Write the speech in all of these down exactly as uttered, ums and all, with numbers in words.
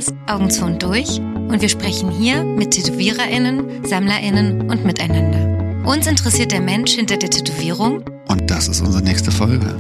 Podcast Augen zu und durch und wir sprechen hier mit TätowiererInnen, SammlerInnen und miteinander. Uns interessiert der Mensch hinter der Tätowierung. Und das ist unsere nächste Folge.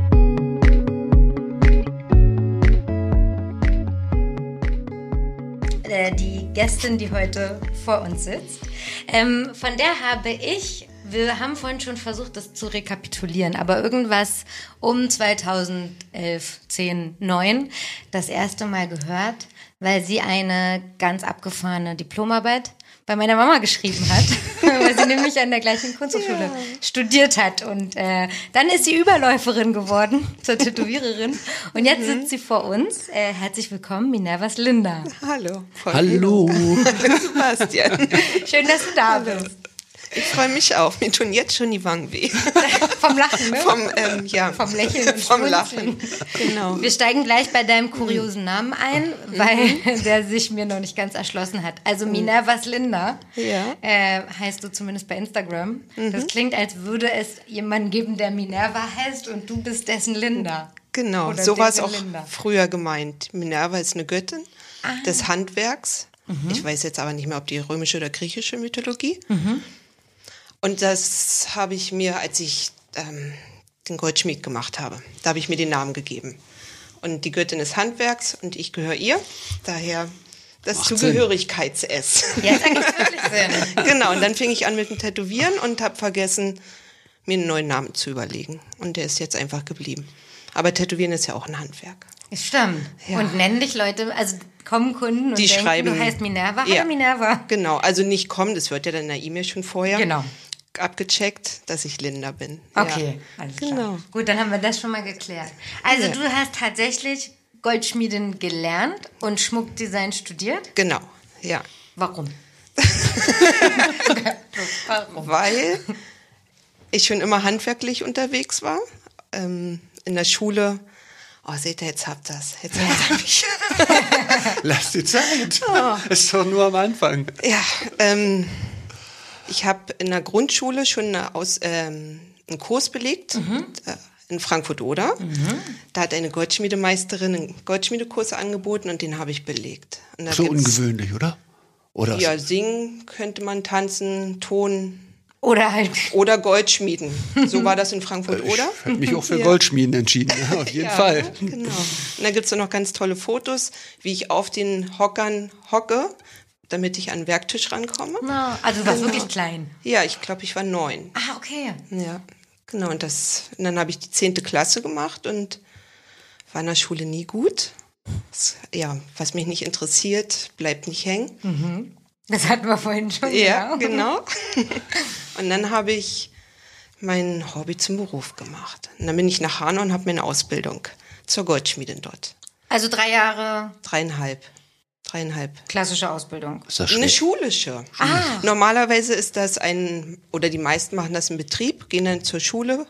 Die Gästin, die heute vor uns sitzt, ähm, von der habe ich, wir haben vorhin schon versucht, das zu rekapitulieren, aber irgendwas um zweitausendelf, zehn, neun das erste Mal gehört, weil sie eine ganz abgefahrene Diplomarbeit bei meiner Mama geschrieben hat, weil sie nämlich an der gleichen Kunsthochschule ja. studiert hat. Und äh, dann ist sie Überläuferin geworden zur Tätowiererin. Und jetzt mhm. sitzt sie vor uns. Äh, herzlich willkommen, Minervas Linda. Hallo. Hallo. Hallo, Sebastian. Schön, dass du da Hallo. bist. Ich freue mich auch. Mir tun jetzt schon die Wangen weh. Vom Lachen, ne? Vom, ähm, ja. Vom Lächeln und Vom Lachen. Genau. Wir steigen gleich bei deinem kuriosen Namen ein, weil mhm. der sich mir noch nicht ganz erschlossen hat. Also Minervas Linda ja. äh, heißt du zumindest bei Instagram. Mhm. Das klingt, als würde es jemanden geben, der Minerva heißt und du bist dessen Linda. Genau, Oder so war es auch Linda. früher gemeint. Minerva ist eine Göttin ah. des Handwerks. Mhm. Ich weiß jetzt aber nicht mehr, ob die römische oder griechische Mythologie. Mhm. Und das habe ich mir, als ich ähm, den Goldschmied gemacht habe, da habe ich mir den Namen gegeben. Und die Göttin des Handwerks und ich gehöre ihr, daher das Macht Zugehörigkeits-S. Jetzt ergibt es wirklich Sinn. Genau, und dann fing ich an mit dem Tätowieren und habe vergessen, mir einen neuen Namen zu überlegen. Und der ist jetzt einfach geblieben. Aber Tätowieren ist ja auch ein Handwerk. Stimmt. Ja. Und nennen dich Leute, also kommen Kunden und die denken, schreiben, du heißt Minerva. Ja, Hallo Minerva. Genau, also nicht kommen, das wird ja dann in der E-Mail schon vorher Genau. abgecheckt, dass ich Linda bin. Okay, ja. alles genau. klar. Gut, dann haben wir das schon mal geklärt. Also ja. du hast tatsächlich Goldschmiedin gelernt und Schmuckdesign studiert? Genau, ja. Warum? Warum? Weil ich schon immer handwerklich unterwegs war. Ähm, in der Schule, oh seht ihr, jetzt habt ihr das. Jetzt habt ihr mich. Lass die Zeit. Oh. Ist doch nur am Anfang. Ja, ähm, ich habe in der Grundschule schon eine Aus, ähm, einen Kurs belegt. Mhm. In Frankfurt-Oder. Mhm. Da hat eine Goldschmiedemeisterin einen Goldschmiedekurs angeboten und den habe ich belegt. Und da so ungewöhnlich, oder? Oder ja, singen könnte man, tanzen, Ton. Oder halt. Oder Goldschmieden. So war das in Frankfurt-Oder. Ich habe mich auch für ja. Goldschmieden entschieden, auf jeden ja, Fall. Genau. Und da gibt es noch ganz tolle Fotos, wie ich auf den Hockern hocke, damit ich an den Werktisch rankomme. No, also du warst genau. wirklich klein. Ja, ich glaube, ich war neun. Ah, okay. Ja. Genau, und, das, und dann habe ich die zehnte Klasse gemacht und war in der Schule nie gut. Das, ja, was mich nicht interessiert, bleibt nicht hängen. Mhm. Das hatten wir vorhin schon. Ja, genau. Und dann habe ich mein Hobby zum Beruf gemacht. Und dann bin ich nach Hanau und habe meine Ausbildung zur Goldschmiedin dort. Also drei Jahre? Dreieinhalb. Dreieinhalb. Klassische Ausbildung. Ist das Eine schwer? schulische. Ah. Normalerweise ist das ein, oder die meisten machen das im Betrieb, gehen dann zur Schule.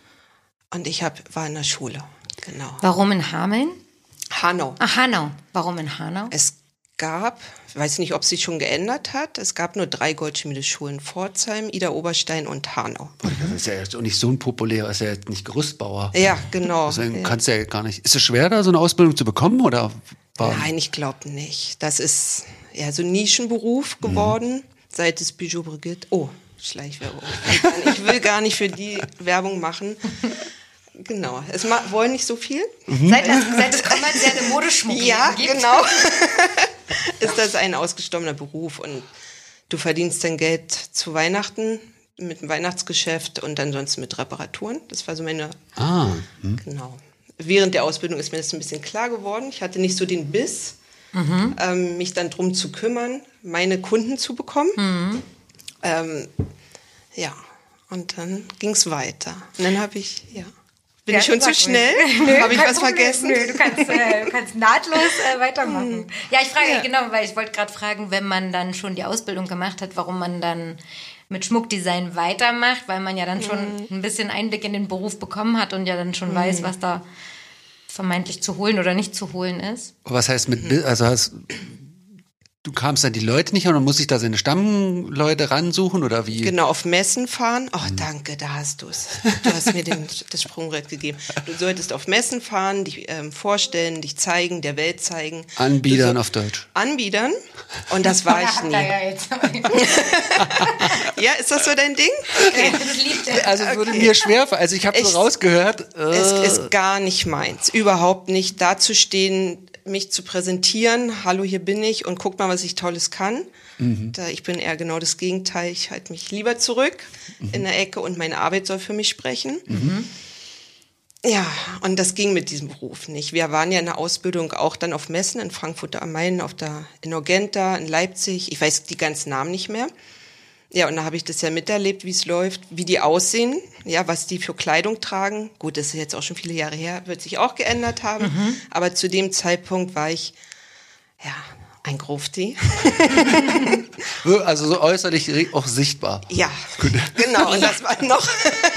Und ich hab, war in der Schule, genau. Warum in Hameln? Hanau. Ach, Hanau. Warum in Hanau? Es gab, ich weiß nicht, ob es sich schon geändert hat, es gab nur drei Goldschmiedeschulen, Pforzheim, Ida Oberstein und Hanau. Das ist ja jetzt auch nicht so ein populärer, ist ja jetzt nicht Gerüstbauer. Ja, genau. Deswegen ja. kannst du ja gar nicht. Ist es schwer, da so eine Ausbildung zu bekommen? Oder war Nein, ich glaube nicht. Das ist ja so ein Nischenberuf geworden, mhm. seit es Bijou Brigitte. Oh, Schleichwerbung. Ich will, gar nicht, ich will gar nicht für die Werbung machen. Genau. Es ma- wollen nicht so viel. Mhm. Seit, das, seit es kommerzielle Modeschmuck ja, gibt. genau. Ist das ein ausgestorbener Beruf und du verdienst dein Geld zu Weihnachten mit dem Weihnachtsgeschäft und ansonsten mit Reparaturen. Das war so meine. Ah. Hm. Genau. Während der Ausbildung ist mir das ein bisschen klar geworden. Ich hatte nicht so den Biss, mhm. ähm, mich dann drum zu kümmern, meine Kunden zu bekommen. Mhm. Ähm, ja, und dann ging es weiter. Und dann habe ich, ja. Bin ja, ich schon zu schnell? Habe ich was Problem. vergessen? Nö, du kannst, äh, du kannst nahtlos äh, weitermachen. Ja, ich frage, ja. genau, weil ich wollte gerade fragen, wenn man dann schon die Ausbildung gemacht hat, warum man dann mit Schmuckdesign weitermacht, weil man ja dann schon mhm. ein bisschen Einblick in den Beruf bekommen hat und ja dann schon mhm. weiß, was da vermeintlich zu holen oder nicht zu holen ist. Was heißt mit, also hast, du kamst an die Leute nicht an und musst dich da seine Stammleute ransuchen oder wie? Genau, auf Messen fahren. Oh, danke, da hast du es. Du hast mir den, das Sprungbrett gegeben. Du solltest auf Messen fahren, dich ähm, vorstellen, dich zeigen, der Welt zeigen. Anbiedern so, auf Deutsch. Anbiedern. Und das war ich nie. Ja, jetzt. Ja, ist das so dein Ding? Okay. Das liebt er. Also es würde mir schwer, also ich habe so Ich- rausgehört. Äh, Es ist gar nicht meins. Überhaupt nicht. Da zu stehen, mich zu präsentieren. Hallo, hier bin ich und guck mal, was ich Tolles kann. Mhm. Da, ich bin eher genau das Gegenteil. Ich halte mich lieber zurück Mhm. in der Ecke und meine Arbeit soll für mich sprechen. Mhm. Ja, und das ging mit diesem Beruf nicht. Wir waren ja in der Ausbildung auch dann auf Messen in Frankfurt am Main, auf der, in Urgenta, in Leipzig. Ich weiß die ganzen Namen nicht mehr. Ja, und da habe ich das ja miterlebt, wie es läuft, wie die aussehen, ja, was die für Kleidung tragen. Gut, das ist jetzt auch schon viele Jahre her, wird sich auch geändert haben. Mhm. Aber zu dem Zeitpunkt war ich, ja, ein Grufti. Also so äußerlich auch sichtbar. Ja, genau. Und das war noch,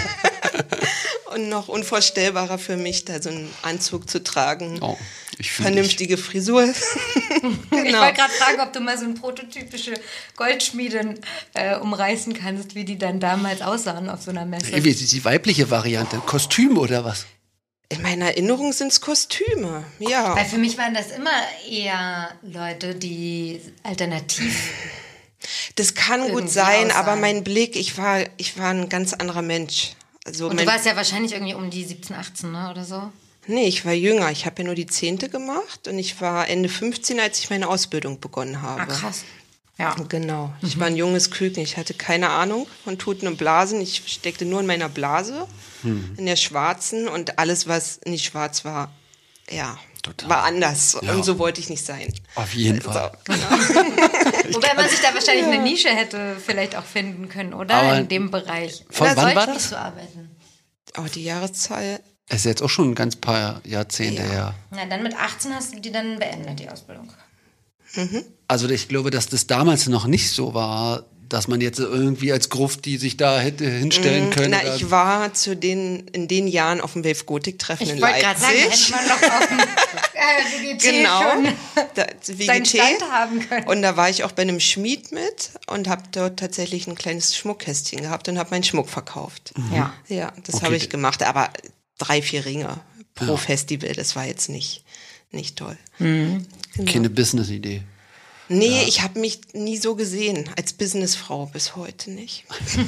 und noch unvorstellbarer für mich, da so einen Anzug zu tragen. Oh, ich fühl Vernünftige Frisur. Ich Genau. wollte gerade fragen, ob du mal so eine prototypische Goldschmiedin äh, umreißen kannst, wie die dann damals aussahen auf so einer Messe. dich. Wie ist die weibliche Variante? Kostüm oder was? In meiner Erinnerung sind es Kostüme, ja. Weil für mich waren das immer eher Leute, die alternativ. Das kann gut irgendwie sein, aussahen. aber mein Blick, ich war, ich war ein ganz anderer Mensch. Also Und mein, du warst ja wahrscheinlich irgendwie um die siebzehn, achtzehn, ne, oder so. nee, ich war jünger. Ich habe ja nur die Zehnte gemacht und ich war Ende fünfzehn, als ich meine Ausbildung begonnen habe. Ah, krass. Ja. Genau. Ich war ein junges Küken. Ich hatte keine Ahnung von Tuten und Blasen. Ich steckte nur in meiner Blase, in der schwarzen, und alles, was nicht schwarz war, ja, Total. war anders. Ja. Und so wollte ich nicht sein. Auf jeden Fall. Wobei man sich da wahrscheinlich eine Nische hätte vielleicht auch finden können, oder? Aber in dem Bereich. von Oder wann soll war ich das? nicht so arbeiten? Oh, die Jahreszahl. Es ist jetzt auch schon ein ganz paar Jahrzehnte Ja. her. Na, dann mit achtzehn hast du die dann beendet, die Ausbildung. Also ich glaube, dass das damals noch nicht so war, dass man jetzt irgendwie als Gruft, die sich da hätte hinstellen können. Na, oder- ich war zu den, in den Jahren auf dem Wave Gothic Treffen Ich in wollte gerade sagen, Leipzig. hätte man doch auf dem äh, W G T Genau, schon da, W seinen G T. Stand haben können. Und da war ich auch bei einem Schmied mit und habe dort tatsächlich ein kleines Schmuckkästchen gehabt und habe meinen Schmuck verkauft. Ja. Ja, das Okay. habe ich gemacht, aber drei, vier Ringe pro Ja. Festival, das war jetzt nicht, nicht toll. Keine Business-Idee. Nee, ich habe mich nie so gesehen, als Businessfrau bis heute nicht.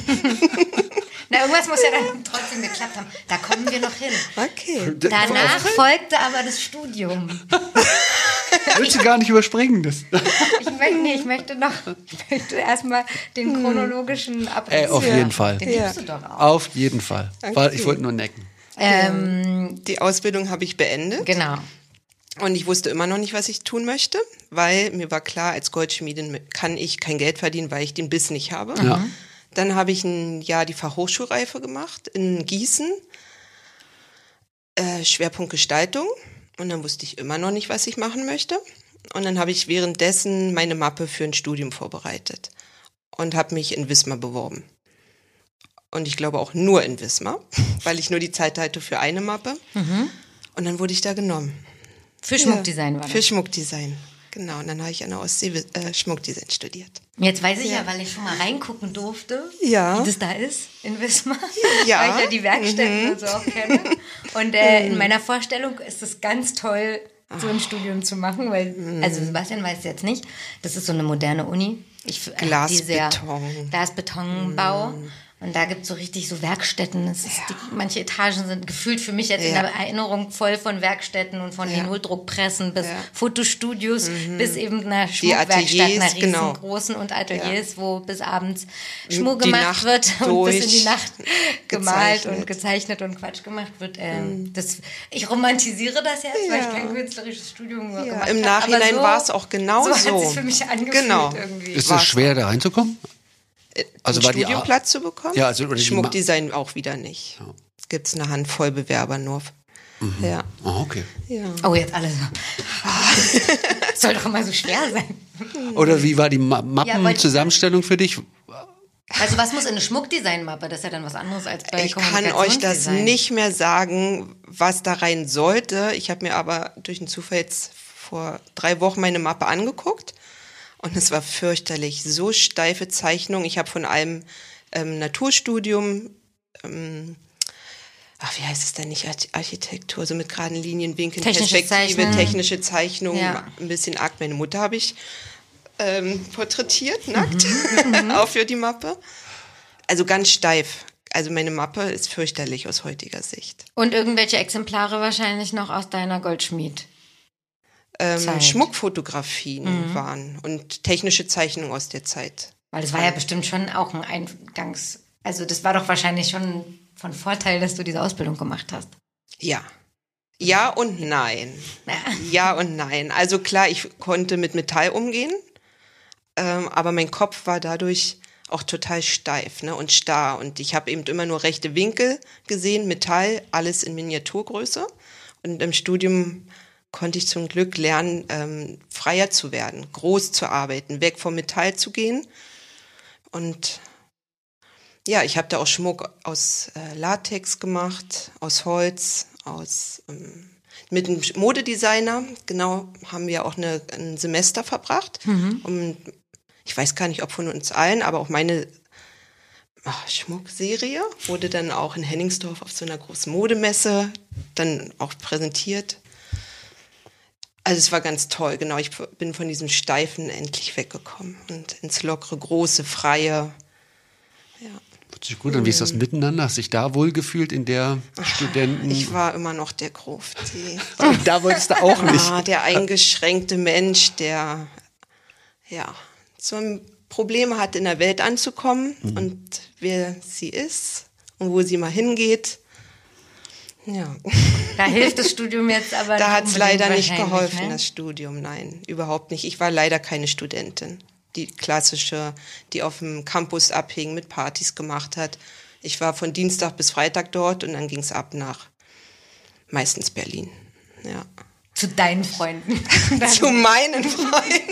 Na, irgendwas muss ja dann trotzdem geklappt haben. Da kommen wir noch hin. Okay. Danach folgte aber das Studium. Willst du gar nicht überspringen? Das. Ich möchte, nee, ich möchte noch ich möchte erstmal den chronologischen Abriss. Ey, auf jeden Fall. Den Ja. liebst du doch auch. Auf jeden Fall. Weil ich Okay. wollte nur necken. Ähm, Die Ausbildung habe ich beendet. genau. Und ich wusste immer noch nicht, was ich tun möchte, weil mir war klar, als Goldschmiedin kann ich kein Geld verdienen, weil ich den Biss nicht habe. Ja. Dann habe ich ein Jahr die Fachhochschulreife gemacht in Gießen, äh, Schwerpunkt Gestaltung. Und dann wusste ich immer noch nicht, was ich machen möchte. Und dann habe ich währenddessen meine Mappe für ein Studium vorbereitet und habe mich in Wismar beworben. Und ich glaube auch nur in Wismar, weil ich nur die Zeit hatte für eine Mappe. Und dann wurde ich da genommen. Für Schmuckdesign war das. Für Schmuckdesign, genau. Und dann habe ich an der Ostsee äh, Schmuckdesign studiert. Jetzt weiß ich ja, weil ich schon mal reingucken durfte, Ja. wie das da ist in Wismar. Ja. Weil ich ja die Werkstätten und so auch kenne. Und äh, in meiner Vorstellung ist es ganz toll, so ein Studium zu machen, weil, also Sebastian weiß es jetzt nicht, das ist so eine moderne Uni. Ich, äh, die sehr- Glasbeton. Glasbetonbau. Und da gibt es so richtig so Werkstätten. Es ist die, manche Etagen sind gefühlt für mich jetzt in Ja. der Erinnerung voll von Werkstätten und von Ja. Linoldruckpressen bis Ja. Fotostudios bis eben einer Schmuckwerkstatt, Ateliers, einer genau. riesengroßen und Ateliers, wo bis abends Die Schmuck gemacht Nacht wird und bis in die durch Nacht gemalt gezeichnet. und gezeichnet und Quatsch gemacht wird. Ähm, das, ich romantisiere das jetzt, weil ich kein künstlerisches Studium Ja, gemacht im habe. Nachhinein Aber so- war es auch genau so. so. hat es sich für mich angefühlt Genau. irgendwie. Ist War's es schwer, da reinzukommen? Also einen war die Ar- Studienplatz zu bekommen? Ja, also- oder die Schmuckdesign auch wieder nicht. Es gibt eine Handvoll Bewerber nur. Ja. Oh, okay. ja. Oh, jetzt alle so. Soll doch immer so schwer sein. Oder wie war die Ma Ja, weil- Mappenzusammenstellung für dich? Also was muss in eine Schmuckdesign-Mappe? Das ist ja dann was anderes als bei Ich kann euch das Kommunikationsdesign. nicht mehr sagen, was da rein sollte. Ich habe mir aber durch einen Zufall jetzt vor drei Wochen meine Mappe angeguckt Und es war fürchterlich. So steife Zeichnung. Ich habe von einem ähm, Naturstudium, ähm, ach, wie heißt es denn nicht? Architektur, so mit geraden Linien, Winkeln, Technische Perspektive, Zeichnen. technische Zeichnung, Ja. ein bisschen arg. Meine Mutter habe ich ähm, porträtiert, nackt, auch für die Mappe. Also ganz steif. Also meine Mappe ist fürchterlich aus heutiger Sicht. Und irgendwelche Exemplare wahrscheinlich noch aus deiner Goldschmied. Ähm, Zeit. Schmuckfotografien mhm. waren und technische Zeichnungen aus der Zeit. Weil das war ja bestimmt schon auch ein Eingangs... Also das war doch wahrscheinlich schon von Vorteil, dass du diese Ausbildung gemacht hast. Ja. Ja und nein. Ja und nein. Also klar, ich konnte mit Metall umgehen, ähm, aber mein Kopf war dadurch auch total steif, ne, und starr. Und ich habe eben immer nur rechte Winkel gesehen, Metall, alles in Miniaturgröße. Und im Studium konnte ich zum Glück lernen, ähm, freier zu werden, groß zu arbeiten, weg vom Metall zu gehen. Und ja, ich habe da auch Schmuck aus äh, Latex gemacht, aus Holz, aus ähm, mit einem Modedesigner. Genau, haben wir auch eine, ein Semester verbracht. Mhm. Um, ich weiß gar nicht, ob von uns allen, aber auch meine ach, Schmuckserie wurde dann auch in Hennigsdorf auf so einer großen Modemesse dann auch präsentiert. Also es war ganz toll, genau. Ich bin von diesem Steifen endlich weggekommen und ins lockere, große, freie. Ja. Hört sich gut an. Wie ist das miteinander? Hast du dich da wohlgefühlt in der Studenten? Ich war immer noch der Grufti. Und da wolltest du auch nicht. Ja, der eingeschränkte Mensch, der ja so ein Problem hat, in der Welt anzukommen mhm. und wer sie ist und wo sie mal hingeht. Ja. Da hilft das Studium jetzt aber Da hat es leider nicht wahrscheinlich, geholfen, ne? das Studium. Nein, überhaupt nicht. Ich war leider keine Studentin. Die klassische, die auf dem Campus abhing, mit Partys gemacht hat. Ich war von Dienstag bis Freitag dort und dann ging es ab nach meistens Berlin. Ja. Zu deinen Freunden. Zu meinen Freunden.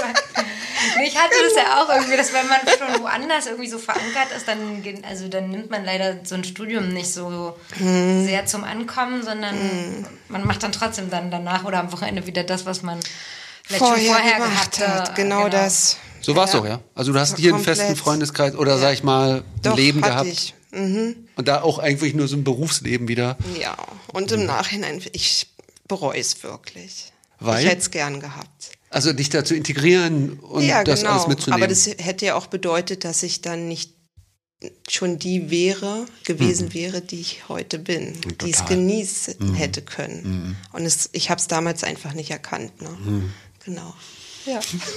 Ich hatte das ja auch irgendwie, dass wenn man schon woanders irgendwie so verankert ist, dann, also dann nimmt man leider so ein Studium nicht so hm. sehr zum Ankommen, sondern hm. man macht dann trotzdem dann danach oder am Wochenende wieder das, was man vielleicht vorher, schon vorher gemacht gehabt hat. Genau, genau das. So war es ja. doch, ja? Also du hast hier komplett. einen festen Freundeskreis oder ja. sag ich mal, ein doch, Leben gehabt. Ich. Mhm. Und da auch eigentlich nur so ein Berufsleben wieder. Ja, und im mhm. Nachhinein, ich bereue es wirklich. Weil? Ich hätte es gern gehabt. Also dich da zu integrieren und ja, das genau. alles mitzunehmen. Aber das hätte ja auch bedeutet, dass ich dann nicht schon die wäre, gewesen mhm. wäre, die ich heute bin, Total. die es genießen mhm. hätte können. Mhm. Und es, ich habe es damals einfach nicht erkannt. Ne? Mhm. Genau. Ja.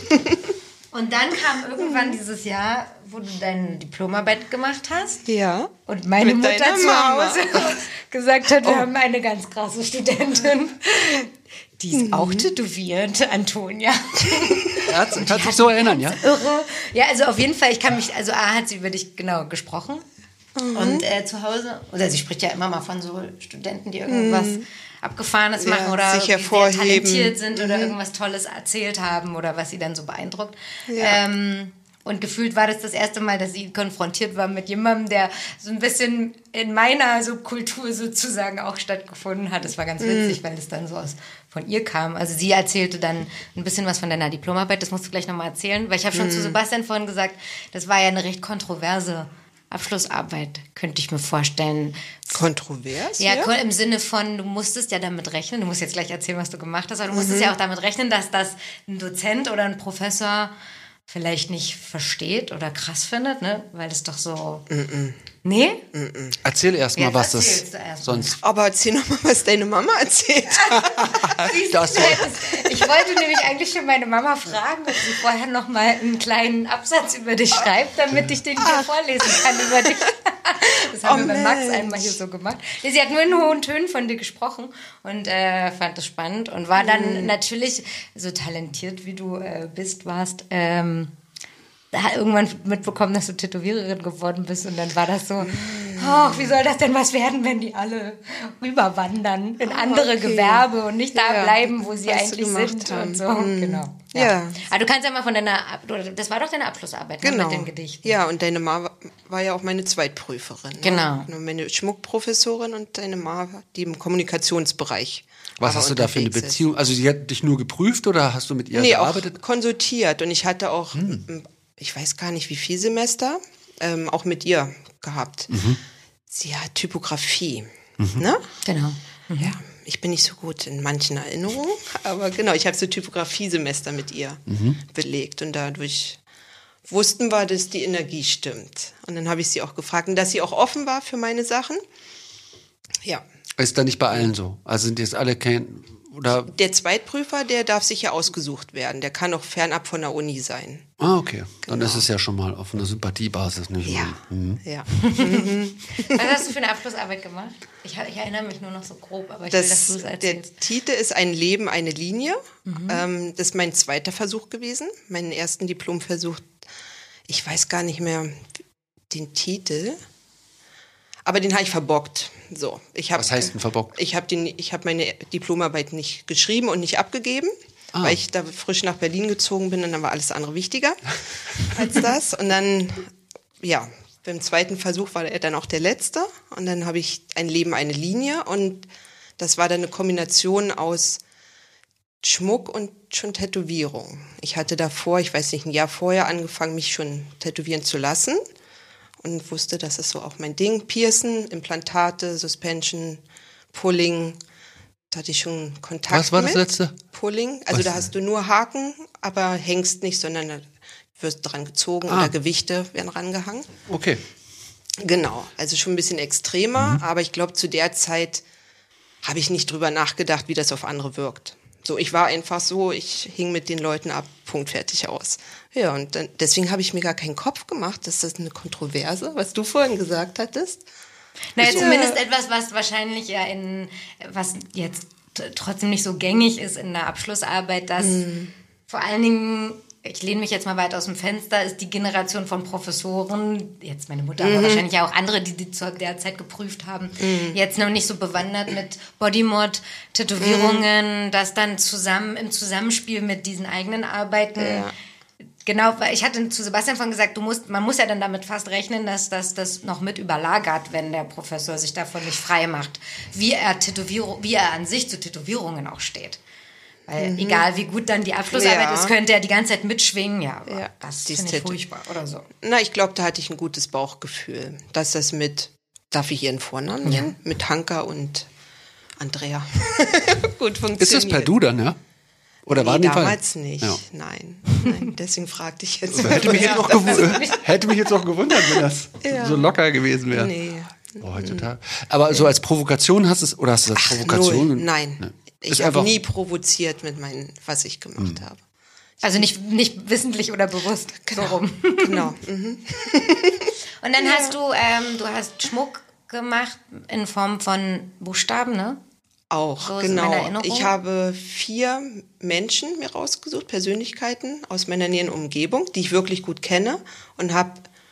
Und dann kam irgendwann dieses Jahr, wo du deine Diplomarbeit gemacht hast. Ja. Und meine Mit Mutter zu Mama. Hause gesagt hat, wir Oh. haben eine ganz krasse Studentin. Die ist mhm. auch tätowiert, Antonia. Er hat, kann sich so erinnern, ja? Irre. Ja, also auf jeden Fall, ich kann mich, also A hat sie über dich genau gesprochen. Mhm. Und äh, zu Hause, oder sie spricht ja immer mal von so Studenten, die irgendwas mhm. Abgefahrenes machen ja, oder sich die sehr hervorheben. talentiert sind oder mhm. irgendwas Tolles erzählt haben oder was sie dann so beeindruckt. Ja. Ähm, und gefühlt war das das erste Mal, dass sie konfrontiert war mit jemandem, der so ein bisschen in meiner Subkultur sozusagen auch stattgefunden hat. Das war ganz witzig, mm. weil das dann so aus von ihr kam. Also sie erzählte dann ein bisschen was von deiner Diplomarbeit. Das musst du gleich nochmal erzählen. Weil ich habe schon mm. zu Sebastian vorhin gesagt, das war ja eine recht kontroverse Abschlussarbeit, könnte ich mir vorstellen. Kontrovers? Ja, Ja, im Sinne von, du musstest ja damit rechnen, du musst jetzt gleich erzählen, was du gemacht hast, aber du musstest Mhm. ja auch damit rechnen, dass das ein Dozent oder ein Professor vielleicht nicht versteht oder krass findet, ne? Weil das doch so... Mm-mm. Nee? Mm-mm. Erzähl erst mal, Jetzt was das erzählst du erst mal. sonst... Aber erzähl noch mal, was deine Mama erzählt hat. Siehst du, Das du hättest- ich wollte nämlich eigentlich schon meine Mama fragen, ob sie vorher noch mal einen kleinen Absatz über dich schreibt, damit ich den hier vorlesen kann über dich. Das haben Oh, wir bei Max Mensch. einmal hier so gemacht. Nee, sie hat nur in hohen Tönen von dir gesprochen und äh, fand das spannend und war dann Mhm. natürlich, so talentiert wie du äh, bist, warst, ähm, da irgendwann mitbekommen, dass du Tätowiererin geworden bist und dann war das so, oh, wie soll das denn was werden, wenn die alle rüberwandern in andere okay. Gewerbe und nicht da ja, bleiben, wo sie eigentlich sind haben. Und so. Mhm. Genau. Ja. ja. Aber du kannst ja mal von deiner, das war doch deine Abschlussarbeit genau. mit den Gedichten. Ja, und deine Ma war ja auch meine Zweitprüferin. Genau. Ne? Meine Schmuckprofessorin und deine Ma, die im Kommunikationsbereich. Was hast du da für eine Beziehung? Ist. Also sie hat dich nur geprüft oder hast du mit ihr nee, gearbeitet? Auch konsultiert und ich hatte auch, hm. ich weiß gar nicht wie viel Semester, ähm, auch mit ihr gehabt. Mhm. Sie hat Typografie, mhm. ne? Genau. Mhm. Ja, ich bin nicht so gut in manchen Erinnerungen, aber genau, ich habe so Typografie-Semester mit ihr mhm. belegt und dadurch wussten wir, dass die Energie stimmt. Und dann habe ich sie auch gefragt und dass sie auch offen war für meine Sachen. Ja. Ist da nicht bei allen so? Also sind jetzt alle kein oder? Der Zweitprüfer, der darf sicher ausgesucht werden. Der kann auch fernab von der Uni sein. Ah, okay. Dann genau. ist es ja schon mal auf einer Sympathiebasis. Nicht ja. Mhm. ja. Was hast du für eine Abschlussarbeit gemacht? Ich, ich erinnere mich nur noch so grob, aber ich das, will, dass du es erzählst. Der Titel ist Ein Leben, eine Linie. Mhm. Ähm, das ist mein zweiter Versuch gewesen. Meinen ersten Diplomversuch, ich weiß gar nicht mehr den Titel. Aber den habe ich verbockt. So, ich hab, Was heißt denn verbockt? Ich habe hab meine Diplomarbeit nicht geschrieben und nicht abgegeben, ah. weil ich da frisch nach Berlin gezogen bin und dann war alles andere wichtiger als das. Und dann, ja, beim zweiten Versuch war er dann auch der letzte. Und dann habe ich Ein Leben, eine Linie. Und das war dann eine Kombination aus Schmuck und schon Tätowierung. Ich hatte davor, ich weiß nicht, ein Jahr vorher angefangen, mich schon tätowieren zu lassen. Und wusste, das ist so auch mein Ding. Piercen, Implantate, Suspension, Pulling. Da hatte ich schon Kontakt mit. Was war das mit. letzte? Pulling. Also Was? Da hast du nur Haken, aber hängst nicht, sondern da wirst dran gezogen ah. oder Gewichte werden rangehangen. Okay. Genau. Also schon ein bisschen extremer. Mhm. Aber ich glaube, zu der Zeit habe ich nicht drüber nachgedacht, wie das auf andere wirkt. So, ich war einfach so, ich hing mit den Leuten ab, Punkt, fertig, aus. Ja, und dann, deswegen habe ich mir gar keinen Kopf gemacht. Das ist eine Kontroverse, was du vorhin gesagt hattest. Naja, so. Zumindest etwas, was wahrscheinlich ja in, was jetzt trotzdem nicht so gängig ist in der Abschlussarbeit, dass mm. vor allen Dingen, ich lehne mich jetzt mal weit aus dem Fenster, ist die Generation von Professoren, jetzt meine Mutter, mhm. aber wahrscheinlich ja auch andere, die die zu der Zeit geprüft haben, mhm. jetzt noch nicht so bewandert mit Bodymod, Tätowierungen, mhm. das dann zusammen im Zusammenspiel mit diesen eigenen Arbeiten. Ja. Genau, weil ich hatte zu Sebastian von gesagt, du musst, man muss ja dann damit fast rechnen, dass das, das noch mit überlagert, wenn der Professor sich davon nicht frei macht, wie er Tätowierung, wie er an sich zu Tätowierungen auch steht. Weil mhm. egal wie gut dann die Abschlussarbeit ja. ist, könnte er die ganze Zeit mitschwingen. Ja, aber ja. das finde ich furchtbar oder so. Na, ich glaube, da hatte ich ein gutes Bauchgefühl, dass das mit, darf ich ihren Vornamen nennen? Ja. Mit Hanka und Andrea gut funktioniert. Ist das per Du dann, ja? Oder nee, waren die damals Fall? Nicht, ja. nein. nein. Deswegen fragte ich jetzt. Hätte mich jetzt, auch hätte mich jetzt auch gewundert, wenn das ja. so locker gewesen wäre. Nee. Oh, heutzutage. Aber so als Provokation hast du es, oder hast du das als Provokation? Null. Nein. Nee. Ich habe nie provoziert mit meinem, was ich gemacht mhm. habe. Also nicht, nicht wissentlich oder bewusst. Genau. So rum. Genau. Mhm. Und dann ja. hast du, ähm, du hast Schmuck gemacht in Form von Buchstaben, ne? Auch, so genau. Ich habe vier Menschen mir rausgesucht, Persönlichkeiten aus meiner näheren Umgebung, die ich wirklich gut kenne und habe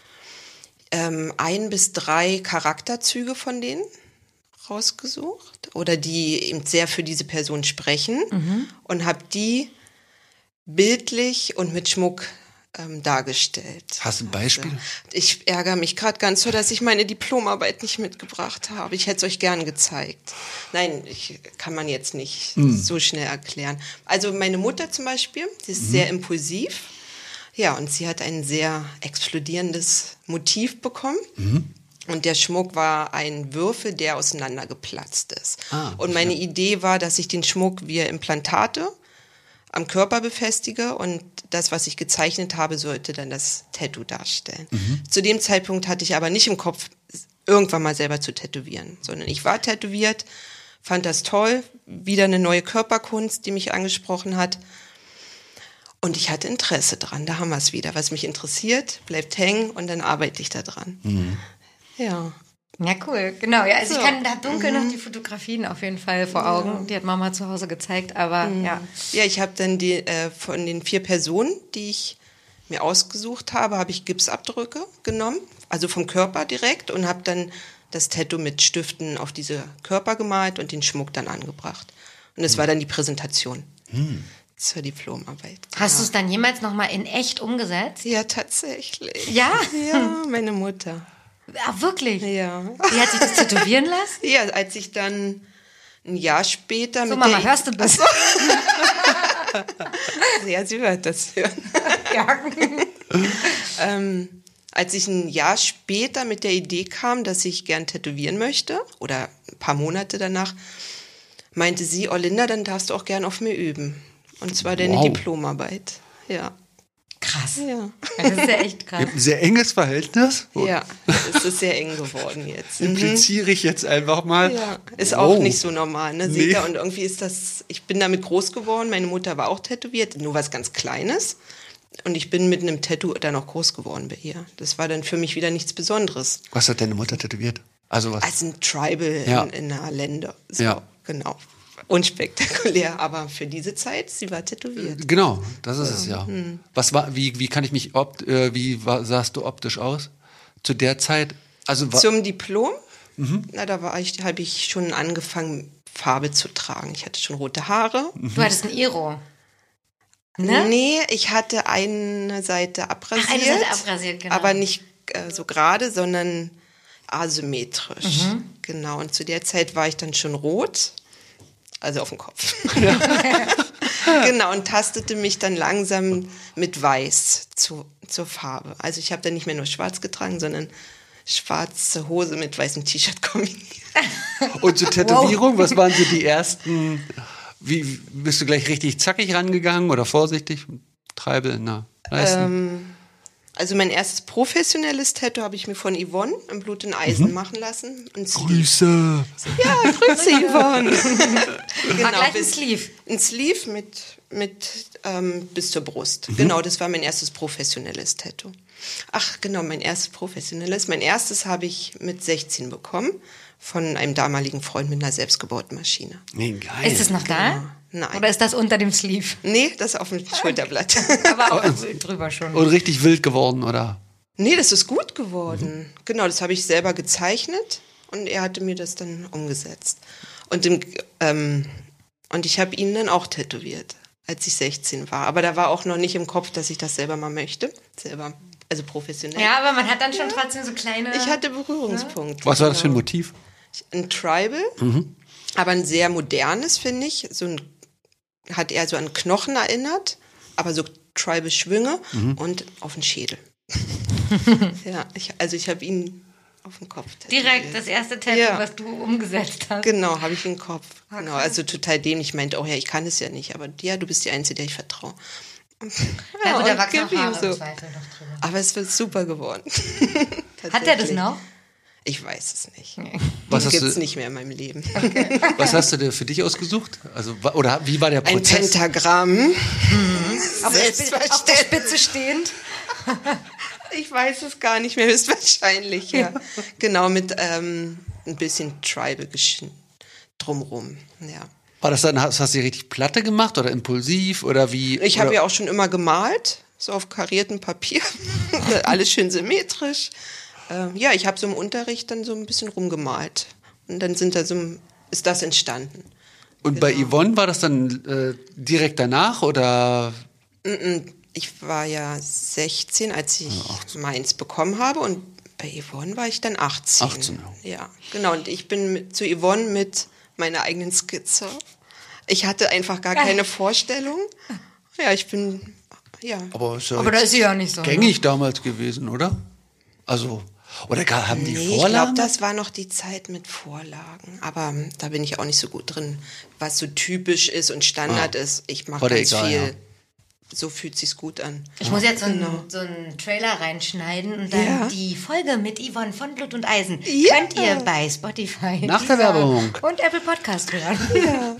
ähm, ein bis drei Charakterzüge von denen rausgesucht oder die eben sehr für diese Person sprechen mhm. und habe die bildlich und mit Schmuck ähm, dargestellt. Hast du ein Beispiel? Also, ich ärgere mich gerade ganz so, dass ich meine Diplomarbeit nicht mitgebracht habe. Ich hätte es euch gern gezeigt. Nein, ich, kann man jetzt nicht mhm. so schnell erklären. Also meine Mutter zum Beispiel, die ist mhm. sehr impulsiv. Ja, und sie hat ein sehr explodierendes Motiv bekommen. Mhm. Und der Schmuck war ein Würfel, der auseinandergeplatzt ist. Ah, und meine ja. Idee war, dass ich den Schmuck via Implantate am Körper befestige und das, was ich gezeichnet habe, sollte dann das Tattoo darstellen. Mhm. Zu dem Zeitpunkt hatte ich aber nicht im Kopf, irgendwann mal selber zu tätowieren, sondern ich war tätowiert, fand das toll, wieder eine neue Körperkunst, die mich angesprochen hat. Und ich hatte Interesse dran, da haben wir es wieder. Was mich interessiert, bleibt hängen und dann arbeite ich da dran. Mhm. Ja. Ja, cool, genau. Ja, also so. Ich kann da dunkel mhm. noch die Fotografien auf jeden Fall vor Augen. Ja. Die hat Mama zu Hause gezeigt, aber mhm. ja. Ja, ich habe dann die äh, von den vier Personen, die ich mir ausgesucht habe, habe ich Gipsabdrücke genommen, also vom Körper direkt und habe dann das Tattoo mit Stiften auf diese Körper gemalt und den Schmuck dann angebracht. Und das war dann die Präsentation hm. zur Diplomarbeit. Hast du es dann jemals nochmal in echt umgesetzt? Ja, tatsächlich. Ja? Ja, meine Mutter. Ah, wirklich? Ja. Wie hat sich das tätowieren lassen? Ja, als ich dann ein Jahr später So, mit Mama, der hörst du das? Ja, sie wird das hören. Ja. ähm, als ich ein Jahr später mit der Idee kam, dass ich gern tätowieren möchte, oder ein paar Monate danach, meinte sie, oh Linda, dann darfst du auch gern auf mir üben. Und zwar deine Wow. Diplomarbeit. Ja. Krass. Ja. Das ist ja echt krass. Ihr habt ein sehr enges Verhältnis. Ja, es ist sehr eng geworden jetzt. Mhm. Impliziere ich jetzt einfach mal. Ja, ist Wow. auch nicht so normal, ne? Seht Nee. ihr? Und irgendwie ist das, ich bin damit groß geworden, meine Mutter war auch tätowiert, nur was ganz Kleines. Und ich bin mit einem Tattoo dann auch groß geworden bei ihr. Das war dann für mich wieder nichts Besonderes. Was hat deine Mutter tätowiert? Also was? Als ein Tribal Ja. in, in einer Länder. So, Ja. Genau. Unspektakulär, aber für diese Zeit, sie war tätowiert. Genau, das ist es ja. Hm. Was war, wie, wie kann ich mich, opt, äh, wie war, sahst du optisch aus? Zu der Zeit? Also wa- Zum Diplom, na, da war ich, habe ich schon angefangen, Farbe zu tragen. Ich hatte schon rote Haare. Du hattest ein Iro. Ne? Nee, ich hatte eine Seite abrasiert. Ach, eine Seite abrasiert, genau. Aber nicht äh, so gerade, sondern asymmetrisch. Genau, und zu der Zeit war ich dann schon rot, also auf dem Kopf. Genau, und tastete mich dann langsam mit Weiß zu, zur Farbe. Also ich habe dann nicht mehr nur schwarz getragen, sondern schwarze Hose mit weißem T-Shirt kombiniert. Und zur Tätowierung, was waren so die ersten, wie bist du gleich richtig zackig rangegangen oder vorsichtig? Treibel, na, leisten. Ähm, also mein erstes professionelles Tattoo habe ich mir von Yvonne im Blut und Eisen Mhm. machen lassen. Ein Sleeve. Grüße. Ja, Grüße Yvonne. War gleich ein bis- Sleeve. Ein Sleeve mit, mit ähm, bis zur Brust. Mhm. Genau, das war mein erstes professionelles Tattoo. Ach, genau, mein erstes professionelles. Mein erstes habe ich mit sechzehn bekommen von einem damaligen Freund mit einer selbstgebauten Maschine. Nee, geil. Ist es noch da? Nein. Oder ist das unter dem Sleeve? Nee, das ist auf dem Schulterblatt. Aber auch drüber schon. Und richtig wild geworden, oder? Nee, das ist gut geworden. Genau, das habe ich selber gezeichnet und er hatte mir das dann umgesetzt. Und, im, ähm, und ich habe ihn dann auch tätowiert, als ich sechzehn war. Aber da war auch noch nicht im Kopf, dass ich das selber mal möchte. Selber, also professionell. Ja, aber man hat dann schon trotzdem so kleine... Ich hatte Berührungspunkte. Was war das für ein genau. Motiv? Ein Tribal, aber ein sehr modernes, finde ich. So ein, hat eher so an Knochen erinnert, aber so Tribal-Schwünge und auf den Schädel. Ja, ich, also ich habe ihn auf den Kopf tätowiert. Direkt das erste Tattoo, Ja. was du umgesetzt hast. Genau, habe ich im Kopf. Ah, Genau, krass. also total dämlich. Ich meinte, oh ja, ich kann es ja nicht, aber ja, du bist die Einzige, der ich vertraue. Ja, gut, da und wachsen gib auch ihm Haare so. im Zweifel noch drüber. Aber es wird super geworden. Hat er das Tatsächlich. noch? Ich weiß es nicht. Was Das hast gibt es du- nicht mehr in meinem Leben. Was hast du dir für dich ausgesucht? Also, wa- oder wie war der Ein Prozess? Pentagramm. Auf der, Spitze, auf der Selbstverständlich. Spitze stehend. Ich weiß es gar nicht mehr, höchstwahrscheinlich, ja. Genau, mit ähm, ein bisschen Tribal gesch- drumrum, ja. War das dann, hast, hast du die richtig Platte gemacht oder impulsiv oder wie? Ich habe oder- ja auch schon immer gemalt, so auf kariertem Papier. Alles schön symmetrisch. Ähm, ja, ich habe so im Unterricht dann so ein bisschen rumgemalt. Und dann sind da so, ist das entstanden. Und bei genau. Yvonne war das dann äh, direkt danach oder? Ich war ja sechzehn, als ich meins bekommen habe. Und bei Yvonne war ich dann achtzehn. achtzehn, ja. Ja, genau. Und ich bin mit, zu Yvonne mit meiner eigenen Skizze. Ich hatte einfach gar keine Vorstellung. Ja, ich bin, ja. Aber, ist ja Aber da jetzt ist sie ja nicht so. gängig damals gewesen, oder? Also, oder gar, haben die Nee, ich glaube, Vorlagen? das war noch die Zeit mit Vorlagen. Aber ähm, da bin ich auch nicht so gut drin, was so typisch ist und Standard ist. Ich mache War dir ganz egal, viel. ja. So fühlt sich's gut an. Ich muss jetzt so einen, so einen Trailer reinschneiden und dann Ja. die Folge mit Yvonne von Blut und Eisen Ja. könnt ihr bei Spotify Nach der Werbung. und Apple Podcast hören. Ja.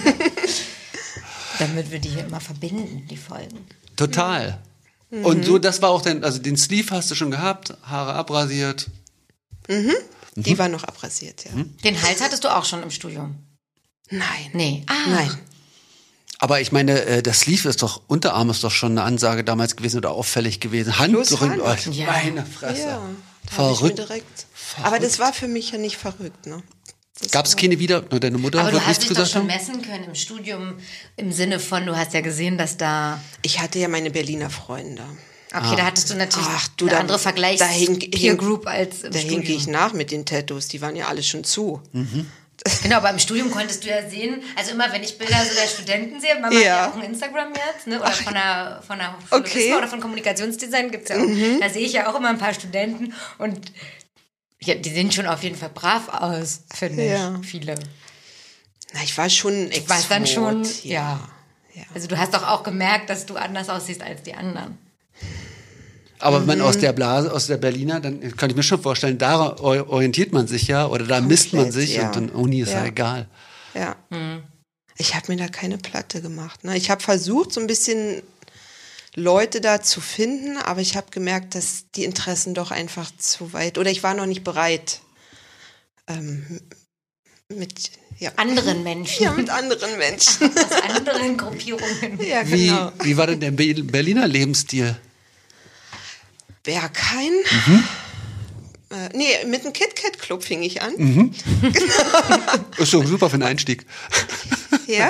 Damit wir die hier immer verbinden, die Folgen. Total. Und so, das war auch dein, also den Sleeve hast du schon gehabt, Haare abrasiert. Die war noch abrasiert, ja. Den Hals hattest du auch schon im Studium? Nein. Nee. Ah. Nein. Aber ich meine, äh, das Sleeve ist doch, Unterarm ist doch schon eine Ansage damals gewesen oder auffällig gewesen. Hand, Bloß so in, Hand. oh, Ja. meine Fresse. Ja, da habe ich mir Verrückt. direkt. Aber das war für mich ja nicht verrückt, ne? Das Gab es war- keine wieder? Nur deine Mutter Aber du wird hast nichts dich doch gesagt schon haben? messen können im Studium, im Sinne von, du hast ja gesehen, dass da... Ich hatte ja meine Berliner Freunde. Okay, da hattest du natürlich Ach, du, eine da- andere da hink- Vergleichs-Peer hink- Group als im Da Studium. hinke ich nach mit den Tattoos, die waren ja alle schon zu. Genau, aber im Studium konntest du ja sehen, also immer wenn ich Bilder so der Studenten sehe, Mama Ja. hat ja auch ein Instagram jetzt, ne? Oder von der, von der Hochschule Okay. Wismar oder von Kommunikationsdesign gibt's ja auch. Da sehe ich ja auch immer ein paar Studenten und ja, die sehen schon auf jeden Fall brav aus, finde Ja. ich, viele. Na, ich war schon ein Du warst dann schon, Exot, ja. ja. Also du hast doch auch gemerkt, dass du anders aussiehst als die anderen. Aber wenn man Mhm. aus der Blase, aus der Berliner, dann kann ich mir schon vorstellen, da orientiert man sich ja oder da misst man Komplett, sich ja. und dann Uni ist ja, Ja. egal. Ja. Hm. Ich habe mir da keine Platte gemacht. Ne? Ich habe versucht, so ein bisschen Leute da zu finden, aber ich habe gemerkt, dass die Interessen doch einfach zu weit, oder ich war noch nicht bereit ähm, mit, ja. Anderen Menschen. ja, mit anderen Menschen. Aus anderen Gruppierungen. ja, Wie, genau. wie war denn der Be- Berliner Lebensstil? Berghain. Mhm. Äh, nee, mit dem KitKat Club fing ich an. Mhm. Ist so super für den Einstieg. Ja,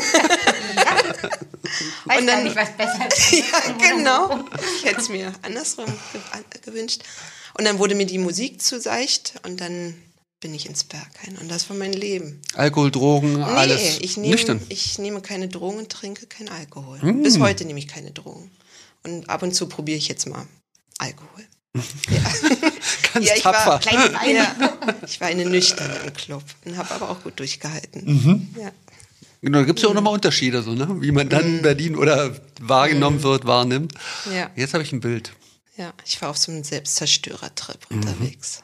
Weiß Und gar dann- nicht, was besser ist. ja, genau. Ich hätte es mir andersrum ge gewünscht. Und dann wurde mir die Musik zu seicht und dann bin ich ins Berghain. Und das war mein Leben. Alkohol, Drogen, alles Nee, ich nehme, nüchtern. ich nehme keine Drogen und trinke keinen Alkohol. Mm. Bis heute nehme ich keine Drogen. Und ab und zu probiere ich jetzt mal Alkohol. Ja. Ganz Ja, ich tapfer. war, kleine Weine. Ja, ich war eine nüchterne im Club und habe aber auch gut durchgehalten. Mhm. Ja. Genau, da gibt es ja auch nochmal Unterschiede, so, ne? Wie man dann Berlin oder wahrgenommen wird, wahrnimmt. Ja. Jetzt habe ich ein Bild. Ja, ich war auf so einem Selbstzerstörertrip Mhm. unterwegs.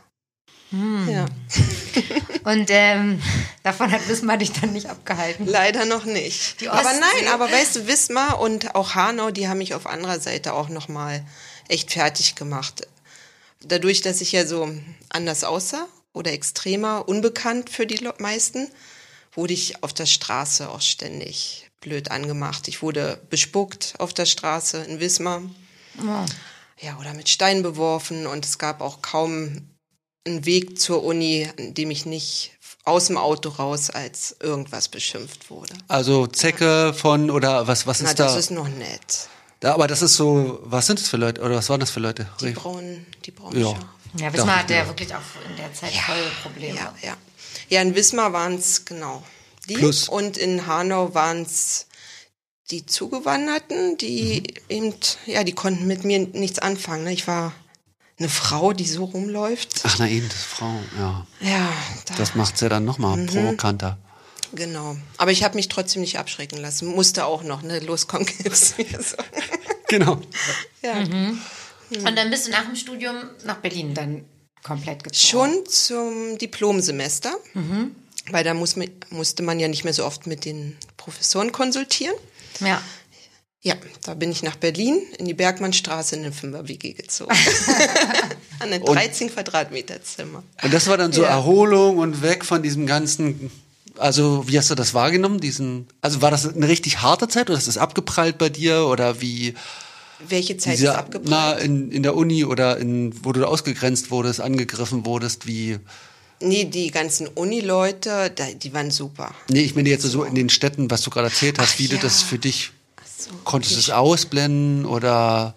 Ja, Und ähm, davon hat Wismar dich dann nicht abgehalten. leider noch nicht. Die Aber Ostsee. nein, aber weißt du, Wismar und auch Hanau, die haben mich auf anderer Seite auch noch mal echt fertig gemacht. Dadurch, dass ich ja so anders aussah oder extremer, unbekannt für die Le- meisten, wurde ich auf der Straße auch ständig blöd angemacht. Ich wurde bespuckt auf der Straße in Wismar. Oh. Ja, oder mit Steinen beworfen und es gab auch kaum einen Weg zur Uni, an dem ich nicht aus dem Auto raus als irgendwas beschimpft wurde. Also Zecke von oder was was ist Na, da? das ist noch nett. da? Aber das ist so, was sind das für Leute oder was waren das für Leute? Die braunen, die braunen Ja. Schafe. Ja, Dachte Wismar ich hatte ja mir. wirklich auch in der Zeit voll Probleme. Ja, ja. Ja, in Wismar waren es genau die Plus. und in Hanau waren es die Zugewanderten, die Mhm. eben, ja, die konnten mit mir nichts anfangen. Ne? Ich war eine Frau, die so rumläuft. Ach na eben, das Frau, ja. Ja, da, Das macht's ja dann nochmal Mhm. provokanter. genau. Aber ich habe mich trotzdem nicht abschrecken lassen. Musste auch noch, ne? Los, komm, gib's mir so. Genau. Ja. Und dann bist du nach dem Studium nach Berlin dann komplett gezogen. Schon zum Diplomsemester, weil da muss, man- musste man ja nicht mehr so oft mit den Professoren konsultieren. Ja. Ja, da bin ich nach Berlin in die Bergmannstraße in eine Fünfer-W G gezogen. An ein dreizehn Quadratmeter Zimmer. Und das war dann so Ja. Erholung und weg von diesem ganzen, also wie hast du das wahrgenommen? Diesen, also war das eine richtig harte Zeit oder ist das abgeprallt bei dir oder wie? Welche Zeit Diese- ist abgeprallt? Na, in, in der Uni oder in, wo du ausgegrenzt wurdest, angegriffen wurdest, wie? Nee, die ganzen Uni-Leute, da- die waren super. Nee, ich meine jetzt so in den Städten, was du gerade erzählt hast, Ach wie du ja. das für dich, So, konntest du ich- es ausblenden oder?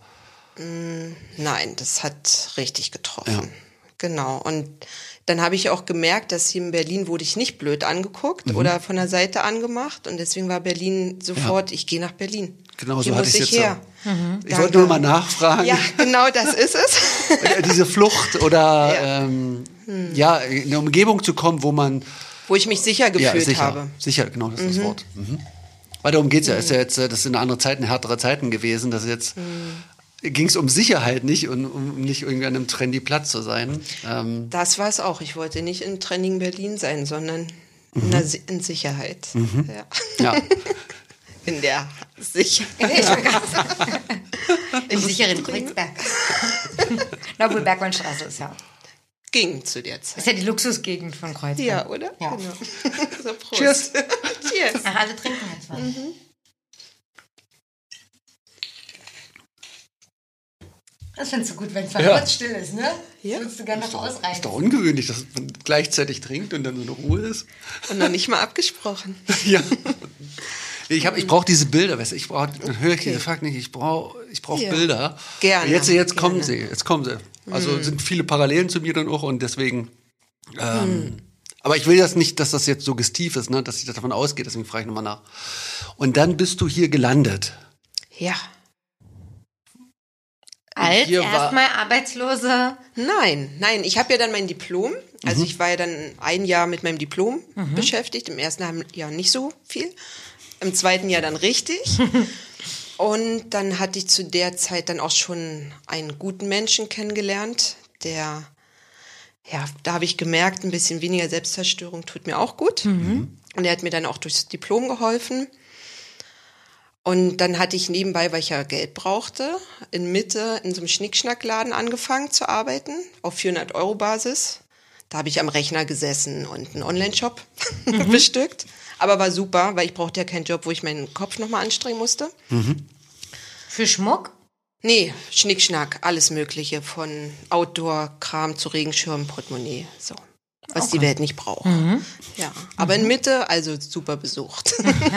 Nein, das hat richtig getroffen. Ja. Genau. Und dann habe ich auch gemerkt, dass hier in Berlin wurde ich nicht blöd angeguckt Mhm. oder von der Seite angemacht. Und deswegen war Berlin sofort, ich gehe nach Berlin. Genau, hier so hatte muss ich ich jetzt her. auch. Ich Danke. wollte nur mal nachfragen. Ja, genau das ist es. Äh, Diese Flucht oder Ja. ähm, ja, in eine Umgebung zu kommen, wo man Wo ich mich sicher gefühlt ja, sicher, habe. sicher, genau, das ist das Wort. Mhm. Weil darum geht's ja. Ist ja jetzt, äh, das sind andere Zeiten, härtere Zeiten gewesen. Das ist jetzt ging es um Sicherheit nicht und um nicht irgendwie an einem trendy Platz zu sein. Ähm, Das war es auch. Ich wollte nicht in Training Berlin sein, sondern in, der Si- in Sicherheit. Ja. ja. In der Sicherheit. Ich wollte gerade sagen. Im sicheren Kreuzberg. Na, obwohl Bergmannstraße ist ja. Ging zu der Zeit. Ist ja die Luxusgegend von Kreuzberg. Ja, oder? Ja. Genau. So, Prost. Cheers. Cheers. Ach, alle trinken jetzt was. Das findest du gut, wenn es mal Ja. kurz still ist, ne? Ja. Das würdest du gerne noch ausreichen. Ist doch ungewöhnlich, dass man gleichzeitig trinkt und dann so eine Ruhe ist. Und noch nicht mal abgesprochen. Ja. Ich, hab- ich brauche diese Bilder, weißt du, ich brauche, dann höre ich diese Fakten nicht, ich brauche ich brauch Ja. Bilder. Gerne, Jetzt, jetzt kommen gerne. sie, jetzt kommen sie. Also sind viele Parallelen zu mir dann auch und deswegen, ähm, aber ich will das nicht, dass das jetzt suggestiv ist, ne, dass ich davon ausgehe, deswegen frage ich nochmal nach. Und dann bist du hier gelandet. Ja. Als hier war- erstmal Arbeitslose. Nein, nein, ich habe ja dann mein Diplom. Also ich war ja dann ein Jahr mit meinem Diplom beschäftigt. Im ersten halben Jahr nicht so viel. Im zweiten Jahr dann richtig. Und dann hatte ich zu der Zeit dann auch schon einen guten Menschen kennengelernt, der, ja, da habe ich gemerkt, ein bisschen weniger Selbstzerstörung tut mir auch gut. Und er hat mir dann auch durchs Diplom geholfen. Und dann hatte ich nebenbei, weil ich ja Geld brauchte, in Mitte in so einem Schnickschnackladen angefangen zu arbeiten, auf vierhundert Euro Basis. Da habe ich am Rechner gesessen und einen Online-Shop bestückt. Aber war super, weil ich brauchte ja keinen Job, wo ich meinen Kopf nochmal anstrengen musste. Für Schmuck? Nee, Schnickschnack, alles Mögliche, von Outdoor-Kram zu Regenschirm, Portemonnaie, so. Was die Welt nicht braucht. Ja, aber in Mitte, also super besucht.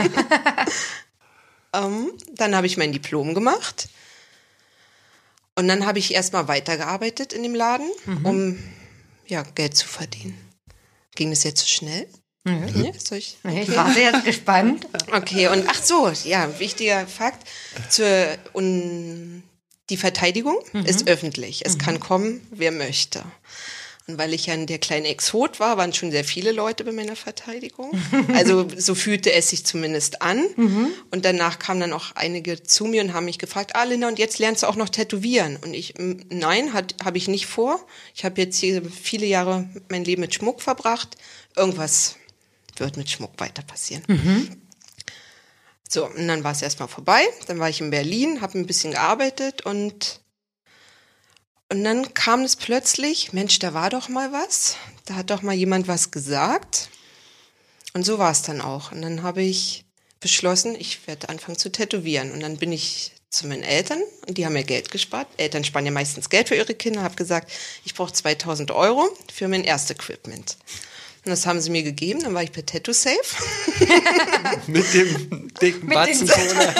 ähm, dann habe ich mein Diplom gemacht. Und dann habe ich erstmal weitergearbeitet in dem Laden, um ja, Geld zu verdienen. Ging das jetzt zu schnell? Ja, soll ich? Ich warte jetzt gespannt. Okay, und ach so, ja, wichtiger Fakt. Zur, und die Verteidigung ist öffentlich. Es kann kommen, wer möchte. Und weil ich ja der kleine Exot war, waren schon sehr viele Leute bei meiner Verteidigung. Also so fühlte es sich zumindest an. Und danach kamen dann auch einige zu mir und haben mich gefragt, ah Linda, und jetzt lernst du auch noch tätowieren. Und ich, m, nein, habe ich nicht vor. Ich habe jetzt hier viele Jahre mein Leben mit Schmuck verbracht. Irgendwas wird mit Schmuck weiter passieren. So, und dann war es erstmal vorbei. Dann war ich in Berlin, habe ein bisschen gearbeitet und Und dann kam es plötzlich, Mensch, da war doch mal was. Da hat doch mal jemand was gesagt. Und so war es dann auch. Und dann habe ich beschlossen, ich werde anfangen zu tätowieren. Und dann bin ich zu meinen Eltern und die haben mir Geld gespart. Eltern sparen ja meistens Geld für ihre Kinder. Habe gesagt, ich brauche zweitausend Euro für mein Erstequipment. Und das haben sie mir gegeben. Dann war ich bei Tattoo Safe. Mit dem dicken Mit den Batzen Cola.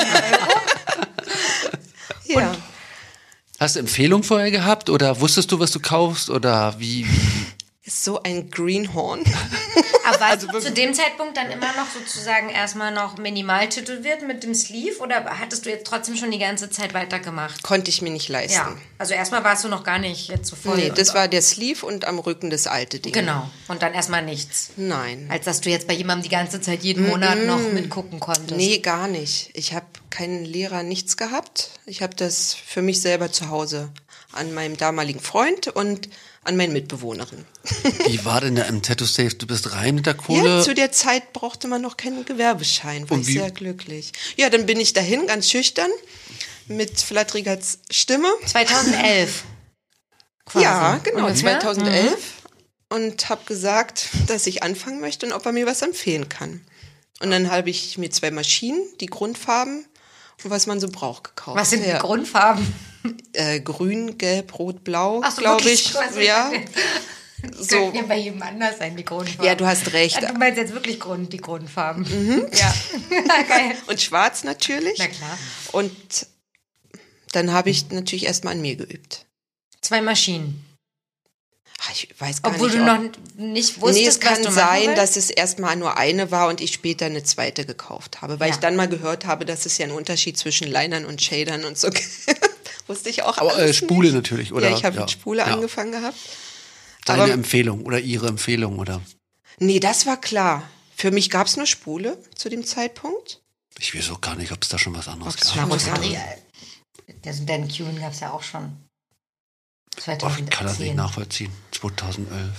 Ja. Hast du Empfehlung vorher gehabt oder wusstest du, was du kaufst oder wie? wie? Ist so ein Greenhorn. Aber warst du zu dem Zeitpunkt dann immer noch sozusagen erstmal noch minimal tätowiert mit dem Sleeve oder hattest du jetzt trotzdem schon die ganze Zeit weitergemacht? Konnte ich mir nicht leisten. Ja, also erstmal warst du noch gar nicht jetzt so voll. Nee, das und- war der Sleeve und am Rücken das alte Ding. Genau, und dann erstmal nichts. Nein. Als dass du jetzt bei jemandem die ganze Zeit jeden Monat noch mitgucken konntest. Nee, gar nicht. Ich habe keinen Lehrer, nichts gehabt. Ich habe das für mich selber zu Hause an meinem damaligen Freund und an meine Mitbewohnerin. Wie war denn da im Tattoo Safe? Du bist rein mit der Kohle? Ja, zu der Zeit brauchte man noch keinen Gewerbeschein, war Und ich wie- sehr glücklich. Ja, dann bin ich dahin, ganz schüchtern, mit flatteriger Stimme. zweitausendelf. Quasi. Ja, genau, Ungefähr? zweitausendelf. Und habe gesagt, dass ich anfangen möchte und ob er mir was empfehlen kann. Und dann habe ich mir zwei Maschinen, die Grundfarben und was man so braucht, gekauft. Was sind die ja. Grundfarben? Äh, grün, gelb, rot, blau, Ach so, glaube wirklich? ich. Du hast Ja, recht. Das so. könnten ja bei jedem anders sein, die Grundfarben. Ja, du hast recht. Ja, du meinst jetzt wirklich Grund, die Grundfarben. Ja, geil. Und schwarz natürlich. Na klar. Und dann habe ich natürlich erstmal an mir geübt. Zwei Maschinen. Ach, ich weiß gar Obwohl nicht, du ob- noch nicht wusstest, Nee, es was kann du machen sein, willst? dass es erstmal nur eine war und ich später eine zweite gekauft habe, weil Ja. ich dann mal gehört habe, dass es ja einen Unterschied zwischen Linern und Shadern und so gibt. Wusste ich auch Aber äh, alles Spule nicht. natürlich, oder? Ja, ich habe Ja. mit Spule Ja. angefangen gehabt. Deine Aber Empfehlung oder ihre Empfehlung, oder? nee, das war klar. Für mich gab es nur Spule zu dem Zeitpunkt. Ich weiß auch gar nicht, ob es da schon was anderes Ob's gab. schon was Rosari, anderes. das Dan Kuhn gab es ja auch schon. Ach, zweitausendzehn. ich kann das nicht nachvollziehen. zweitausendelf.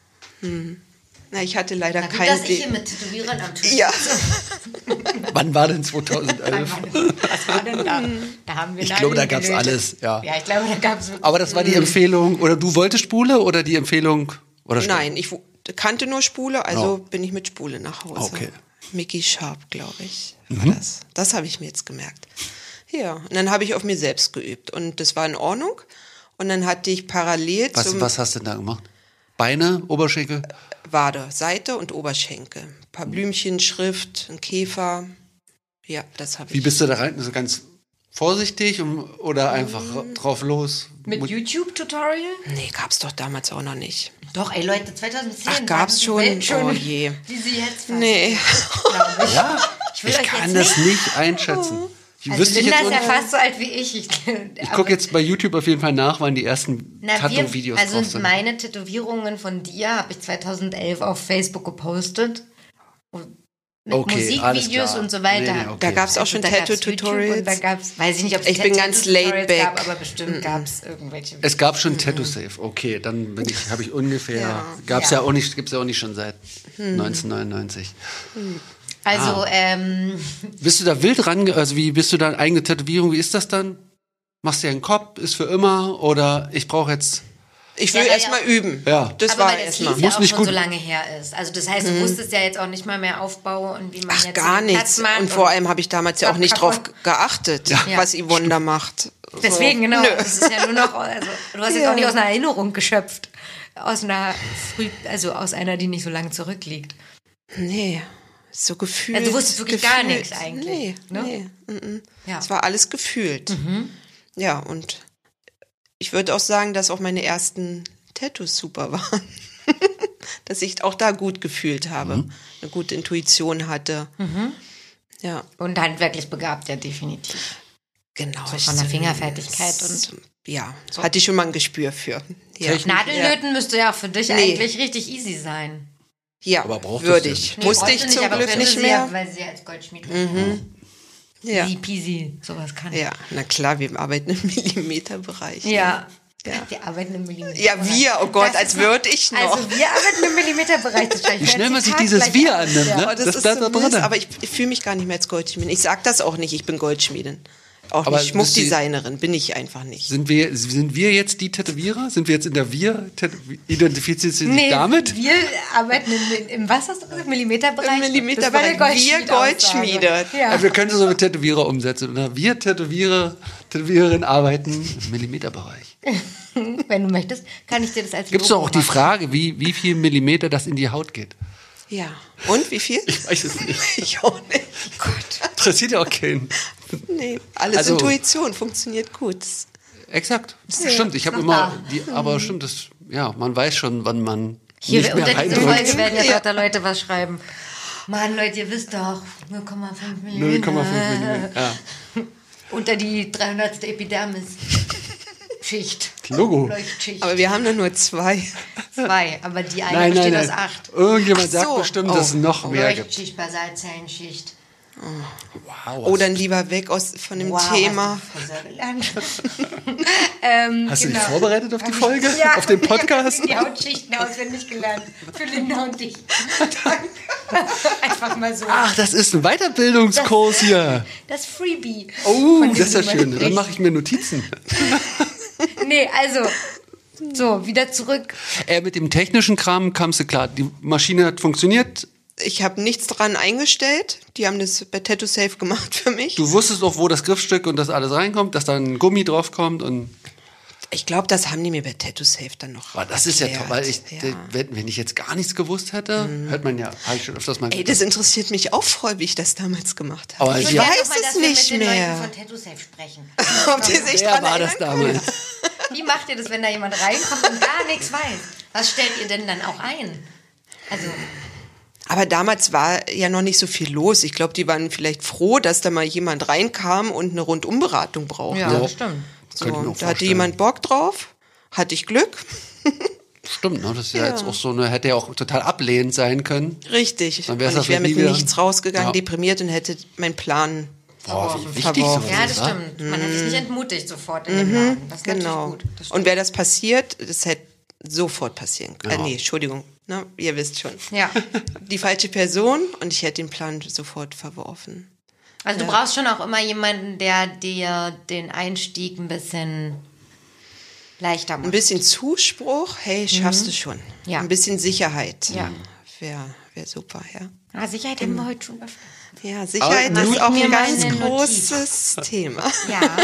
Na, ich hatte leider Na gut, keine dass ich hier De- mit Tätowierern am Tisch Ja, Wann war denn zweitausendelf? Was war denn da? Da haben wir Ich Nadeln glaube, da gab's gelötet. alles, ja. Ja, ich glaube, da gab es wirklich. Aber das war die Empfehlung, oder du wolltest Spule oder die Empfehlung? Oder nein, ich wu- kannte nur Spule, also Oh. bin ich mit Spule nach Hause. Okay. Mickey Sharp, glaube ich, war das. Das habe ich mir jetzt gemerkt. Ja, und dann habe ich auf mir selbst geübt und das war in Ordnung. Und dann hatte ich parallel Was, zum was hast du denn da gemacht? Beine, Oberschenkel? Wade, Seite und Oberschenkel. Ein paar Blümchen, Schrift, ein Käfer. Ja, das habe ich. Wie bist du da rein? Also ganz vorsichtig um, oder einfach Mhm. drauf los? Mit YouTube-Tutorial? Nee, gab's doch damals auch noch nicht. Doch, ey Leute, zweitausendzehn. Ach, gab's war die Welt schon? Oh je. Wie sie jetzt fast, Nee. glaube ich. Ja, Ich will ich euch kann jetzt das nicht- nicht einschätzen. Ich Also wüsste Linda jetzt ist ja un- fast so alt wie ich. Ich, Ich gucke jetzt bei YouTube auf jeden Fall nach, wann die ersten Na, wir, Tattoo-Videos drauf also sind. meine Tätowierungen von dir habe ich zweitausendelf auf Facebook gepostet. Und mit Okay, alles Musikvideos klar. und so weiter. Nee, nee, okay. Da gab's auch schon da gab's Tattoo-Tutorials. YouTube und da gab's, weiß ich nicht, ob es Ich bin ganz Tattoo-Tutorials laid back. gab, aber bestimmt gab es irgendwelche. Es gab schon Tattoo Safe. Okay, dann bin ich, habe ich ungefähr. Ja. Gab's ja. Ja. auch nicht, gibt's ja auch nicht schon seit neunzehnhundertneunundneunzig. Also, ähm, Bist du da wild ran? Also wie bist du da eigene Tätowierung? Wie ist das dann? Machst du ja einen Kopf? Ist für immer? Oder ich brauche jetzt. Ich will Ja, erst ja. mal üben. Ja. Das aber war weil das erstmal. Lied ja Muss auch nicht schon gut- so lange her ist. Also das heißt, du wusstest ja jetzt auch nicht mal mehr Aufbau und wie man Ach, jetzt gar den Platz nichts. macht Und vor allem habe ich damals ja auch nicht drauf kaputt. geachtet, Ja. was Yvonne da macht. Deswegen, So. genau. Nö. Das ist ja nur noch, also du hast jetzt Ja. auch nicht aus einer Erinnerung geschöpft. Aus einer früh, also aus einer, die nicht so lange zurückliegt. Nee, so gefühlt. Also du wusstest wirklich gar gefühlt. nichts eigentlich, Nee, ne? nee. mhm. Ja. Es war alles gefühlt. Ja, und ich würde auch sagen, dass auch meine ersten Tattoos super waren. Dass ich auch da gut gefühlt habe. Eine gute Intuition hatte. Ja, Und handwerklich begabt, ja, definitiv. genau. So von der Fingerfertigkeit und- Ja, hatte ich schon mal ein Gespür für. Ja, Technik- Nadellöten müsste ja für dich Nee. eigentlich richtig easy sein. ja Aber brauchtest würde du ich. nicht. Musste brauchst ich du zum aber Glück könnte nicht sie mehr. Ja, weil sie ja als Goldschmied Ja. easy peasy sowas kann. Ja, na klar, wir arbeiten im Millimeterbereich. Ja. Ja. Wir arbeiten im Millimeter. Ja, wir, oh Gott, Das als ist- würde ich noch. Also wir arbeiten im Millimeterbereich. Das Wie schnell man sich dieses Wir annimmt, ne? Oh, das, Das ist bleibt so da drin. Mist, aber ich, ich fühle mich gar nicht mehr als Goldschmiedin. Ich sag das auch nicht, ich bin Goldschmiedin. Auch Aber nicht bist Schmuckdesignerin, bin ich einfach nicht. Sind wir, sind wir jetzt die Tätowierer? Sind wir jetzt in der Wir? Identifizierst du dich Nee, damit? wir arbeiten im, im was hast du gesagt? Millimeterbereich? Im Millimeterbereich. Das war eine Wir Goldschmied-Aussage. Goldschmiede. Ja. Ja, wir können so mit Tätowierer umsetzen. Oder? Wir Tätowierer, Tätowiererinnen arbeiten im Millimeterbereich. Wenn du möchtest, kann ich dir das als Gibt es Logo doch auch die machen. Frage, wie, wie viel Millimeter das in die Haut geht? Ja. Und wie viel? Ich weiß es nicht. Ich auch nicht. Gott. Interessiert ja auch keinen. Nee, alles Also- Intuition, funktioniert gut. Exakt. Das Ja, stimmt. Ich habe ist immer, noch da. die, aber stimmt, das, ja, man weiß schon, wann man Hier nicht mehr unter dieser reindrückt. Folge werden jetzt Ja. auch da Leute was schreiben. Mann, Leute, ihr wisst doch, null Komma fünf null Millimeter. Komma fünf Millimeter. Ja. Unter die dreihundertste Epidermis-Schicht. Logo. Leuchtschicht. Aber wir haben da nur zwei. Zwei, aber die eine Nein, nein, besteht nein. aus acht. Irgendjemand Ach sagt so. bestimmt, Oh. dass es noch mehr gibt. Leuchtschicht, Basalzellenschicht. Wow. Oh, dann lieber weg aus, von dem Wow, Thema. hast du Friseur gelernt? ähm, Hast du genau. dich vorbereitet auf die Folge? Ja, auf den Podcast? Ich habe die Hautschichten auswendig gelernt. Für Linda und dich. Danke. Einfach mal so. Ach, das ist ein Weiterbildungskurs hier. Das Freebie. Oh, von dem das ist ja du schön. Dann sprichst. mache ich mir Notizen. Nee, also, so, wieder zurück. Äh, mit dem technischen Kram kamst du klar. Die Maschine hat funktioniert. Ich habe nichts dran eingestellt. Die haben das bei Tattoo Safe gemacht für mich. Du wusstest auch, wo das Griffstück und das alles reinkommt, dass da ein Gummi draufkommt. Und Ich glaube, das haben die mir bei Tattoo Safe dann noch. aber das ist ja erklärt. toll, weil ich, Ja. wenn, wenn ich jetzt gar nichts gewusst hätte, hört man ja, habe ich schon öfters mal Ey, das interessiert mich auch voll, wie ich das damals gemacht habe. Aber ich ich ja- weiß Sag doch mal, es dass wir nicht mit den Leuten mehr. von Tattoo Safe sprechen. Ob die sich Wer dran war das erinnern können? damals? Wie macht ihr das, wenn da jemand reinkommt und gar nichts weiß? Was stellt ihr denn dann auch ein? Also, Aber damals war ja noch nicht so viel los. Ich glaube, die waren vielleicht froh, dass da mal jemand reinkam und eine Rundumberatung brauchte. ja, Ja. das stimmt. So, Könnte ich mir auch da hatte vorstellen. jemand Bock drauf, hatte ich Glück. Stimmt, ne? Das ist ja, Ja. jetzt auch so eine, hätte ja auch total ablehnend sein können. Richtig. Dann Und wär's das ich wäre mit vielleicht nie wieder- nichts rausgegangen, Ja. deprimiert und hätte meinen Plan. Boah, wie wichtig Verworfen. sowas Ja, ist, das wa? stimmt. Man hat sich nicht entmutigt sofort in dem Laden. Das ist Genau. natürlich gut. Das stimmt. Und wäre das passiert, das hätte sofort passieren können. Ja. Äh, nee, Entschuldigung. Ne? Ihr wisst schon. Ja. Die falsche Person und ich hätte den Plan sofort verworfen. Also du brauchst schon auch immer jemanden, der dir den Einstieg ein bisschen leichter Ein macht. bisschen Zuspruch, hey, schaffst du schon. Ja. Ein bisschen Sicherheit. Ja. Wäre wär super, ja. Ah, Sicherheit haben wir heute schon besprochen. Ja, Sicherheit Aber ist mach auch mir ein mal ganz eine Notiz. großes Thema. Ja.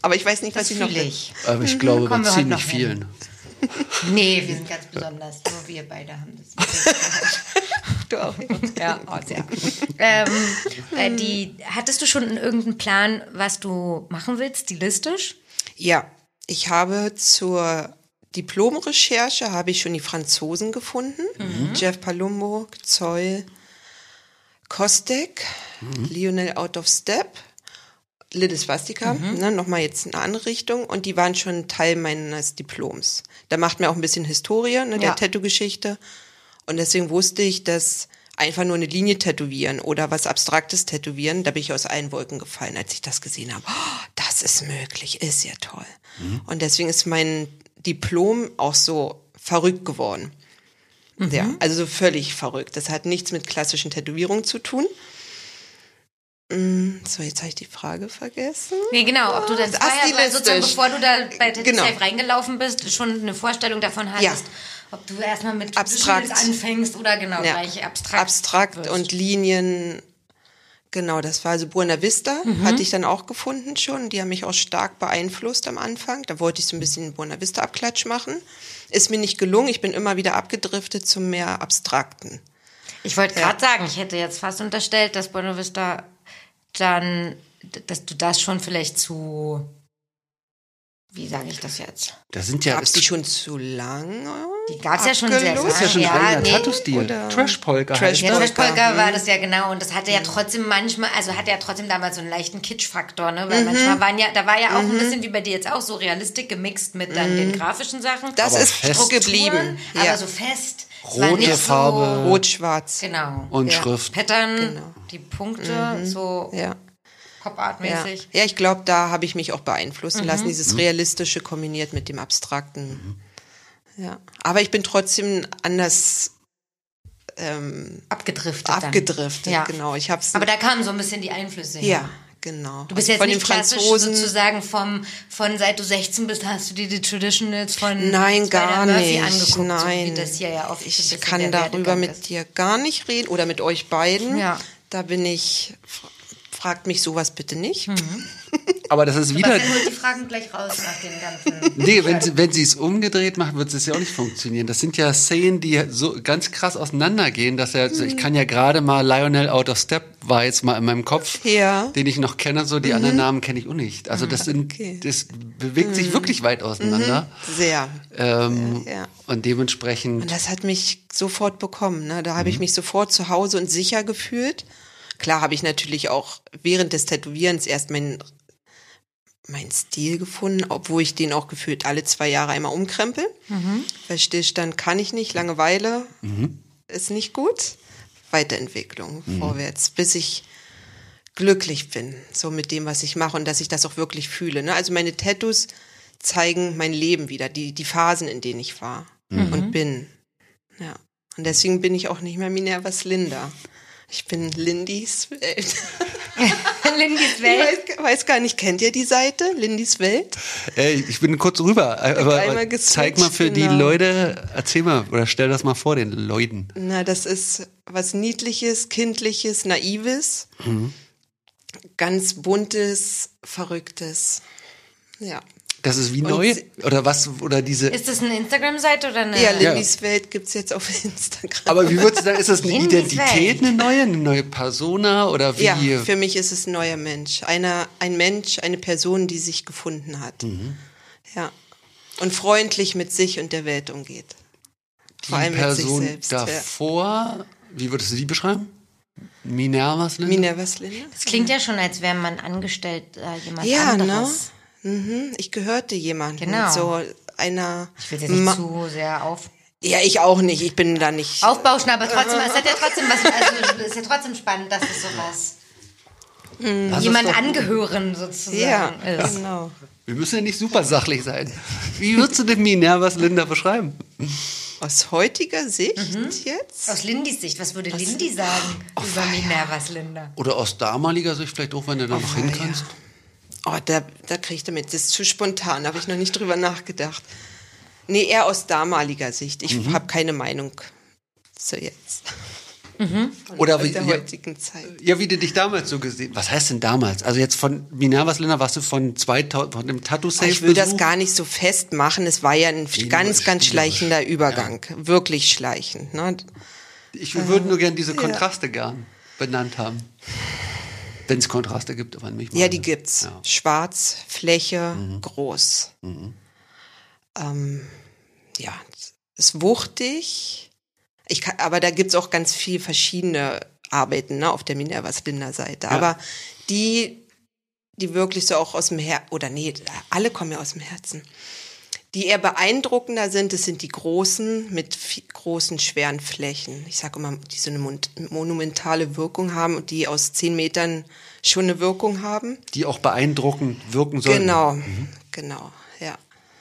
Aber ich weiß nicht, was Das ich noch fühle will. ich. Aber ich glaube, bei Kommen wir heute ziemlich noch hin. vielen. Nee, wir sind ganz besonders. Nur wir beide haben das. Du auch. Ja, oh, sehr. ähm, äh, die, hattest du schon irgendeinen Plan, was du machen willst, stilistisch? Ja, ich habe zur Diplomrecherche habe ich schon die Franzosen gefunden. Mhm. Jeff Palumbo, Zoll, Kostek, mhm. Lionel Out of Step, Little Swastika, mhm. ne, nochmal jetzt eine andere Richtung. Und die waren schon Teil meines Diploms. Da macht mir auch ein bisschen Historie, ne, der Ja. Tattoo-Geschichte. Und deswegen wusste ich, dass einfach nur eine Linie tätowieren oder was Abstraktes tätowieren, da bin ich aus allen Wolken gefallen, als ich das gesehen habe. Oh, das ist möglich, ist ja toll. Mhm. Und deswegen ist mein Diplom auch so verrückt geworden. Mhm. Ja, also so völlig verrückt. Das hat nichts mit klassischen Tätowierungen zu tun. So, jetzt habe ich die Frage vergessen. Nee, genau, ob du dann vorher, weil sozusagen, bevor du da bei Tattoo Genau. Safe reingelaufen bist, schon eine Vorstellung davon hattest, Ja. ob du erstmal mit Abstrakt Visuals anfängst oder genau ja. gleich abstrakt. Abstrakt wirst. und Linien. Genau, das war also Buena Vista, mhm. hatte ich dann auch gefunden schon. Die haben mich auch stark beeinflusst am Anfang. Da wollte ich so ein bisschen Buena Vista Abklatsch machen. Ist mir nicht gelungen. Ich bin immer wieder abgedriftet zum mehr Abstrakten. Ich wollte Ja. gerade sagen, ich hätte jetzt fast unterstellt, dass Buena Vista dann, dass du das schon vielleicht zu, wie sage ich das jetzt? Das sind ja. Gab's die schon zu lange? Die gab es ja schon sehr lange. Das ist ja schon ja, ein nee. Tattoo-Stil. Oder- Trash-Polka. Trash- heißt Ja, das. Polka. Trash-Polka Mhm. war das ja genau und das hatte ja trotzdem manchmal, also hatte ja trotzdem damals so einen leichten Kitsch-Faktor, ne? Weil Mhm. manchmal waren ja, da war ja auch ein bisschen wie bei dir jetzt auch so Realistik gemixt mit dann den grafischen Sachen. Das Aber ist fest. geblieben. aber Ja. so fest. Es war Rote nicht Farbe. So, Rot-Schwarz. genau. Und Ja. Schrift. Pattern, Genau. die Punkte, so Ja. Ja. Pop-Art-mäßig. ja, ich glaube, da habe ich mich auch beeinflussen lassen, dieses Realistische kombiniert mit dem Abstrakten. Ja. Aber ich bin trotzdem anders ähm, Abgedriftet. dann. abgedriftet, Ja. genau. Ich hab's, Aber da kamen so ein bisschen die Einflüsse her. ja, genau. Du bist jetzt von nicht den klassisch Franzosen. sozusagen vom, von seit du sechzehn bist, hast du dir die Traditionals von Nein, Spider gar Murphy nicht. angeguckt, Nein. so wie das hier ja oft ein Ich bisschen kann der darüber Werdegang mit ist. dir gar nicht reden oder mit euch beiden. Ja. Da bin ich, fragt mich sowas bitte nicht. Aber das ist wieder. Sebastian holt die Fragen gleich raus nach den ganzen... Nee, wenn sie, wenn sie es umgedreht macht, wird es ja auch nicht funktionieren. Das sind ja Szenen, die so ganz krass auseinandergehen, dass er, ich kann ja gerade mal Lionel Out of Step war jetzt mal in meinem Kopf, Ja. den ich noch kenne, so die anderen Namen kenne ich auch nicht. Also das sind, Okay. das bewegt sich wirklich weit auseinander. Sehr. Ähm, Ja, ja. Und dementsprechend. Und das hat mich sofort bekommen. Ne? Da habe ich mich sofort zu Hause und sicher gefühlt. Klar habe ich natürlich auch während des Tätowierens erst meinen mein Stil gefunden, obwohl ich den auch gefühlt alle zwei Jahre einmal umkrempel. Weil Stillstand kann ich nicht, Langeweile ist nicht gut. Weiterentwicklung, vorwärts, bis ich glücklich bin, so mit dem, was ich mache und dass ich das auch wirklich fühle. Ne? Also meine Tattoos zeigen mein Leben wieder, die, die Phasen, in denen ich war und bin. Ja. Und deswegen bin ich auch nicht mehr Minervas Linda. Ich bin Lindys Welt. Lindys Ich Welt. weiß, weiß gar nicht, kennt ihr die Seite? Lindys Welt? Ey, ich bin kurz rüber, aber einmal geswitcht, zeig mal für die genau. Leute, erzähl mal oder stell das mal vor den Leuten. Na, das ist was Niedliches, Kindliches, Naives. Ganz buntes, Verrücktes. Ja. Das ist wie Und neu sie- oder was oder diese. Ist das eine Instagram-Seite oder eine... Ja, Lindys Welt gibt's jetzt auf Instagram. Aber wie würdest du sagen, ist das eine Lindys Identität, Welt. eine neue, eine neue Persona oder wie? Ja, für mich ist es ein neuer Mensch. Einer, ein Mensch, eine Person, die sich gefunden hat. Ja. Und freundlich mit sich und der Welt umgeht. Vor die allem Person mit sich selbst. Ja. davor, wie würdest du die beschreiben? Minervas Linda? Minervas Linda? Das klingt ja schon, als wäre man angestellt äh, jemand Ja, ne? anderes. Mhm. Ich gehörte jemandem. Genau. So einer. Ich will jetzt nicht Ma- zu sehr auf, Ja, ich auch nicht. Ich bin da nicht. aufbauschen, aber trotzdem, es hat ja trotzdem was, also es ist ja trotzdem spannend, dass es sowas Lass uns jemand doch- angehören sozusagen Ja, ist. genau. Wir müssen ja nicht super sachlich sein. Wie würdest du denn Minervas Linda beschreiben? Aus heutiger Sicht Mhm. jetzt? Aus Lindys Sicht, was würde Lindy sagen über Minervas Linda? Oder aus damaliger Sicht vielleicht auch, wenn du da noch hin ja. kannst? Oh, da, da krieg ich damit. Das ist zu spontan. Da habe ich noch nicht drüber nachgedacht. Nee, eher aus damaliger Sicht. Ich habe keine Meinung zu jetzt. Mhm. Oder wie, der ja, heutigen Zeit. ja, wie du dich damals so gesehen. Was heißt denn damals? Also jetzt von Minervas Länder warst du von zweitausend, von dem Tattoo Safe. Ich will das gar nicht so festmachen. Es war ja ein Spielerisch, ganz, ganz spielerisch. schleichender Übergang. Ja. Wirklich schleichend. Ne? Ich würde nur gerne diese Kontraste ja. gern benannt haben. Wenn es Kontraste gibt, aber nicht mal. Ja, die gibt's. Ja. Schwarz, Fläche, Mhm. groß. Mhm. Ähm, ja, ist wuchtig. Ich kann, aber da gibt's auch ganz viel verschiedene Arbeiten, ne, auf der Minervas Linda Seite. Ja. Aber die, die wirklich so auch aus dem Herzen, oder nee, alle kommen ja aus dem Herzen. Die eher beeindruckender sind, das sind die großen mit viel, großen, schweren Flächen. Ich sage immer, die so eine mon- monumentale Wirkung haben und die aus zehn Metern schon eine Wirkung haben. Die auch beeindruckend wirken sollen. Genau, mhm. genau, ja.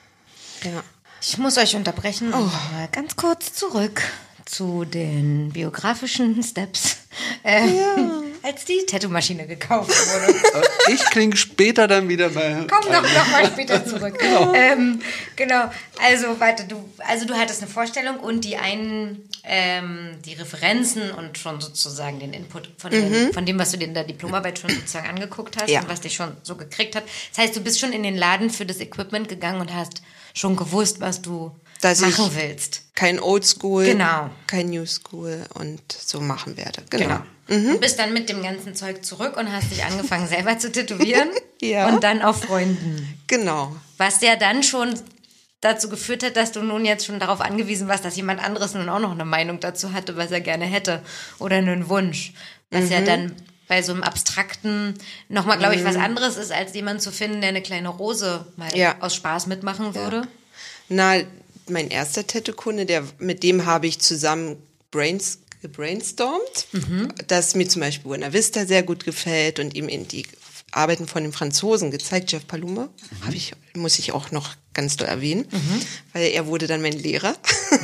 ja. Ich muss euch unterbrechen und Oh. mal ganz kurz zurück zu den biografischen Steps, äh, Ja. als die Tattoo-Maschine gekauft wurde. Ich klinge später dann wieder bei. Komm doch noch mal später zurück. Genau. Ähm, genau. Also warte, du, also du hattest eine Vorstellung und die einen, ähm, die Referenzen und schon sozusagen den Input von, Mhm. den, von dem, was du dir in der Diplomarbeit schon sozusagen angeguckt hast Ja. und was dich schon so gekriegt hat. Das heißt, du bist schon in den Laden für das Equipment gegangen und hast schon gewusst, was du Dass machen ich willst. Kein Oldschool, Genau. kein New School und so machen werde. Genau. Genau. Und bist dann mit dem ganzen Zeug zurück und hast dich angefangen selber zu tätowieren. Ja. Und dann auf Freunden. Genau. Was ja dann schon dazu geführt hat, dass du nun jetzt schon darauf angewiesen warst, dass jemand anderes nun auch noch eine Meinung dazu hatte, was er gerne hätte. Oder einen Wunsch. Was Mhm. ja dann bei so einem Abstrakten nochmal, glaube ich, was anderes ist, als jemanden zu finden, der eine kleine Rose mal Ja. aus Spaß mitmachen würde. Na, mein erster Tattoo-Kunde, der, mit dem habe ich zusammen brains, gebrainstormt, Mhm. dass mir zum Beispiel Buena Vista sehr gut gefällt und ihm in die Arbeiten von dem Franzosen gezeigt, Jeff Palumbo, Mhm. habe ich, muss ich auch noch ganz doll erwähnen, Mhm. weil er wurde dann mein Lehrer.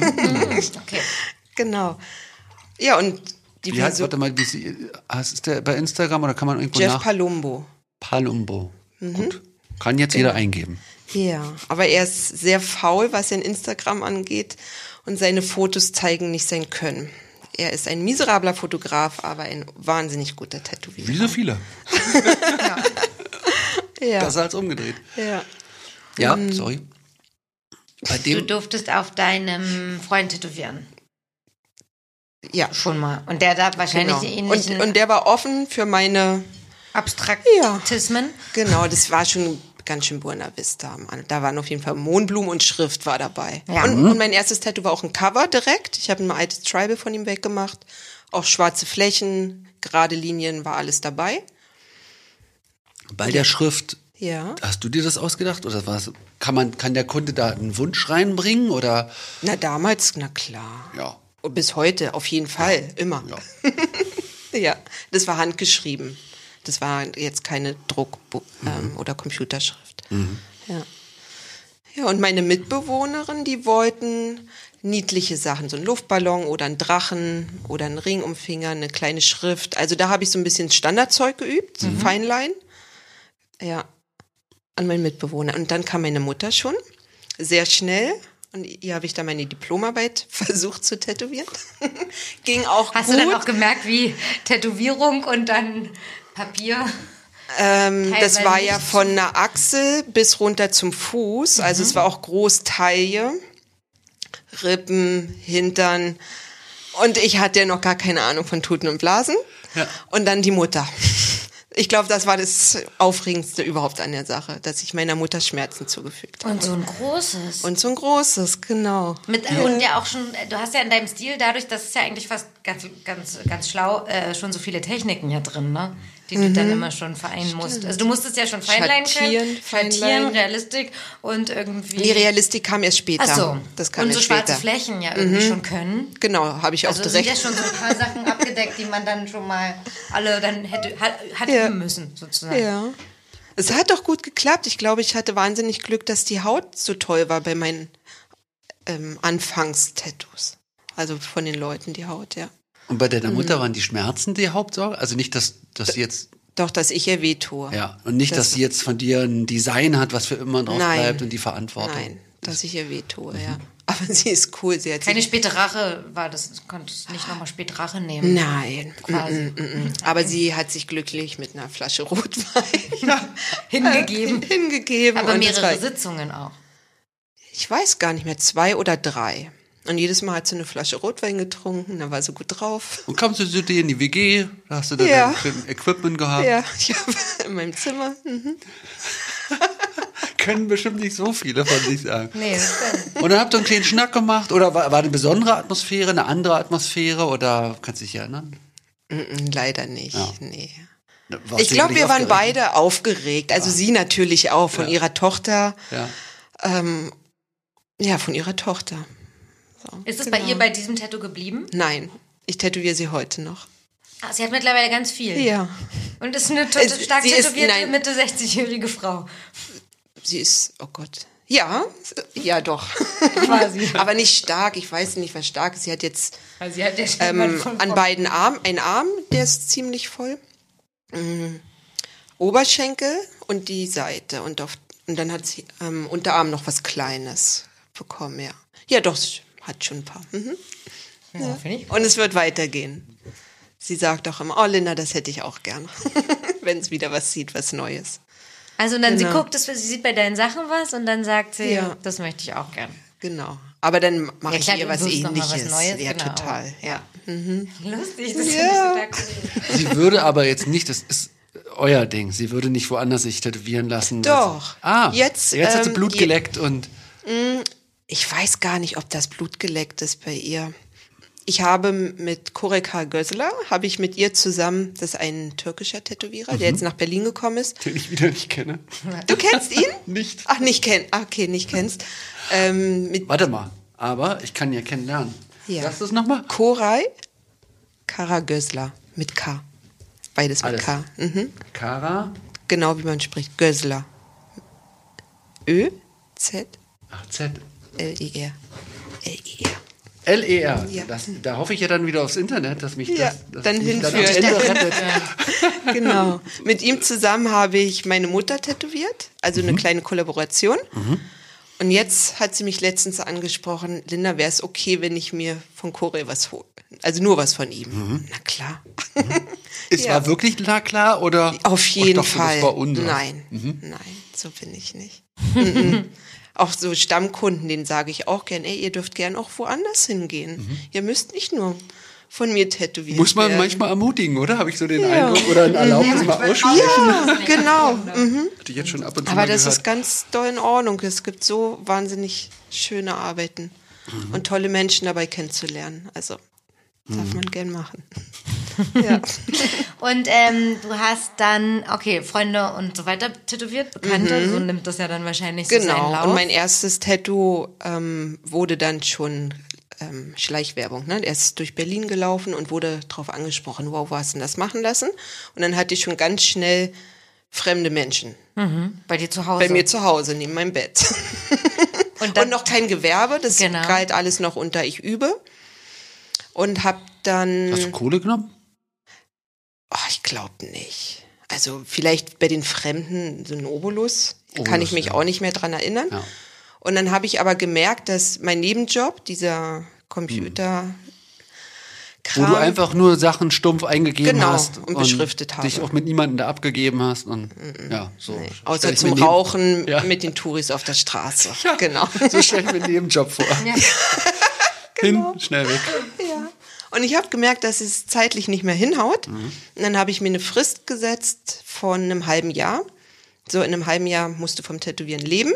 Okay. Genau. Ja, und die Wie heißt, Vision- warte mal, wie sie, ist der bei Instagram oder kann man irgendwo Jeff nach? Palumbo. Palumbo. Mhm. Gut. Kann jetzt jeder eingeben. Ja, aber er ist sehr faul, was sein Instagram angeht und seine Fotos zeigen nicht sein Können. Er ist ein miserabler Fotograf, aber ein wahnsinnig guter Tätowierer. Wie so viele. Ja. Besser als umgedreht. ja. Ja, Mhm. sorry. Bei Du dem, durftest auf deinem Freund tätowieren. Ja, Schon mal. Und der da wahrscheinlich genau. die Und, ähnlichen und der war offen für meine, Abstraktismen. genau, das war schon ganz schön Buena Vista. Da waren auf jeden Fall Mohnblumen und Schrift war dabei. Ja. Und, und mein erstes Tattoo war auch ein Cover direkt. Ich habe ein altes Tribal von ihm weggemacht. Auch schwarze Flächen, gerade Linien, war alles dabei. bei der Schrift, Ja. hast du dir das ausgedacht? Oder was? Kann man, kann der Kunde da einen Wunsch reinbringen? Oder? Na, damals, na klar. Ja. Und bis heute, auf jeden Fall, immer. Ja. Ja, das war handgeschrieben. Das war jetzt keine Druck- ähm, oder Computerschrift. Ja. Ja, und meine Mitbewohnerin, die wollten niedliche Sachen, so ein Luftballon oder ein Drachen oder ein Ring um Finger, eine kleine Schrift. Also da habe ich so ein bisschen Standardzeug geübt, so Feinlein. Ja, an meinen Mitbewohner. Und dann kam meine Mutter schon, sehr schnell. Und ihr habe ich dann meine Diplomarbeit versucht zu tätowieren. Ging auch Hast gut. du dann auch gemerkt, wie Tätowierung und dann Papier? Ähm, das teilweise war ja nicht von der Achsel bis runter zum Fuß. Also es war auch Großtaille, Rippen, Hintern. Und ich hatte ja noch gar keine Ahnung von Tuten und Blasen. Ja. Und dann die Mutter. Ich glaube, das war das Aufregendste überhaupt an der Sache, dass ich meiner Mutter Schmerzen zugefügt habe. Und so ein großes. Und so ein großes, genau. Mit, Und ja auch schon, du hast ja in deinem Stil dadurch, das ist ja eigentlich fast ganz, ganz, ganz schlau, äh, schon so viele Techniken hier drin, ne? Die du dann immer schon vereinen musst. Also du musstest ja schon Feinlein Schattieren, können, Feinlein. Schattieren, Realistik und irgendwie... Die Realistik kam erst später. Ach so. Das kam und so erst schwarze später. Flächen ja irgendwie schon können. Genau, habe ich Also auch sind direkt. ja schon so ein paar Sachen abgedeckt, die man dann schon mal alle dann hätte hat, hat Ja. üben müssen, sozusagen. Ja. Es hat doch gut geklappt. Ich glaube, ich hatte wahnsinnig Glück, dass die Haut so toll war bei meinen ähm, Anfangstattoos. Also von den Leuten die Haut, ja. Und bei deiner Mutter waren die Schmerzen die Hauptsorge? Also nicht, dass, dass sie jetzt, Doch, dass ich ihr wehtue. ja, und nicht, Das- dass sie jetzt von dir ein Design hat, was für immer drauf Nein. bleibt und die Verantwortung. Nein, dass ich ihr wehtue, ja. Aber sie ist cool. Sie hat Keine sich, späte Rache war das, du konntest nicht nochmal späte Rache nehmen. nein, Quasi. mm, mm, mm. aber sie hat sich glücklich mit einer Flasche Rotwein Hingegeben. hingegeben. Aber und das mehrere war, Sitzungen auch. ich weiß gar nicht mehr, zwei oder drei. Und jedes Mal hat sie eine Flasche Rotwein getrunken, dann war sie gut drauf. Und kamst du zu dir in die W G, da hast du dann Ja. dein Equipment gehabt. Ja, ich habe in meinem Zimmer. Mhm. Können bestimmt nicht so viele von sich sagen. Nee, das stimmt. Und dann habt ihr einen kleinen Schnack gemacht oder war, war eine besondere Atmosphäre, eine andere Atmosphäre oder kannst du dich erinnern? Mm, mm, leider nicht, Ja. nee. Warst Ich du glaube, wirklich wir waren aufgeregt? beide aufgeregt. Also sie natürlich auch, von Ja. ihrer Tochter. Ja. Ähm, ja, von ihrer Tochter. So, Ist es genau. bei ihr bei diesem Tattoo geblieben? Nein, ich tätowiere sie heute noch. Ah, sie hat mittlerweile ganz viel. Ja. Und ist eine total Es- stark sie ist- tätowierte nein. Mitte sechzig-jährige Frau. Sie ist, oh Gott. Ja, ja doch. Quasi. Aber nicht stark, ich weiß nicht, was stark ist. Sie hat jetzt Also sie hat ja schon ähm, von an beiden Armen, ein Arm, der ist ziemlich voll. Mm, Oberschenkel und die Seite. Und, auf, und dann hat sie ähm, Unterarm noch was Kleines bekommen, ja. Ja, doch, sie hat schon ein paar. Mhm. Ja, finde ich. Und es wird weitergehen. Sie sagt auch immer, oh Linda, das hätte ich auch gern. Wenn es wieder was sieht, was Neues. Also dann Genau. sie guckt, dass sie sieht bei deinen Sachen was und dann sagt sie, Ja. das möchte ich auch gern. Genau. Aber dann mache Ja, ich klar, ihr du was suchst noch mal was Ähnliches. Neues, ja, genau. total. Ja. Lustig, das Ja. finde ich total cool. Sie würde aber jetzt nicht, das ist euer Ding, sie würde nicht woanders sich tätowieren lassen. Doch. Ah, Jetzt, jetzt hat sie ähm, Blut je- geleckt und Ich weiß gar nicht, ob das Blut geleckt ist bei ihr. Ich habe mit Koreka Gözler, habe ich mit ihr zusammen, das ist ein türkischer Tätowierer, der jetzt nach Berlin gekommen ist. den ich wieder nicht kenne. Du kennst ihn? Nicht. Ach, nicht kenn. Ah, okay, nicht kennst. Ähm, mit Warte mal, aber ich kann ja kennenlernen. Ja. Sagst du es nochmal? Koray Karagözler mit K. Beides mit Alles. K. Mhm. Kara, Genau wie man spricht. Gözler. Ö, Z, ach Z, L, I, R. L, I, R. L E R. Ja. Das, da hoffe ich ja dann wieder aufs Internet, dass mich Ja, das, dass dann mich dann hinführt. am Ende rettet. Genau. Mit ihm zusammen habe ich meine Mutter tätowiert, also eine kleine Kollaboration. Und jetzt hat sie mich letztens angesprochen, Linda, wäre es okay, wenn ich mir von Koray was hole? Also nur was von ihm. Na klar. Es Ja. war wirklich na klar oder? Auf Ich jeden dachte, Fall. Das war unser. Nein, nein, so bin ich nicht. Mhm. Auch so Stammkunden, denen sage ich auch gern, ey, ihr dürft gern auch woanders hingehen. Ihr müsst nicht nur von mir tätowiert Muss man werden. manchmal ermutigen, oder? Habe ich so den Ja. Eindruck? Oder ein Erlaubnis mal aussprechen? Ja, genau. Mhm. Hatte ich jetzt schon ab und zu Aber mal das gehört. ist ganz doll in Ordnung. Es gibt so wahnsinnig schöne Arbeiten und tolle Menschen dabei kennenzulernen. Also darf man gern machen. Ja. Und ähm, du hast dann, okay, Freunde und so weiter tätowiert, Bekannte, so nimmt das ja dann wahrscheinlich so seinen Genau. Lauf. Und mein erstes Tattoo ähm, wurde dann schon ähm, Schleichwerbung. Ne? Er ist durch Berlin gelaufen und wurde darauf angesprochen, wow, wo hast du denn das machen lassen? Und dann hatte ich schon ganz schnell fremde Menschen Bei dir zu Hause. bei mir zu Hause, neben meinem Bett. Und dann, Und noch kein Gewerbe, das Genau. galt alles noch unter ich übe. Und hab dann, Hast du Kohle genommen? oh, ich glaube nicht. Also vielleicht bei den Fremden so ein Obolus, kann Obolus, ich mich ja. auch nicht mehr dran erinnern. Ja. Und dann habe ich aber gemerkt, dass mein Nebenjob, dieser Computer Wo du einfach nur Sachen stumpf eingegeben Genau, hast und beschriftet habe. dich auch mit niemandem da abgegeben hast und ja, so. nee, stell außer ich zum mir neben- Rauchen Ja. mit den Touris auf der Straße. Genau. So stelle ich mir einen Nebenjob vor. Genau. Hin, schnell weg. Ja. Und ich habe gemerkt, dass es zeitlich nicht mehr hinhaut. Mhm. Und dann habe ich mir eine Frist gesetzt von einem halben Jahr. So in einem halben Jahr musst du vom Tätowieren leben.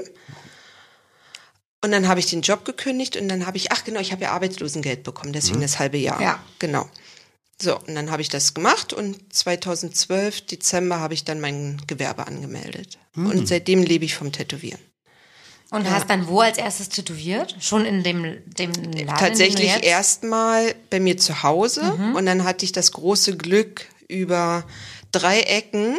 Und dann habe ich den Job gekündigt und dann habe ich, ach genau, ich habe ja Arbeitslosengeld bekommen, deswegen Mhm. das halbe Jahr. Ja. Genau. So, und dann habe ich das gemacht und zweitausendzwölf, Dezember, habe ich dann mein Gewerbe angemeldet. Mhm. Und seitdem lebe ich vom Tätowieren. und hast dann wo als erstes tätowiert? Schon in dem, dem Laden? in dem du Tatsächlich jetzt? erstmal bei mir zu Hause und dann hatte ich das große Glück, über drei Ecken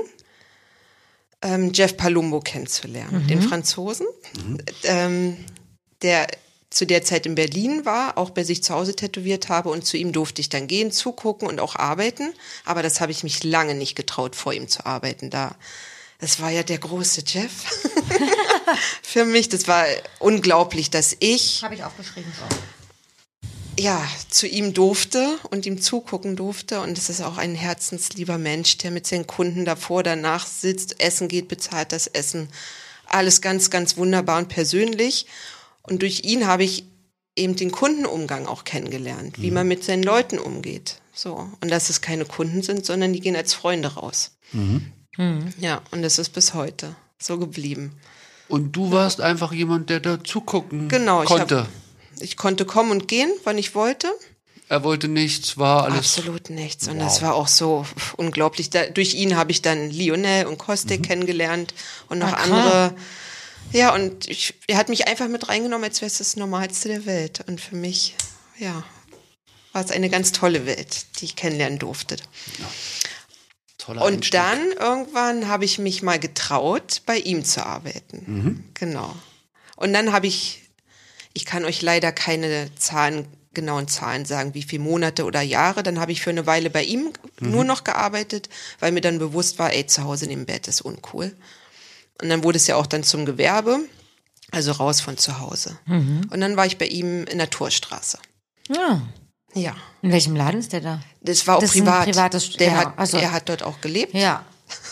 ähm, Jeff Palumbo kennenzulernen, den Franzosen, ähm, der zu der Zeit in Berlin war, auch bei sich zu Hause tätowiert habe und zu ihm durfte ich dann gehen, zugucken und auch arbeiten, aber das habe ich mich lange nicht getraut, vor ihm zu arbeiten, da Das war ja der große Jeff. Für mich, das war unglaublich, dass ich... Habe ich aufgeschrieben. So. Ja, zu ihm durfte und ihm zugucken durfte. Und es ist auch ein herzenslieber Mensch, der mit seinen Kunden davor, danach sitzt, essen geht, bezahlt das Essen. Alles ganz, ganz wunderbar und persönlich. Und durch ihn habe ich eben den Kundenumgang auch kennengelernt, mhm. wie man mit seinen Leuten umgeht. So. Und dass es keine Kunden sind, sondern die gehen als Freunde raus. Mhm. Mhm. Ja, und das ist bis heute so geblieben. Und du warst ja. einfach jemand, der da zugucken genau, konnte. Ich hab, Ich konnte kommen und gehen, wann ich wollte. Er wollte nichts, war alles... Absolut nichts. Und wow. das war auch so unglaublich. Da, durch ihn habe ich dann Lionel und Kostek mhm. kennengelernt und noch okay. andere. Ja, und ich, er hat mich einfach mit reingenommen, als wäre es das Normalste der Welt. Und für mich, ja, war es eine ganz tolle Welt, die ich kennenlernen durfte. Ja. Toller und Einstieg. Dann irgendwann habe ich mich mal getraut, bei ihm zu arbeiten. Mhm. Genau. Und dann habe ich... Ich kann euch leider keine Zahlen, genauen Zahlen sagen, wie viele Monate oder Jahre. Dann habe ich für eine Weile bei ihm mhm. nur noch gearbeitet, weil mir dann bewusst war, ey, zu Hause im Bett ist uncool. Und dann wurde es ja auch dann zum Gewerbe, also raus von zu Hause. Mhm. Und dann war ich bei ihm in der Torstraße. Ja. Ja. In welchem Laden ist der da? Das war auch das privat. Ist ein privates, der genau. hat, also, er hat dort auch gelebt. Ja.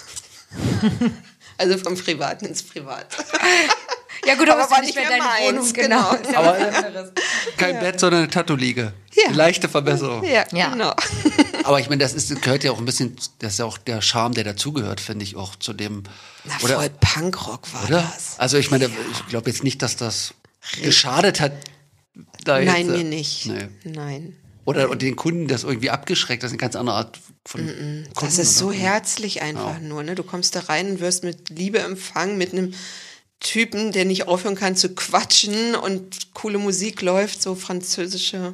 Also vom Privaten ins Privat. Ja gut, aber, aber war nicht mehr deine meins, Wohnung, genau. genau. Aber kein ja. Bett, sondern eine Tattoo-Liege. Ja. Eine leichte Verbesserung. Ja, ja. genau. Aber ich meine, das ist, gehört ja auch ein bisschen, das ist ja auch der Charme, der dazugehört, finde ich, auch zu dem... Na, oder, voll Punkrock war oder? Das. Also ich meine, ja. ich glaube jetzt nicht, dass das geschadet hat. Da Nein, jetzt, mir nicht. Nee. Nein. Oder Nein. den Kunden das irgendwie abgeschreckt, das ist eine ganz andere Art von Mm-mm. Kunden. Das ist so oder? herzlich einfach ja. nur. Ne? Du kommst da rein und wirst mit Liebe empfangen, mit einem Typen, der nicht aufhören kann zu quatschen und coole Musik läuft, so französische,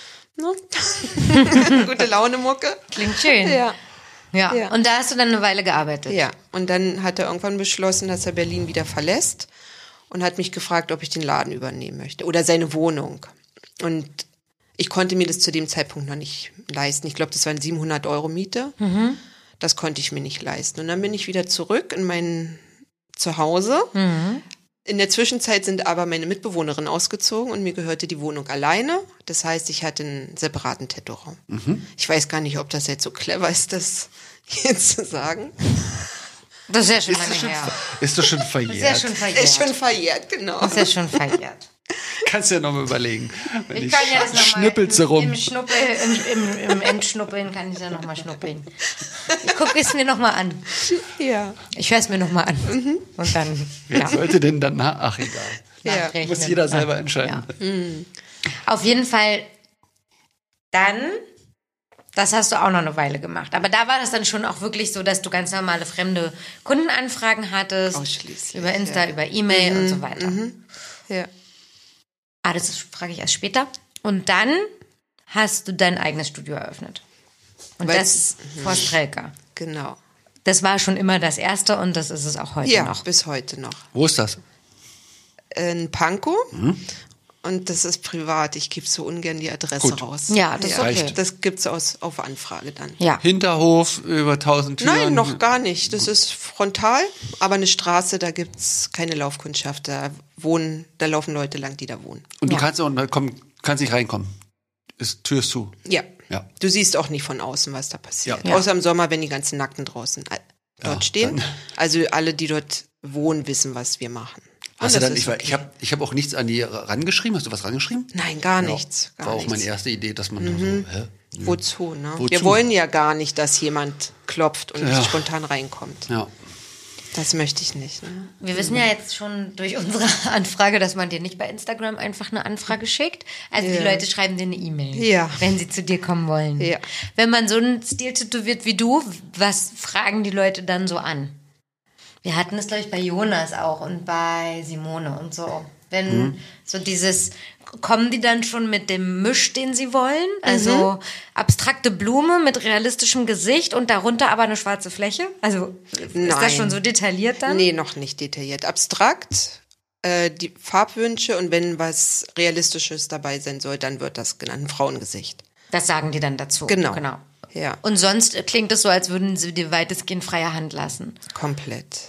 ne? Gute Laune Mucke. Klingt schön. Ja. Ja. ja. Und da hast du dann eine Weile gearbeitet? Ja. Und dann hat er irgendwann beschlossen, dass er Berlin wieder verlässt und hat mich gefragt, ob ich den Laden übernehmen möchte oder seine Wohnung. Und ich konnte mir das zu dem Zeitpunkt noch nicht leisten. Ich glaube, das waren siebenhundert Euro Miete. Mhm. Das konnte ich mir nicht leisten. Und dann bin ich wieder zurück in mein Zuhause. Mhm. In der Zwischenzeit sind aber meine Mitbewohnerinnen ausgezogen und mir gehörte die Wohnung alleine. Das heißt, ich hatte einen separaten Tattoo-Raum. Mhm. Ich weiß gar nicht, ob das jetzt so clever ist, das jetzt zu sagen. Das ist ja schon ist lange schon, her. Ist das schon verjährt? Ist ja schon verjährt. Ist schon verjährt, genau. Ist ja schon verjährt. Kannst du ja nochmal überlegen. Wenn ich ich kann ja das nochmal schnippelst du rum. Im, Schnuppel, im, im, im Endschnuppeln kann ich ja nochmal schnuppeln. Ich gucke es mir nochmal an. Ja. Ich höre es mir nochmal an. Mhm. Und dann, Wer ja. sollte denn dann, na, ach egal. Ja. Muss jeder selber entscheiden. Ja. Mhm. Auf jeden Fall dann, das hast du auch noch eine Weile gemacht. Aber da war das dann schon auch wirklich so, dass du ganz normale fremde Kundenanfragen hattest. Ausschließlich. Über Insta, ja. über E-Mail mhm. und so weiter. Mhm. Ja. Ah, das frage ich erst später. Und dann hast du dein eigenes Studio eröffnet. Und Weil, das vor Strelka. Genau. Das war schon immer das Erste und das ist es auch heute ja, noch. Ja, bis heute noch. Wo ist das? In Pankow. Mhm. Und das ist privat. Ich gebe so ungern die Adresse Gut. raus. Ja, das ja, ist okay. Das gibt's aus auf Anfrage dann. Ja. Hinterhof, über tausend Türen? Nein, noch gar nicht. Das ist frontal, aber eine Straße, da gibt's keine Laufkundschaft. Da wohnen, da laufen Leute lang, die da wohnen. Und du ja. kannst auch komm, kannst nicht reinkommen. Ist Tür ist zu. Ja. ja. Du siehst auch nicht von außen, was da passiert. Ja. Außer im Sommer, wenn die ganzen Nackten draußen dort ja, stehen. Dann. Also alle, die dort wohnen, wissen, was wir machen. Hast du dann, ich, okay. ich habe ich hab auch nichts an die rangeschrieben. Hast du was rangeschrieben? Nein, gar ja, nichts. Gar war auch nichts. meine erste Idee, dass man mhm. so, hä? Wozu, ne? Wozu? Wir wollen ja gar nicht, dass jemand klopft und ja. spontan reinkommt. Ja. Das möchte ich nicht. Ne? Wir wissen ja jetzt schon durch unsere Anfrage, dass man dir nicht bei Instagram einfach eine Anfrage schickt. Also ja. die Leute schreiben dir eine E-Mail, ja. wenn sie zu dir kommen wollen. Ja. Wenn man so einen Stil tätowiert wie du, was fragen die Leute dann so an? Wir hatten es, glaube ich, bei Jonas auch und bei Simone und so. Wenn mhm. so dieses, kommen die dann schon mit dem Misch, den sie wollen? Also mhm. abstrakte Blume mit realistischem Gesicht und darunter aber eine schwarze Fläche? Also Nein. ist das schon so detailliert dann? Nee, noch nicht detailliert. Abstrakt, äh, die Farbwünsche und wenn was Realistisches dabei sein soll, dann wird das genannt ein Frauengesicht. Das sagen die dann dazu? Genau. genau. Ja. Und sonst klingt es so, als würden sie dir weitestgehend freie Hand lassen? Komplett.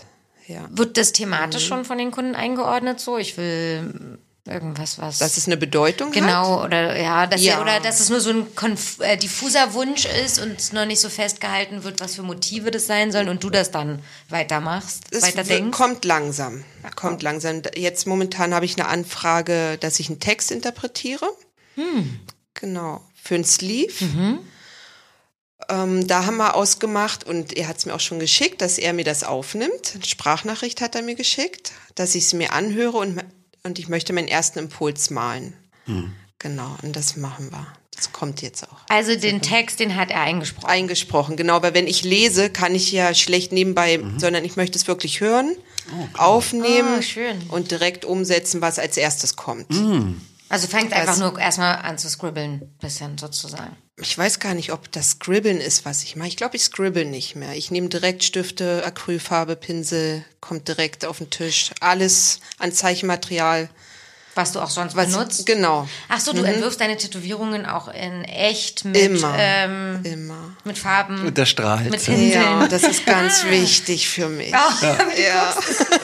ja. Wird das thematisch mhm. schon von den Kunden eingeordnet so? Ich will irgendwas, was... Dass es eine Bedeutung genau, hat? Oder, ja, dass ja. Ja, oder dass es nur so ein konf- äh, diffuser Wunsch ist und noch nicht so festgehalten wird, was für Motive das sein sollen und du das dann weitermachst, es weiterdenkst? kommt langsam. Kommt langsam. Jetzt momentan habe ich eine Anfrage, dass ich einen Text interpretiere. Hm. Genau. Für ein Sleeve. Mhm. Ähm, da haben wir ausgemacht und er hat es mir auch schon geschickt, dass er mir das aufnimmt. Eine Sprachnachricht hat er mir geschickt, dass ich es mir anhöre und, und ich möchte meinen ersten Impuls malen. Hm. Genau, und das machen wir. Das kommt jetzt auch. Also den Text, den hat er eingesprochen? Eingesprochen, genau. Weil wenn ich lese, kann ich ja schlecht nebenbei, mhm. sondern ich möchte es wirklich hören, oh, aufnehmen oh, schön. und direkt umsetzen, was als erstes kommt. Mhm. Also fängt einfach nur erstmal an zu scribbeln, bisschen sozusagen. Ich weiß gar nicht, ob das Scribbeln ist, was ich mache. Ich glaube, ich scribble nicht mehr. Ich nehme direkt Stifte, Acrylfarbe, Pinsel, kommt direkt auf den Tisch. Alles an Zeichenmaterial. Was du auch sonst was, benutzt? Genau. Ach so, du mhm. entwirfst deine Tätowierungen auch in echt mit, immer, ähm, immer. mit Farben. Und der strahlt. Mit Pinseln. Ja, das ist ganz wichtig für mich. Oh, ja. ja.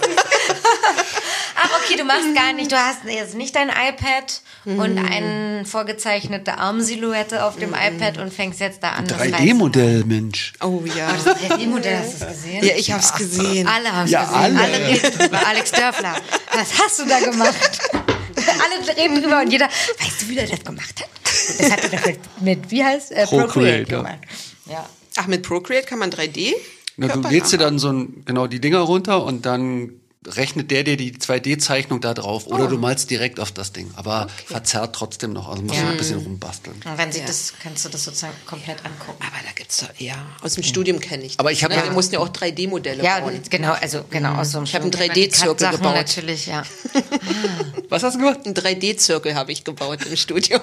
Ach, okay, du machst gar nicht, du hast jetzt nicht dein iPad mm. und eine vorgezeichnete Armsilhouette auf dem mm. iPad und fängst jetzt da an. drei D-Modell, Mensch. Oh ja. Oh, das drei D-Modell, hast du es gesehen? Ja, ich hab's gesehen. Alle haben es ja, gesehen. Alle. alle reden drüber. Alex Dörfler, was hast du da gemacht? Alle reden drüber und jeder, weißt du, wie der das gemacht hat? Das hat er doch mit, mit wie heißt äh, Procreate, Procreate gemacht. Ja. Ja. Ach, mit Procreate kann man drei D? Na, du lädst dir dann so ein, genau die Dinger runter und dann rechnet der dir die zwei D-Zeichnung da drauf. Oder oh. du malst direkt auf das Ding. Aber okay. verzerrt trotzdem noch. Also musst ja. du ein bisschen rumbasteln. Und wenn sie ja. das, kannst du das sozusagen komplett angucken. Aber da gibt's doch, ja. Aus dem mhm. Studium kenne ich das. Aber ich habe ne? ja, Wir mussten ja auch drei D-Modelle ja, bauen. Ja, genau, also genau. Aus so einem ich habe einen drei D-Zirkel gebaut. Natürlich, ja. Was hast du gemacht? Einen drei D-Zirkel habe ich gebaut im Studium.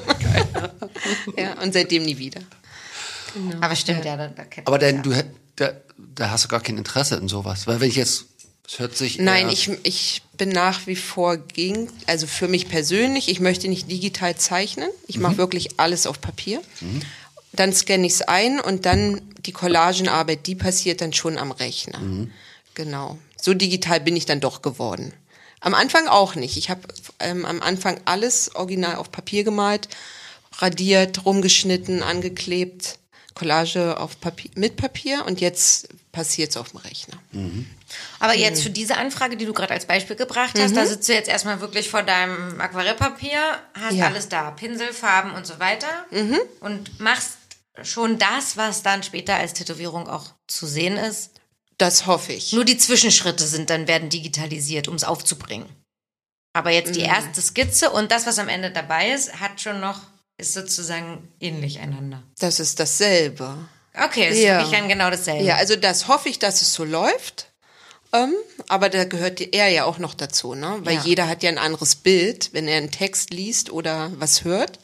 ja, und seitdem nie wieder. Genau. Aber stimmt, ja. da, da Aber denn, du, da, da hast du gar kein Interesse in sowas. Weil wenn ich jetzt Es hört sich Nein, ich, ich bin nach wie vor gegen, also für mich persönlich, ich möchte nicht digital zeichnen. Ich mhm. mache wirklich alles auf Papier. Mhm. Dann scanne ich es ein und dann die Collagenarbeit, die passiert dann schon am Rechner. Mhm. Genau. So digital bin ich dann doch geworden. Am Anfang auch nicht. Ich habe ähm, am Anfang alles original auf Papier gemalt, radiert, rumgeschnitten, angeklebt, Collage auf Papier, mit Papier und jetzt passiert es auf dem Rechner. Mhm. Aber jetzt für diese Anfrage, die du gerade als Beispiel gebracht hast, mhm. da sitzt du jetzt erstmal wirklich vor deinem Aquarellpapier, hast ja. alles da, Pinsel, Farben und so weiter mhm. und machst schon das, was dann später als Tätowierung auch zu sehen ist. Das hoffe ich. Nur die Zwischenschritte sind dann werden digitalisiert, um es aufzubringen. Aber jetzt die mhm. erste Skizze und das, was am Ende dabei ist, hat schon noch, ist sozusagen ähnlich einander. Das ist dasselbe. Okay, ist ja. wirklich dann genau dasselbe. Ja, also das hoffe ich, dass es so läuft. Ähm, aber da gehört er ja auch noch dazu, ne? Weil ja. jeder hat ja ein anderes Bild, wenn er einen Text liest oder was hört.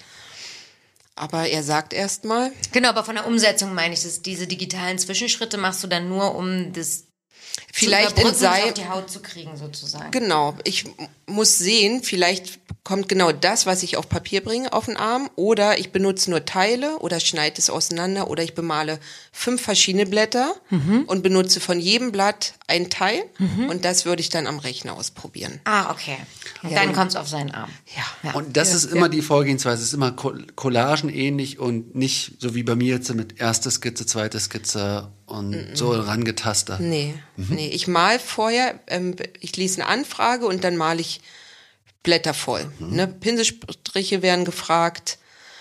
Aber er sagt erst mal. Genau, aber von der Umsetzung meine ich, dass diese digitalen Zwischenschritte machst du dann nur, um das vielleicht zu in sei auf die Haut zu kriegen, sozusagen. Genau, ich muss sehen, vielleicht kommt genau das, was ich auf Papier bringe, auf den Arm, oder ich benutze nur Teile oder schneide es auseinander oder ich bemale fünf verschiedene Blätter mhm. und benutze von jedem Blatt ein Teil mhm. und das würde ich dann am Rechner ausprobieren. Ah, okay. Und ja. dann kommt es auf seinen Arm. Ja. ja. Und das ja. ist immer ja. die Vorgehensweise, es ist immer collagenähnlich und nicht so wie bei mir jetzt mit erste Skizze, zweite Skizze und mhm. so rangetastet. Nee, mhm. nee. Ich mal vorher, ähm, ich lese eine Anfrage und dann male ich Blätter voll. Mhm. Ne? Pinselstriche werden gefragt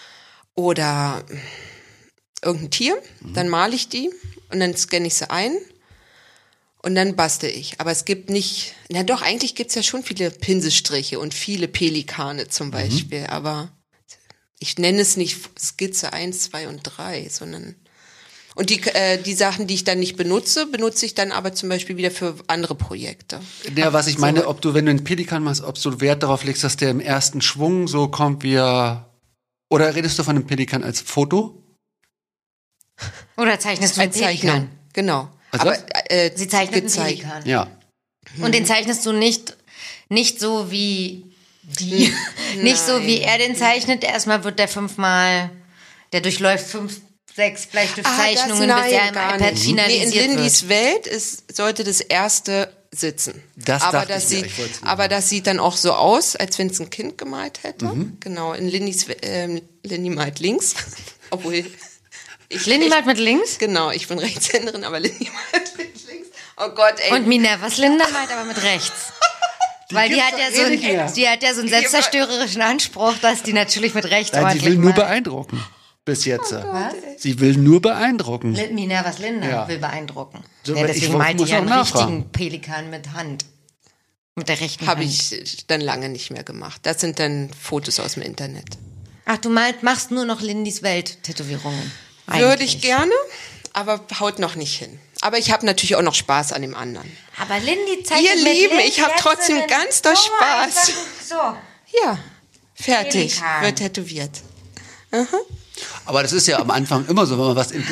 oder irgendein Tier, mhm. dann male ich die und dann scanne ich sie ein und dann bastel ich. Aber es gibt nicht, na doch, eigentlich gibt es ja schon viele Pinselstriche und viele Pelikane zum Beispiel, mhm. aber ich nenne es nicht Skizze eins, zwei und drei, sondern und die, äh, die Sachen, die ich dann nicht benutze, benutze ich dann aber zum Beispiel wieder für andere Projekte. Ja, was ich meine, ob du, wenn du einen Pelikan machst, ob du Wert darauf legst, dass der im ersten Schwung so kommt, wie er, oder redest du von einem Pelikan als Foto? Oder zeichnest du einen Pelikan? Genau. Also aber äh, sie zeichnet einen Pelikan. Ja. Und den zeichnest du nicht, nicht so wie die, nicht so wie er den zeichnet. Erstmal wird der fünfmal, der durchläuft fünf sechs Bleistiftzeichnungen Ah, das- bisher nein, im gar iPad nicht. finalisiert Nee, in Lindis wird. Welt ist, sollte das erste sitzen. Das aber dachte das ich mir, sieht, ich wollt's nicht aber machen. das sieht dann auch so aus, als wenn es ein Kind gemalt hätte. Mhm. Genau, in Lindis, ähm, Lindy malt links. Obwohl ich Lindy ich- malt mit links Genau, ich bin Rechtshänderin, aber Lindy malt mit links. Oh Gott, ey. und Minervas Linda malt aber mit rechts. Weil die gibt's hat, ja doch so eh einen, nicht mehr. die hat ja so einen selbstzerstörerischen Anspruch, dass die natürlich mit rechts Nein, sie ordentlich will nur malt. beeindrucken. Bis jetzt. Was? Sie will nur beeindrucken. Lin- Minervas Linda Ja. will beeindrucken. So, ja, aber ich deswegen muss malt die ja noch einen nachfragen. richtigen Pelikan mit Hand. Mit der rechten Habe Hand. ich dann lange nicht mehr gemacht. Das sind dann Fotos aus dem Internet. Ach, du malt, machst nur noch Lindis Welt-Tätowierungen. Würde Eigentlich. ich gerne, aber haut noch nicht hin. Aber ich habe natürlich auch noch Spaß an dem anderen. Aber Lindy zeigt Ihr mit Lieben, Lind ich hab jetzt trotzdem einen- ganz doll Guck mal, Spaß. einfach So. Ja, fertig. Pelikan. Wird tätowiert. Aber das ist ja am Anfang immer so, wenn man was. in-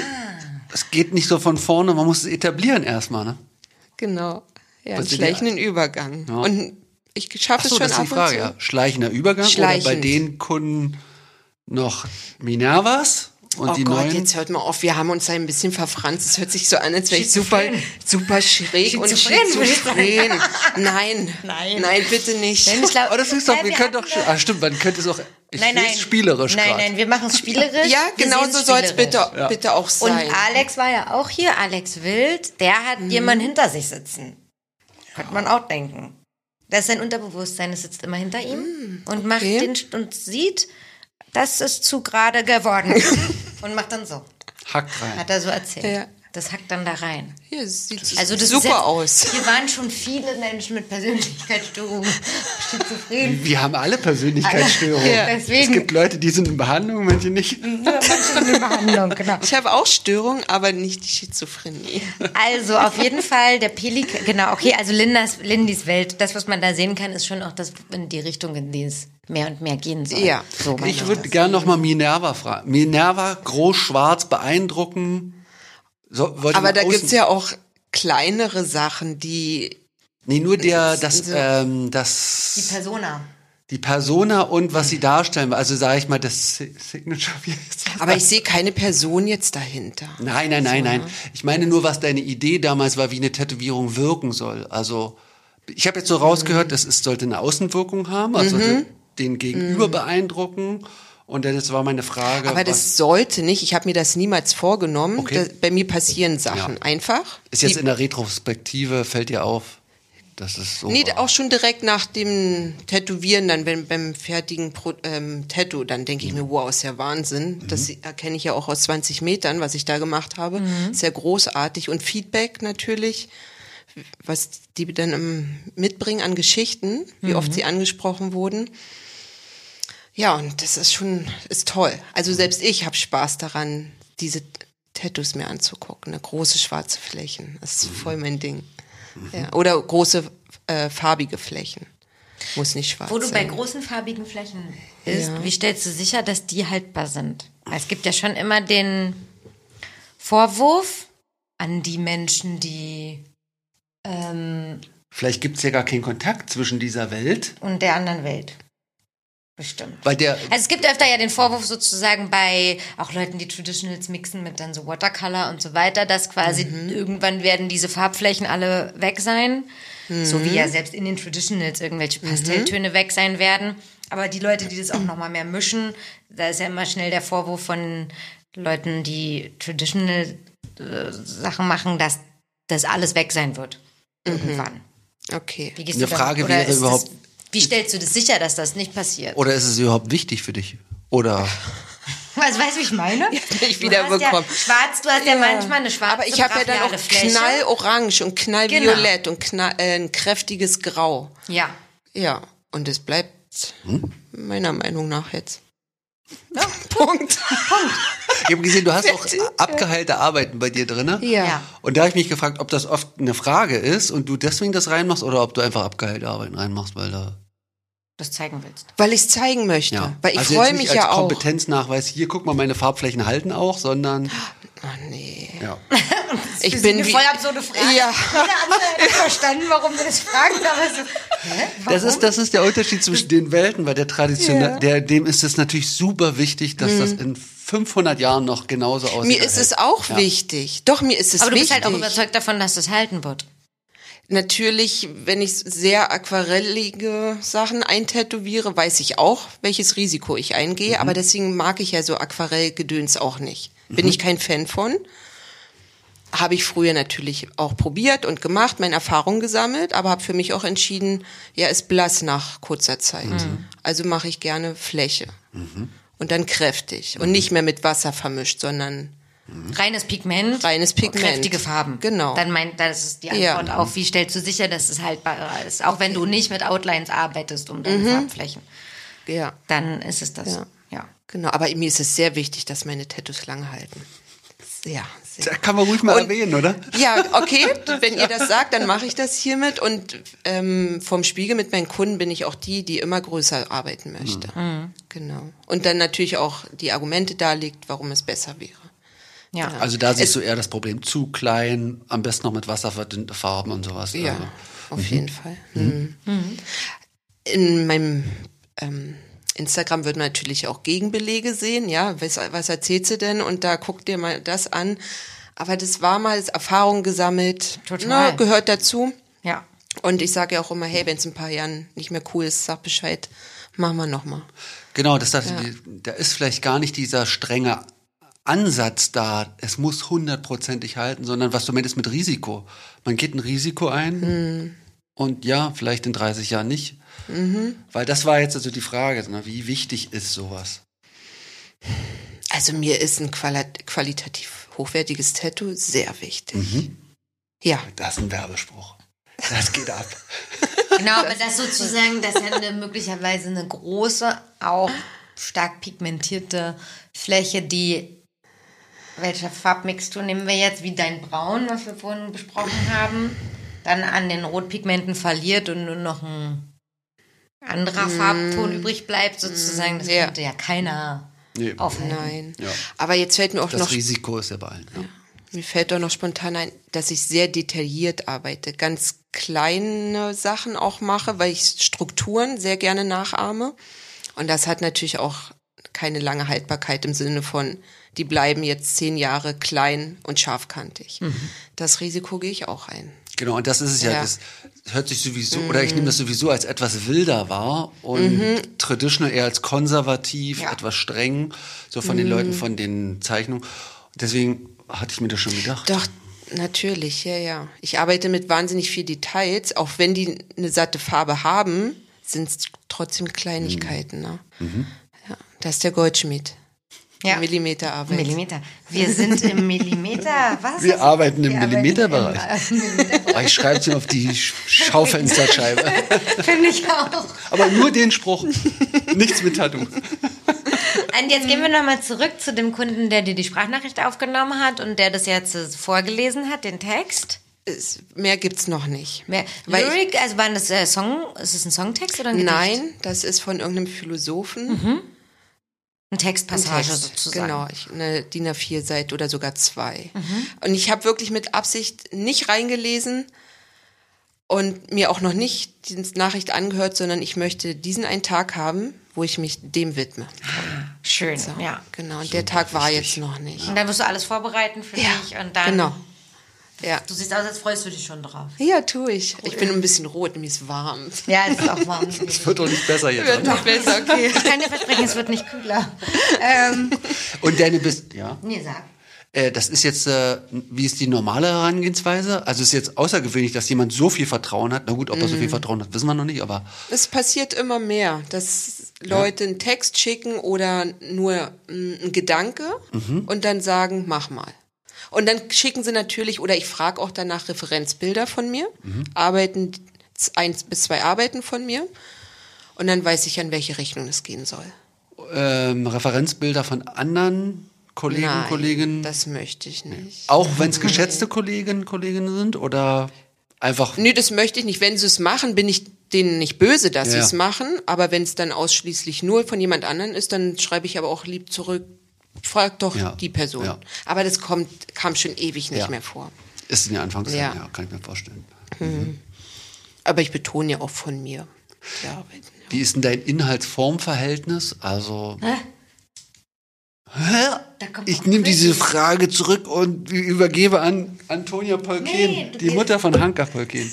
Es geht nicht so von vorne, man muss es etablieren erstmal, ne? Genau. Ja, einen Was sind die- schleichenden Übergang. Ja. Und ich schaffe es Achso, schon das ist ab die Frage, und ja. zu. Schleichender Übergang oder Schleichend. bei den Kunden noch Minervas und Oh die Gott, neuen. jetzt hört mal auf, wir haben uns da ein bisschen verfranst. Es hört sich so an, als wäre ich super, Schizophren. super schräg und Schizophren, würde ich schizophren. Nein, Nein. nein, bitte nicht. Nein, ich glaub- Oh, das ist doch, Nein, wir wir können doch, hatten ah, stimmt, man könnte es auch, ich Nein, will nein. es spielerisch Nein, grad. nein, wir machen es spielerisch. Ja, Wir genau sehen's so soll es spielerisch. bitte, bitte auch Und sein. Alex war ja auch hier, Alex Wild, der hat Mhm. jemanden hinter sich sitzen. Könnte man auch denken. Das ist sein Unterbewusstsein, es sitzt immer hinter ihm und macht okay. den und sieht, das ist zu gerade geworden. Und macht dann so. Hackt rein. Hat er so erzählt. Ja. Das hackt dann da rein. Hier sieht Also das ist super jetzt, aus. Hier waren schon viele Menschen mit Persönlichkeitsstörungen schizophren. Wir haben alle Persönlichkeitsstörungen. Ja. Es Deswegen- gibt Leute, die sind in Behandlung, manche nicht. Nur manche sind in Behandlung, genau. Ich habe auch Störungen, aber nicht die Schizophrenie. Also auf jeden Fall der Pelikan, genau, okay, also Lindas, Lindys Welt, das, was man da sehen kann, ist schon auch das in die Richtung, in die es mehr und mehr gehen soll. Ja. so meine Ich würde gerne noch mal Minerva fragen. Minerva, groß, schwarz, beeindrucken. So, wollte Aber mal da außen- gibt's ja auch kleinere Sachen, die Nee, nur der, das, So. ähm, Die das, Persona. die Persona und was sie darstellen. Also sage ich mal, das Si- Signature, wie heißt das? aber ich sehe keine Person jetzt dahinter. Nein, nein, nein, nein. Ich meine nur, was deine Idee damals war, wie eine Tätowierung wirken soll. Also, ich habe jetzt so rausgehört, es ist, sollte eine Außenwirkung haben, also Mhm. den Gegenüber beeindrucken. Und dann jetzt war meine Frage. Aber das was sollte nicht, ich habe mir das niemals vorgenommen. Okay. Da, bei mir passieren Sachen Ja. einfach. ist jetzt Die- in der Retrospektive, fällt dir auf, dass es so Nee, war. auch schon direkt nach dem Tätowieren, dann wenn, beim fertigen Pro, ähm, Tattoo, dann denke ich mir, wow, ist ja Wahnsinn. Das erkenne ich ja auch aus zwanzig Metern, was ich da gemacht habe. Sehr großartig. Und Feedback natürlich, was die dann ähm, mitbringen an Geschichten, wie oft sie angesprochen wurden. Ja, und das ist schon, ist toll. Also selbst ich habe Spaß daran, diese Tattoos mir anzugucken. Ne? Große schwarze Flächen, das ist voll mein Ding. Ja, oder große äh, farbige Flächen. Muss nicht schwarz Wo du bei sein. großen farbigen Flächen bist, Ja. wie stellst du sicher, dass die haltbar sind? Es gibt ja schon immer den Vorwurf an die Menschen, die ähm, Vielleicht gibt es ja gar keinen Kontakt zwischen dieser Welt, und der anderen Welt. Bestimmt. weil der, Also es gibt öfter ja den Vorwurf sozusagen bei auch Leuten, die Traditionals mixen mit dann so Watercolor und so weiter, dass quasi irgendwann werden diese Farbflächen alle weg sein. So wie ja selbst in den Traditionals irgendwelche Pastelltöne weg sein werden. Aber die Leute, die das auch nochmal mehr mischen, da ist ja immer schnell der Vorwurf von Leuten, die Traditional äh, Sachen machen, dass das alles weg sein wird. Irgendwann. Okay. Wie gehst Eine du damit- Frage oder wäre ist überhaupt- Das, wie stellst du das sicher, dass das nicht passiert? oder ist es überhaupt wichtig für dich? Oder Also, weißt du, wie ich meine? ich Du wieder hast ja bekommen. schwarz, du hast ja, manchmal eine schwarze, Aber ich habe ja dann auch brachiale Fläche. knallorange und knallviolett und knall, äh, ein kräftiges Grau. Ja. Ja, und es bleibt Hm? meiner Meinung nach jetzt. Ja, Punkt. ich habe gesehen, du hast auch abgeheilte Arbeiten bei dir drin. Ja. Ja. Und da habe ich mich gefragt, ob das oft eine Frage ist und du deswegen das reinmachst oder ob du einfach abgeheilte Arbeiten reinmachst, weil da. Das zeigen willst. Weil ich es zeigen möchte. Ja. Weil ich also freue jetzt nicht mich als ja auch. Kompetenznachweis, hier guck mal, meine Farbflächen halten auch, sondern Oh nee. Ja. Ich Das bin ist eine wie, voll absurde Frage. Ja. Jeder andere hätte verstanden, warum wir das fragen, aber so, hä? Warum? Das ist, das ist der Unterschied zwischen den Welten, weil der traditionell, Ja. der, dem ist es natürlich super wichtig, dass das in fünfhundert Jahren noch genauso aussieht. Mir ist es auch Ja. wichtig. Doch, mir ist es aber du wichtig. bist halt auch überzeugt davon, dass das halten wird. Natürlich, wenn ich sehr aquarellige Sachen eintätowiere, weiß ich auch, welches Risiko ich eingehe. Mhm. Aber deswegen mag ich ja so Aquarellgedöns auch nicht. Bin Mhm. ich kein Fan von. Habe ich früher natürlich auch probiert und gemacht, meine Erfahrungen gesammelt, aber habe für mich auch entschieden, ja, ist blass nach kurzer Zeit. Mhm. Also mache ich gerne Fläche. Und dann kräftig. Und nicht mehr mit Wasser vermischt, sondern Reines Pigment. Reines Pigment. Kräftige Farben. Genau. Dann meint, das ist die Ja. Antwort auf, wie stellst du sicher, dass es haltbarer ist? Auch wenn du nicht mit Outlines arbeitest, um deine Farbflächen. ja. Dann ist es das. Ja. Ja. Genau, aber mir ist es sehr wichtig, dass meine Tattoos lange halten. Sehr, sehr. Da kann man ruhig mal Und- erwähnen, oder? Ja, okay, wenn ihr das sagt, dann mache ich das hiermit. Und ähm, vom Spiegel mit meinen Kunden bin ich auch die, die immer größer arbeiten möchte. Genau. Und dann natürlich auch die Argumente darlegt, warum es besser wäre. Ja. Also da siehst du eher das Problem, zu klein, am besten noch mit wasserverdünnte Farben und sowas. Ja, Also. auf jeden Fall. Mhm. In meinem ähm, Instagram wird man natürlich auch Gegenbelege sehen. Ja, was, was erzählt sie denn? Und da guckt ihr mal das an. Aber das war mal Erfahrung gesammelt. Total. Na, gehört dazu. Ja. Und ich sage ja auch immer, hey, wenn es in ein paar Jahren nicht mehr cool ist, sag Bescheid, machen wir nochmal. Genau, das, das, da ist vielleicht gar nicht dieser strenge Ansatz da, es muss hundertprozentig halten, sondern was du meinst mit Risiko. Man geht ein Risiko ein Hm. und ja, vielleicht in dreißig Jahren nicht. Mhm. Weil das war jetzt also die Frage, ne, wie wichtig ist sowas? Also mir ist ein quali qualitativ hochwertiges Tattoo sehr wichtig. Mhm. Ja. Das ist ein Werbespruch. Das geht ab. Genau, aber das sozusagen, das ist ja eine, möglicherweise eine große, auch stark pigmentierte Fläche, die, welche Farbmixtur nehmen wir jetzt, wie dein Braun, was wir vorhin besprochen haben, dann an den Rotpigmenten verliert und nur noch ein anderer Farbton übrig bleibt, sozusagen. Das Ja. könnte ja keiner Nee. aufhalten. Nein. Ja. Aber jetzt fällt mir auch Das noch Risiko ist ja bei allen. Ja. Mir fällt doch noch spontan ein, dass ich sehr detailliert arbeite. Ganz kleine Sachen auch mache, weil ich Strukturen sehr gerne nachahme. Und das hat natürlich auch keine lange Haltbarkeit im Sinne von, die bleiben jetzt zehn Jahre klein und scharfkantig. Das Risiko gehe ich auch ein. Genau, und das ist es ja, Ja. das hört sich sowieso, oder ich nehme das sowieso als etwas wilder wahr und traditional eher als konservativ, Ja. etwas streng, so von den Leuten, von den Zeichnungen. Deswegen hatte ich mir das schon gedacht. Doch, natürlich, ja, ja. Ich arbeite mit wahnsinnig viel Details. Auch wenn die eine satte Farbe haben, sind es trotzdem Kleinigkeiten. Ne? Ja, das ist der Goldschmied. Ja. Millimeterarbeit. Millimeter. Wir sind im Millimeter. Was? Wir ist- arbeiten im Wir arbeiten Millimeterbereich. im Millimeterbereich. Ah, ich schreibe es mir auf die Sch- Schaufensterscheibe. Finde ich auch. Aber nur den Spruch. Nichts mit Tattoo. Und jetzt gehen wir nochmal zurück zu dem Kunden, der dir die Sprachnachricht aufgenommen hat und der das jetzt äh, vorgelesen hat, den Text. Es, mehr gibt's noch nicht. Mehr, Weil ich- Lyric, also waren das äh, Song, ist es ein Songtext oder ein Gedicht? Nein, das ist von irgendeinem Philosophen. Eine Textpassage Text, sozusagen. Genau, ich, eine D I N A vier Seite oder sogar zwei. Mhm. Und ich habe wirklich mit Absicht nicht reingelesen und mir auch noch nicht die Nachricht angehört, sondern ich möchte diesen einen Tag haben, wo ich mich dem widme. Schön, So, ja. Genau, und der Tag war jetzt noch nicht. Und dann wirst du alles vorbereiten für Ja, dich und dann. genau. Ja. Du siehst aus, als freust du dich schon drauf. Ja, tue ich. Ich bin ein bisschen rot, mir ist warm. Ja, es ist auch warm. Es wird doch nicht besser jetzt. Wird nicht besser, okay. Ich kann dir versprechen, es wird nicht kühler. Ähm, Und deine bist, ja. nee, sag. Äh, das ist jetzt, äh, wie ist die normale Herangehensweise? Also es ist jetzt außergewöhnlich, dass jemand so viel Vertrauen hat. Na gut, ob er so viel Vertrauen hat, wissen wir noch nicht, aber Es passiert immer mehr, dass Leute einen Text schicken oder nur mm, ein Gedanke und dann sagen, mach mal. Und dann schicken sie natürlich, oder ich frage auch danach Referenzbilder von mir, Arbeiten, eins bis zwei Arbeiten von mir. Und dann weiß ich, an welche Richtung es gehen soll. ähm, Referenzbilder von anderen Kollegen, Nein, Kolleginnen, das möchte ich nicht. auch wenn es geschätzte Kolleginnen, Kolleginnen sind oder einfach Nö, das möchte ich nicht. Wenn sie es machen, bin ich denen nicht böse, dass Ja. sie es machen. Aber wenn es dann ausschließlich nur von jemand anderem ist, dann schreibe ich aber auch lieb zurück, Frag doch Ja. die Person. Ja. Aber das kommt, kam schon ewig nicht Ja. mehr vor. Ist in der Anfangszeit, Ja. ja, kann ich mir vorstellen. Aber ich betone ja auch von mir die Arbeit. Wie ist denn dein Inhalt-Form-Verhältnis? Also, Hä? hä? Da kommt Ich auch nehme diese Quickies. Frage zurück und übergebe an Antonia Polken, Nee, du die gehst- Mutter von Hanka Polken.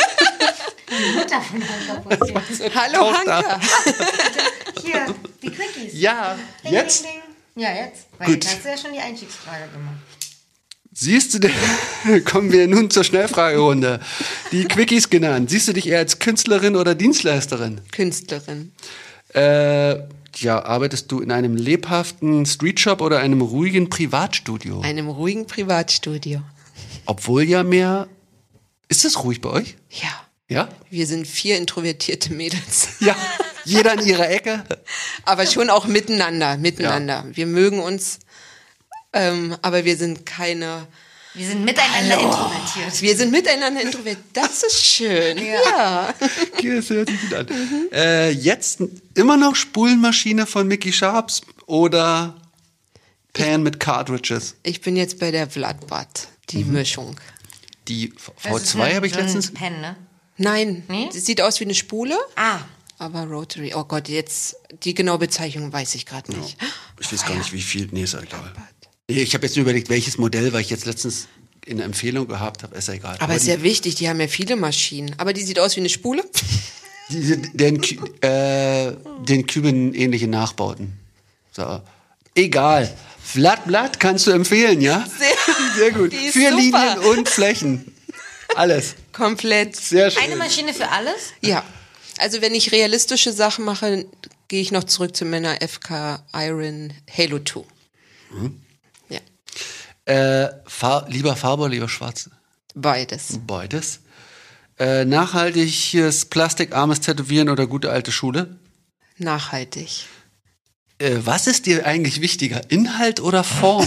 Die Mutter von Hanka Polken. Hallo Tochter. Hanka. Hier, die Quickies. Ja, Ding, jetzt Ding, ding. Ja, jetzt. Weil Gut. jetzt hast du ja schon die Einstiegsfrage gemacht. siehst du dich, kommen wir nun zur Schnellfragerunde. Die Quickies genannt. Siehst du dich eher als Künstlerin oder Dienstleisterin? Künstlerin. Äh, ja, arbeitest du in einem lebhaften Streetshop oder einem ruhigen Privatstudio? Einem ruhigen Privatstudio. Obwohl ja mehr. Ist es ruhig bei euch? Ja. Ja? Wir sind vier introvertierte Mädels. Ja. Jeder in ihrer Ecke. Aber schon auch miteinander, miteinander. Wir mögen uns, ähm, aber wir sind keine, Wir sind miteinander introvertiert. wir sind miteinander introvertiert. Das ist schön. Ja. Okay, das hört sich gut an. Äh, jetzt immer noch Spulenmaschine von Mickey Sharps oder Pan mit Cartridges? Ich bin jetzt bei der Vladbad, die Mischung. Die Das V ist zwei eine- habe ich so ein letztens. Pen, ne? Nein, Nee? das sieht aus wie eine Spule, Ah, aber Rotary. Oh Gott, jetzt die genaue Bezeichnung weiß ich gerade nicht. Ich weiß gar nicht, wie viel. Nee, ist ja egal. Nee, ich habe jetzt nur überlegt, welches Modell, weil ich jetzt letztens in der Empfehlung gehabt habe. Ist ja egal. Aber ist die, ja wichtig, die haben ja viele Maschinen. Aber die sieht aus wie eine Spule. diese, den, Kü- äh, den Küben ähnliche Nachbauten. So. Egal. Blatt, Blatt kannst du empfehlen, ja? Sehr, Sehr gut. Die ist Für super. Linien und Flächen. Alles. Komplett. Sehr schön. eine Maschine für alles? Ja. Also wenn ich realistische Sachen mache, gehe ich noch zurück zu meiner F K Iron Halo zwei. Ja, Äh, Far lieber Farbe oder lieber Schwarz? beides. Beides. Äh, nachhaltiges, plastikarmes Tätowieren oder gute alte Schule? Nachhaltig. Äh, was ist dir eigentlich wichtiger, Inhalt oder Form?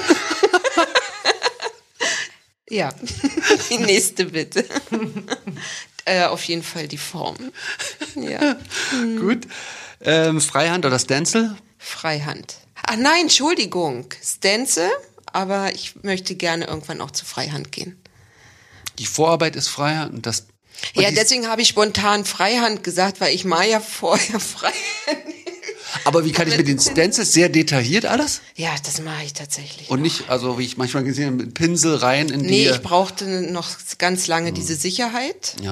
Ja, die nächste bitte. äh, auf jeden Fall die Form. Ja, Gut. Ähm, Freihand oder Stencil? Freihand. Ach nein, Entschuldigung. Stencil, aber ich möchte gerne irgendwann auch zu Freihand gehen. Die Vorarbeit ist Freihand und das. Und Ja, die- deswegen habe ich spontan Freihand gesagt, weil ich mal ja vorher Freihand. Aber wie kann ich mit den Stencils sehr detailliert alles? Ja, das mache ich tatsächlich. Und noch. nicht, also wie ich manchmal gesehen habe, mit Pinsel rein in die. Nee, ich brauchte noch ganz lange diese Sicherheit. Ja.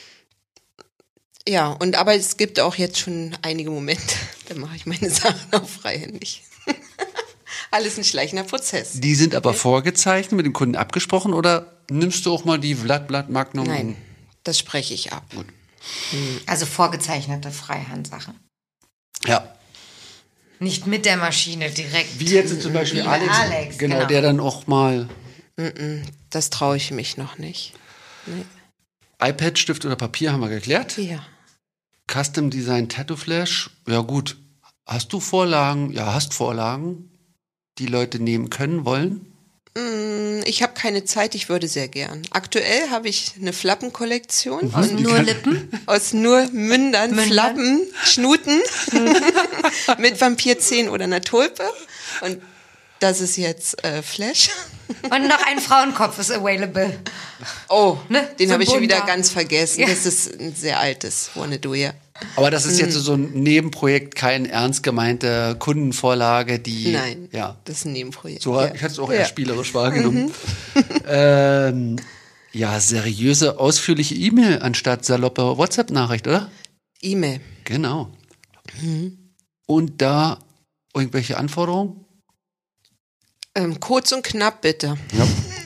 Ja, und aber es gibt auch jetzt schon einige Momente, da mache ich meine Sachen auch freihändig. Alles ein schleichender Prozess. Die sind aber vorgezeichnet, mit dem Kunden abgesprochen oder nimmst du auch mal die Vlad Blatt Magnum? Nein, das spreche ich ab. Also vorgezeichnete Freihandsachen. Ja. Nicht mit der Maschine direkt. Wie jetzt zum Beispiel Wie Alex, Alex, genau, genau. der dann auch mal Das traue ich mich noch nicht. iPad, Stift oder Papier haben wir geklärt. Ja. Custom Design Tattoo Flash, ja gut. Hast du Vorlagen? Ja, hast Vorlagen, die Leute nehmen können, wollen? Ich habe keine Zeit, ich würde sehr gern. Aktuell habe ich eine Flappenkollektion Aus und nur Lippen? aus nur Mündern, Mündern? Flappen, Schnuten mit Vampirzähnen oder einer Tulpe. Und das ist jetzt äh, Flash. Und noch ein Frauenkopf ist available. Oh, Ne? den So habe ich schon wieder bunter. ganz vergessen. Ja. Das ist ein sehr altes Wanna Do, ja. Aber das ist jetzt so ein Nebenprojekt, kein ernst gemeinte Kundenvorlage, die. Nein, Ja. das ist ein Nebenprojekt. So, ja. ich hatte es auch ja. eher spielerisch wahrgenommen. ähm, ja, seriöse, ausführliche E-Mail anstatt saloppe WhatsApp-Nachricht, oder? E-Mail. Genau. Und da irgendwelche Anforderungen? Ähm, kurz und knapp, bitte. Ja.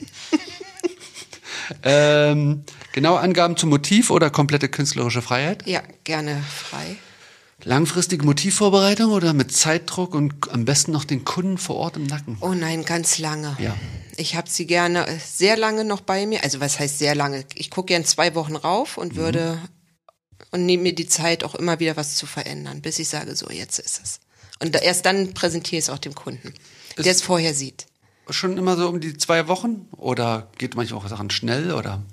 ähm, genaue Angaben zum Motiv oder komplette künstlerische Freiheit? Ja, gerne frei. Langfristige Motivvorbereitung oder mit Zeitdruck und am besten noch den Kunden vor Ort im Nacken? Oh nein, ganz lange. Ja. Ich habe sie gerne äh, sehr lange noch bei mir. Also was heißt sehr lange? Ich gucke gern zwei Wochen rauf und würde und nehme mir die Zeit, auch immer wieder was zu verändern, bis ich sage, so, jetzt ist es. Und da, erst dann präsentiere ich es auch dem Kunden, der es vorher sieht. Schon immer so um die zwei Wochen? Oder geht manchmal auch Sachen schnell? Oder?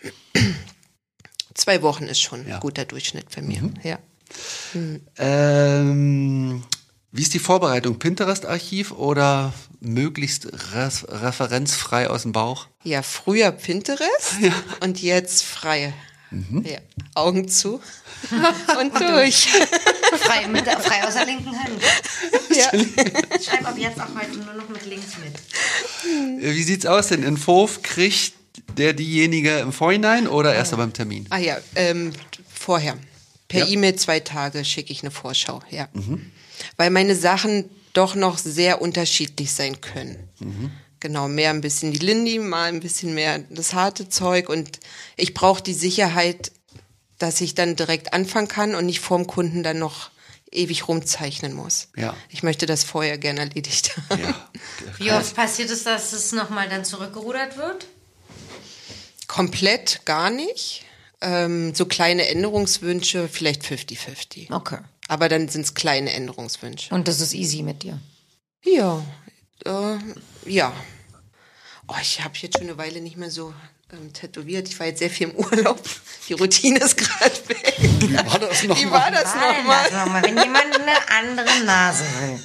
Zwei Wochen ist schon Ja. ein guter Durchschnitt für mir. Ja. Ähm, Wie ist die Vorbereitung? Pinterest-Archiv oder möglichst re- referenzfrei aus dem Bauch? Ja, früher Pinterest Ja. und jetzt frei. Ja. Augen zu und durch. Frei, mit, frei aus der linken Hand. Ja. Ich schreibe ab jetzt auch heute nur noch mit links mit. Wie sieht's aus? Den Entwurf kriegt der diejenige im Vorhinein oder erst beim Termin? Ah ja, ähm, vorher. Per Ja. E-Mail zwei Tage schicke ich eine Vorschau, ja. Weil meine Sachen doch noch sehr unterschiedlich sein können. Genau, mehr ein bisschen die Lindy, mal ein bisschen mehr das harte Zeug und ich brauche die Sicherheit, dass ich dann direkt anfangen kann und nicht vorm Kunden dann noch ewig rumzeichnen muss. Ja. Ich möchte das vorher gerne erledigt haben. Ja. Wie oft passiert es, dass es nochmal dann zurückgerudert wird? Komplett gar nicht. Ähm, so kleine Änderungswünsche, vielleicht fünfzig fünfzig. Okay. Aber dann sind es kleine Änderungswünsche. Und das ist easy mit dir? Ja, äh, ja. Oh, ich habe jetzt schon eine Weile nicht mehr so ähm, tätowiert. Ich war jetzt sehr viel im Urlaub. Die Routine ist gerade weg. Wie war das noch Wie mal? war das nochmal? nochmal, wenn jemand eine andere Nase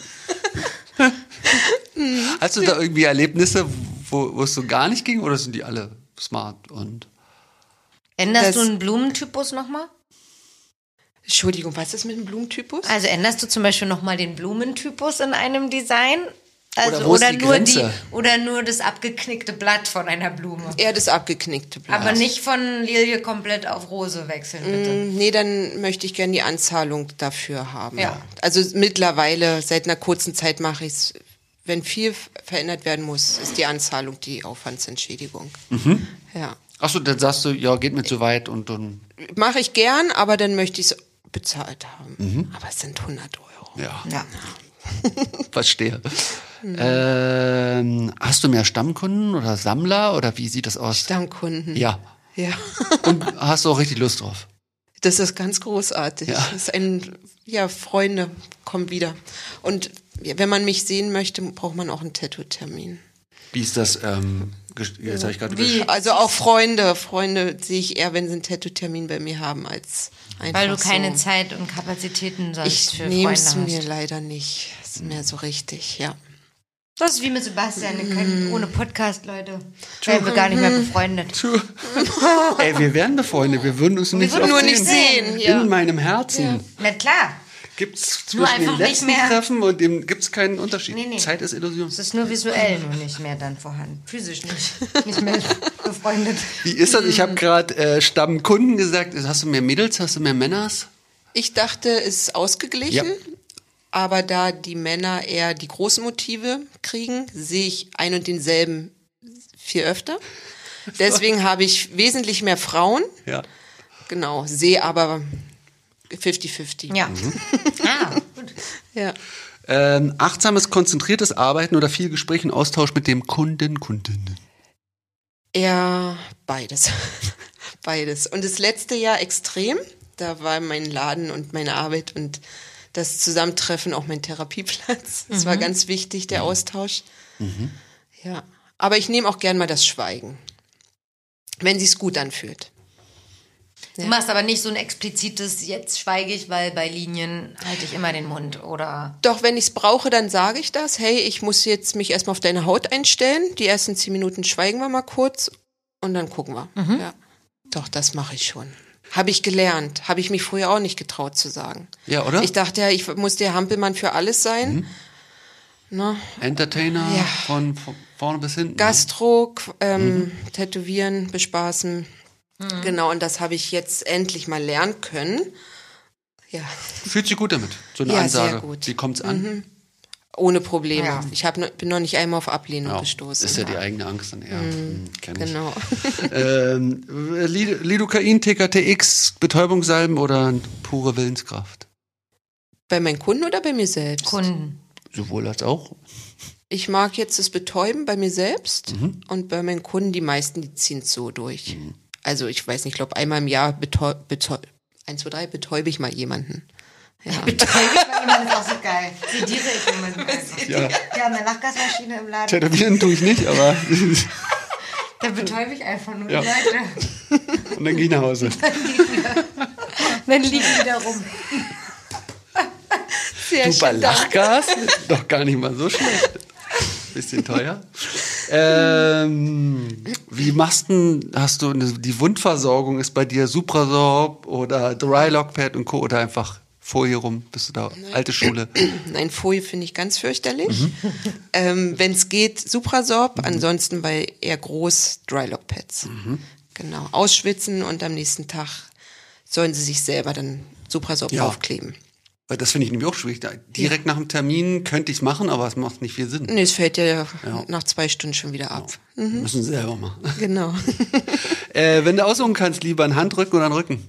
will. Hast du da irgendwie Erlebnisse, wo, wo es so gar nicht ging oder sind die alle smart und Änderst Das- du einen Blumentypus nochmal? Entschuldigung, was ist mit dem Blumentypus? Also änderst du zum Beispiel nochmal den Blumentypus in einem Design? Also, Oder wo ist die nur Grenze? oder nur das abgeknickte Blatt von einer Blume. Eher das abgeknickte Blatt. Aber nicht von Lilie komplett auf Rose wechseln, bitte. Mm, Nee, dann möchte ich gerne die Anzahlung dafür haben. Ja. Also mittlerweile, seit einer kurzen Zeit mache ich es, wenn viel f- verändert werden muss, ist die Anzahlung die Aufwandsentschädigung. Ja. achso, dann sagst du, ja, geht mir zu weit und dann Mache ich gern, aber dann möchte ich es bezahlt haben. Aber es sind hundert Euro. ja, Ja. verstehe. Ähm, hast du mehr Stammkunden oder Sammler oder wie sieht das aus? Stammkunden. Ja. Ja. Und hast du auch richtig Lust drauf? Das ist ganz großartig. Ja. Das ist ein, ja, Freunde kommen wieder. Und ja, wenn man mich sehen möchte, braucht man auch einen Tattoo-Termin. Wie ist das? Ähm, ges- jetzt habe ich gerade Wie? gesch- Also auch Freunde. Freunde sehe ich eher, wenn sie einen Tattoo-Termin bei mir haben, als einfach Weil du keine so. Zeit und Kapazitäten sonst Ich für nehme Freunde es mir hast. leider nicht. Ist mehr so richtig, ja. Das ist wie mit Sebastian, wir können ohne Podcast, Leute. Wären wir gar nicht mehr befreundet. Ey, wir wären befreundet, wir würden uns nicht würden oft nur nicht sehen, ja. In meinem Herzen Na klar, gibt's Nur zwischen den einfach nicht letzten mehr- Treffen und dem gibt's keinen Unterschied. Nee, nee. Zeit ist Illusion. es ist nur visuell nur nicht mehr dann vorhanden. Physisch nicht. Nicht mehr befreundet. Wie ist das? Ich habe gerade äh, Stammkunden gesagt. Hast du mehr Mädels, hast du mehr Männers? Ich dachte, es ist ausgeglichen. Ja. Aber da die Männer eher die großen Motive kriegen, sehe ich ein und denselben viel öfter. Deswegen habe ich wesentlich mehr Frauen. Ja. Genau, sehe aber fünfzig fünfzig. Ja. Ah, gut. Ja. Ähm, achtsames, konzentriertes Arbeiten oder viel Gespräch und Austausch mit dem Kunden, Kundinnen. Eher beides. Beides. Und das letzte Jahr extrem. Da war mein Laden und meine Arbeit und das Zusammentreffen auch mein Therapieplatz. Das war ganz wichtig, der Austausch. Ja. Aber ich nehme auch gern mal das Schweigen. Wenn sich's gut anfühlt. Du machst aber nicht so ein explizites, jetzt schweige ich, weil bei Linien halte ich immer den Mund, oder? Doch, wenn ich's brauche, dann sage ich das. Hey, ich muss jetzt mich erstmal auf deine Haut einstellen. Die ersten zehn Minuten schweigen wir mal kurz und dann gucken wir. Ja. Doch, das mache ich schon. Habe ich gelernt. Habe ich mich früher auch nicht getraut zu sagen. Ja, oder? Ich dachte ja, ich muss der Hampelmann für alles sein. Ne? Entertainer Ja. von, von vorne bis hinten. Gastro, Qu- ähm, Tätowieren, bespaßen. Genau, und das habe ich jetzt endlich mal lernen können. Ja, Fühlt sich gut damit, so eine Ja, Ansage. sehr gut. Wie kommt's an? ohne Probleme. Ja. Ich hab, noch- bin noch nicht einmal auf Ablehnung Ja, gestoßen. ist ja die eigene Angst dann eher. Hm, kenn ich. Genau. Ähm, Lid- Lidocain, T K T X, Betäubungssalben oder pure Willenskraft? Bei meinen Kunden oder bei mir selbst? Kunden. Sowohl als auch. Ich mag jetzt das Betäuben bei mir selbst Mhm. und bei meinen Kunden, die meisten, die ziehen es so durch. Also ich weiß nicht, ich glaube einmal im Jahr betäu betäu eins, zwei, drei betäube ich mal jemanden. Ja. Betäube ich mal jemanden, ist auch so geil. Sediere ich jemanden einfach. Ja. Wir haben eine Lachgasmaschine im Laden. Tätowieren tue ich nicht, aber Da betäube ich einfach nur Ja. die Leute. und dann gehe ich nach Hause. Dann liegen die da rum. Sehr Du, bei schön, danke. Lachgas? Doch gar nicht mal so schlecht. Bisschen teuer. ähm, wie machst du, hast du eine, die Wundversorgung ist bei dir Suprasorb oder Drylock Pad und Co. oder einfach Folie rum? Bist du da alte Schule? Nein, Folie finde ich ganz fürchterlich. Mhm. Ähm, wenn es geht, Suprasorb, mhm. ansonsten bei eher groß Drylock Pads. Mhm. Genau, ausschwitzen und am nächsten Tag sollen sie sich selber dann Suprasorb Ja. aufkleben. Weil das finde ich nämlich auch schwierig. Da- Direkt nach dem Termin könnte ich es machen, aber es macht nicht viel Sinn. Nee, es fällt ja, Ja. nach zwei Stunden schon wieder ab. Mhm. Müssen sie selber machen. Genau. äh, wenn du aussuchen kannst, lieber ein Handrücken oder ein Rücken?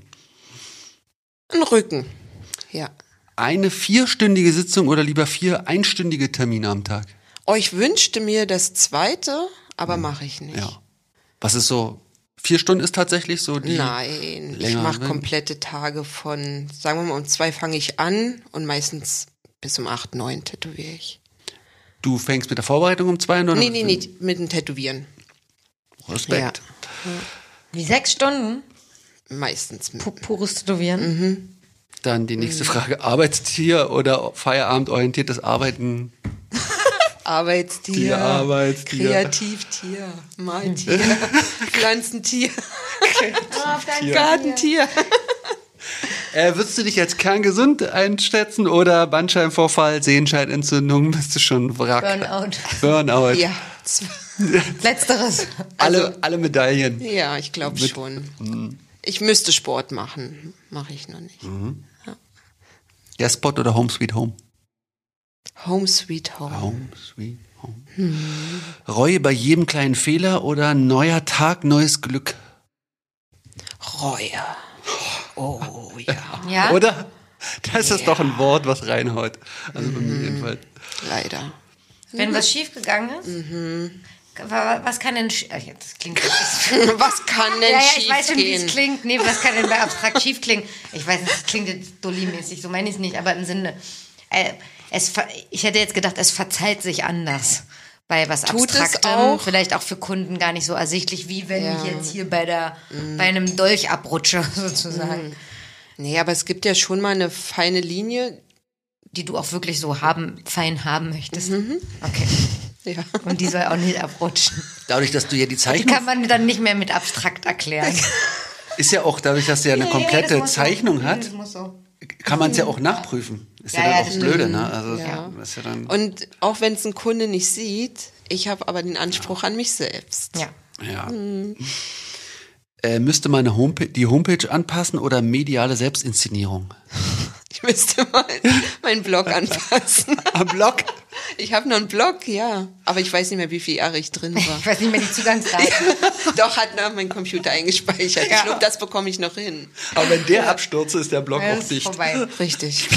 Ein Rücken, ja. Eine vierstündige Sitzung oder lieber vier einstündige Termine am Tag? Oh, ich wünschte mir das zweite, aber mache ich nicht. Ja. Was ist so? Vier Stunden ist tatsächlich so die. Nein, ich länger mache werden? komplette Tage von, sagen wir mal, um zwei fange ich an und meistens bis um acht, neun tätowiere ich. Du fängst mit der Vorbereitung um zwei oder? Nee, nee, nee, mit dem Tätowieren. Respekt. Wie sechs Stunden? Meistens. Pu pures Tätowieren? Dann die nächste Frage. Arbeitstier oder feierabendorientiertes Arbeiten? Arbeitstier, Tier, Arbeitstier. Kreativtier, Maltier, Pflanzentier, Oh, Gartentier. Äh, würdest du dich als kerngesund einschätzen oder Bandscheibenvorfall, Sehenscheidenentzündung? Bist du schon Wrack? Burnout. Burnout. Ja, Letzteres. Alle, alle Medaillen. ja, ich glaube schon. Ich müsste Sport machen, mache ich noch nicht. Ja, Spot oder Home Sweet Home? Home Sweet Home. Home Sweet Home. Hm. Reue bei jedem kleinen Fehler oder neuer Tag, neues Glück? Reue. Oh ja, Ja? Oder? Das ist doch ein Wort, was reinhaut. Also bei mir jedenfalls. leider. Wenn was schiefgegangen ist? Wa- Was kann denn... sch- Ach, ja, das klingt... Was kann denn Ja, ja, schief ich weiß schon, wie es gehen? klingt. Nee, was kann denn bei abstrakt schief klingen? Ich weiß nicht, das klingt jetzt Dolly-mäßig, so meine ich es nicht, aber im Sinne, äh, es, ver- ich hätte jetzt gedacht, es verzeiht sich anders. Bei was Tut es Abstraktem, auch? vielleicht auch für Kunden gar nicht so ersichtlich, wie wenn Ja. ich jetzt hier bei, der, bei einem Dolch abrutsche, sozusagen. Nee, aber es gibt ja schon mal eine feine Linie. Die du auch wirklich so haben, fein haben möchtest. Okay. Ja. Und die soll auch nicht abrutschen. Dadurch, dass du ja die Die Zeichnung, kann man dann nicht mehr mit abstrakt erklären. ist ja auch dadurch, dass du ja eine komplette das muss so. Zeichnung Nee, hat, das muss so. kann man es ja auch nachprüfen. Ist ja, Ja, ja, dann auch das das Blöde, ne? Also Ja. das ist ja dann. Und auch wenn es ein Kunde nicht sieht, ich habe aber den Anspruch an mich selbst. Ja. Ja. Äh, müsste man eine Homepage, die Homepage anpassen oder mediale Selbstinszenierung? Ich müsste mal meinen Blog anpassen. Am Blog? Ich habe noch einen Blog, ja. Aber ich weiß nicht mehr, wie viele Jahre ich drin war. Ich weiß nicht mehr die Zugangsdaten. Doch, hat nach meinem Computer eingespeichert. Ich glaube, das bekomme ich noch hin. Aber wenn der abstürzt, ist der Blog Ja, auch das ist dicht. vorbei. Richtig.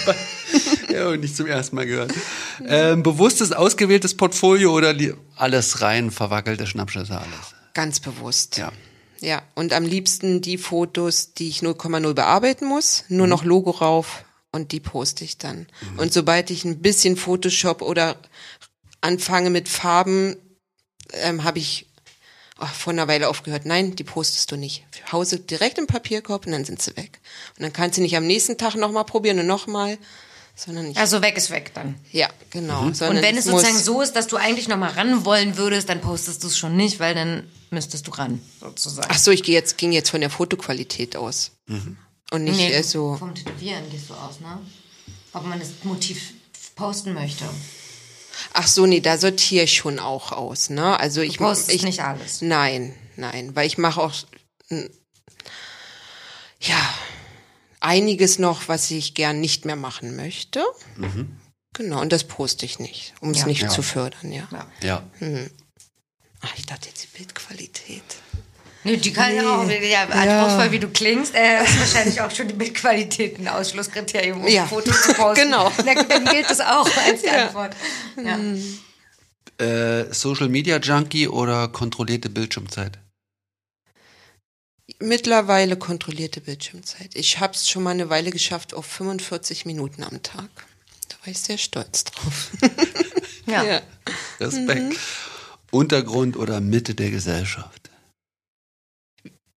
Ja, und nicht zum ersten Mal gehört. Ähm, bewusstes, ausgewähltes Portfolio oder li- alles rein, verwackelte Schnappschüsse, alles? Ganz bewusst. Ja. Ja, und am liebsten die Fotos, die ich null Komma null bearbeiten muss, nur noch Logo rauf und die poste ich dann. Und sobald ich ein bisschen Photoshop oder anfange mit Farben, ähm, habe ich oh, vor einer Weile aufgehört. Nein, die postest du nicht. Hause direkt im Papierkorb und dann sind sie weg. Und dann kannst du nicht am nächsten Tag nochmal probieren und nochmal, sondern ich, Also weg ist weg dann. ja, genau. Sondern Und wenn es muss- sozusagen so ist, dass du eigentlich noch mal ran wollen würdest, dann postest du es schon nicht, weil dann müsstest du ran, sozusagen. Ach so, ich gehe jetzt, ging jetzt von der Fotoqualität aus. Und nicht Nee, äh, so. vom Tätowieren gehst du aus, ne? Ob man das Motiv posten möchte. Ach so, nee, da sortiere ich schon auch aus, ne? Also ich postest ich nicht alles. Nein, nein, weil ich mache auch n- ja einiges noch, was ich gern nicht mehr machen möchte. Genau, und das poste ich nicht, um es Ja. nicht Ja. zu fördern, ja. Ja. Ja. Ach, ich dachte jetzt die Bildqualität. Nee, die kann ja auch, ja, anspruchsvoll wie du klingst, äh, ist wahrscheinlich auch schon die Bildqualität ein Ausschlusskriterium, um Ja. Fotos zu posten. Genau. Na gut, dann gilt das auch als die Antwort. Ja. Äh, Social Media Junkie oder kontrollierte Bildschirmzeit? Mittlerweile kontrollierte Bildschirmzeit. Ich habe es schon mal eine Weile geschafft auf fünfundvierzig Minuten am Tag. Da war ich sehr stolz drauf. Ja. Ja. Respekt. Untergrund oder Mitte der Gesellschaft?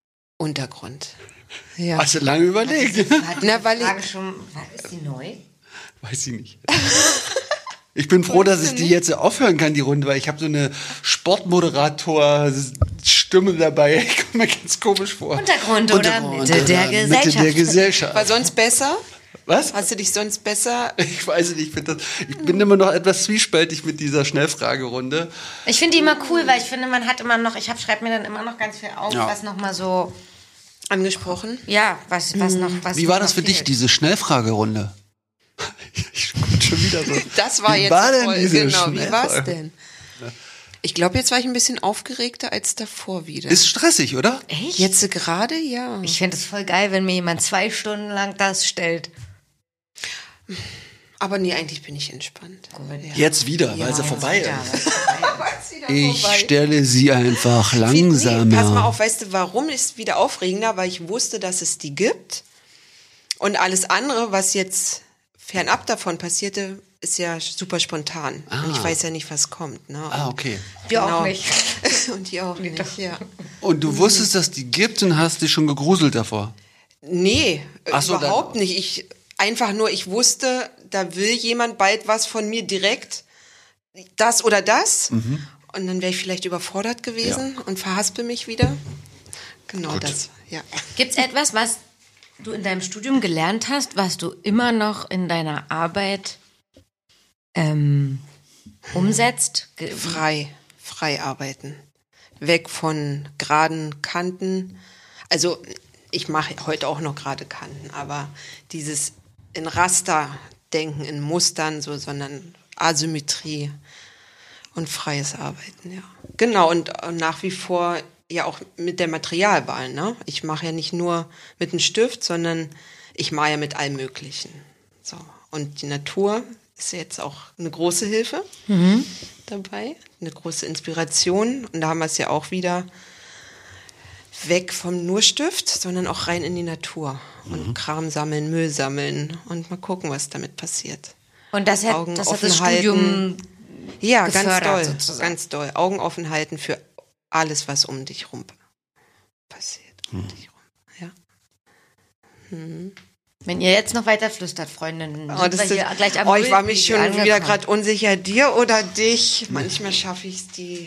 Untergrund. Ja. Hast du lange überlegt? Hat Na, die weil ich- Frage schon, war- ist die neu? Weiß ich nicht. Ich bin froh, dass ich die jetzt aufhören kann, die Runde, weil ich habe so eine Sportmoderator-Stimme dabei. Ich komme mir ganz komisch vor. Untergrund, oder Mitte der Mitte Gesellschaft. der Gesellschaft. War sonst besser? Was? Hast du dich sonst besser? Ich weiß nicht, ich, das, ich bin immer noch etwas zwiespältig mit dieser Schnellfragerunde. Ich finde die immer cool, weil ich finde, man hat immer noch, ich schreibe mir dann immer noch ganz viel auf, Ja. was nochmal so, Angesprochen? ja, was, was noch, was Wie war noch das für fehlt. dich, diese Schnellfragerunde? Ich guck schon wieder so. Das war Wie jetzt war denn voll, diese genau, wie Schnellfrage? war's denn? Ich glaube, jetzt war ich ein bisschen aufgeregter als davor wieder. Ist stressig, oder? Echt? Jetzt gerade, ja. Ich finde es voll geil, wenn mir jemand zwei Stunden lang das stellt. Aber nee, eigentlich bin ich entspannt. Ja. Jetzt wieder, weil sie vorbei ist. Ist wieder Ich vorbei. stelle sie einfach Nee, langsamer. pass mal auf, weißt du, warum ist wieder aufregender? Weil ich wusste, dass es die gibt. Und alles andere, was jetzt fernab davon passierte, ist ja super spontan. Ah. Und ich weiß ja nicht, was kommt. Ne? Ah, okay. Wir Genau. auch nicht. Und die auch nicht, ja. Und du wusstest, dass die gibt und hast dich schon gegruselt davor. Nee, Ach so, überhaupt nicht. Ich einfach nur, ich wusste, da will jemand bald was von mir direkt, das oder das. Mhm. Und dann wäre ich vielleicht überfordert gewesen und verhaspel mich wieder. Genau Gut. das, ja. Gibt es etwas, was du in deinem Studium gelernt hast, was du immer noch in deiner Arbeit ähm, umsetzt? Ge- Frei, frei arbeiten. Weg von geraden Kanten. Also ich mache heute auch noch gerade Kanten, aber dieses in Raster denken, in Mustern, so, sondern Asymmetrie und freies Arbeiten, ja. Genau, und, und nach wie vor ja auch mit der Materialwahl, ne? Ich mache ja nicht nur mit einem Stift, sondern ich mache ja mit allem Möglichen. So. Und die Natur ist jetzt auch eine große Hilfe dabei, eine große Inspiration. Und da haben wir es ja auch wieder weg vom nur Stift, sondern auch rein in die Natur. Und Kram sammeln, Müll sammeln und mal gucken, was damit passiert. Und das hat, Augen das, hat das offen halten. Studium Ja, ganz gefördert doll, sozusagen. ganz doll. Augen offen halten für alles, was um dich rum passiert. Um dich rum. Ja. Wenn ihr jetzt noch weiter flüstert, Freundinnen, Oh, sind das wir ist, hier gleich am oh, ich war mich Müllwiege schon wieder angekommen. gerade unsicher, dir oder dich. Manchmal schaffe ich es die.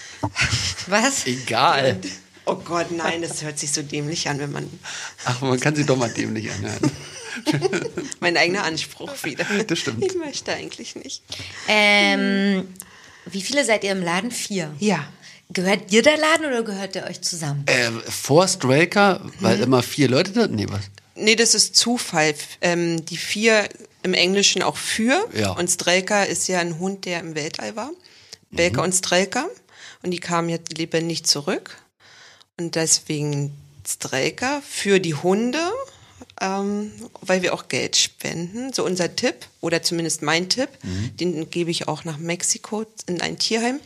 Was? Egal. Oh Gott, nein, das hört sich so dämlich an, wenn man. Ach, man kann sie doch mal dämlich anhören. Mein eigener Anspruch wieder. Das stimmt. Ich möchte eigentlich nicht. Ähm, wie viele seid ihr im Laden? Vier. Ja. Gehört ihr der Laden oder gehört ihr euch zusammen? Äh, vor Straker, weil immer vier Leute da. Nee, was? Nee, das ist Zufall. Ähm, die vier im Englischen auch für. Ja. Und Strelka ist ja ein Hund, der im Weltall war. Belka und Strelka. Und die kamen jetzt lebendig zurück. Und deswegen Strelka für die Hunde, ähm, weil wir auch Geld spenden. So unser Tipp, oder zumindest mein Tipp, den gebe ich auch nach Mexiko in ein Tierheim.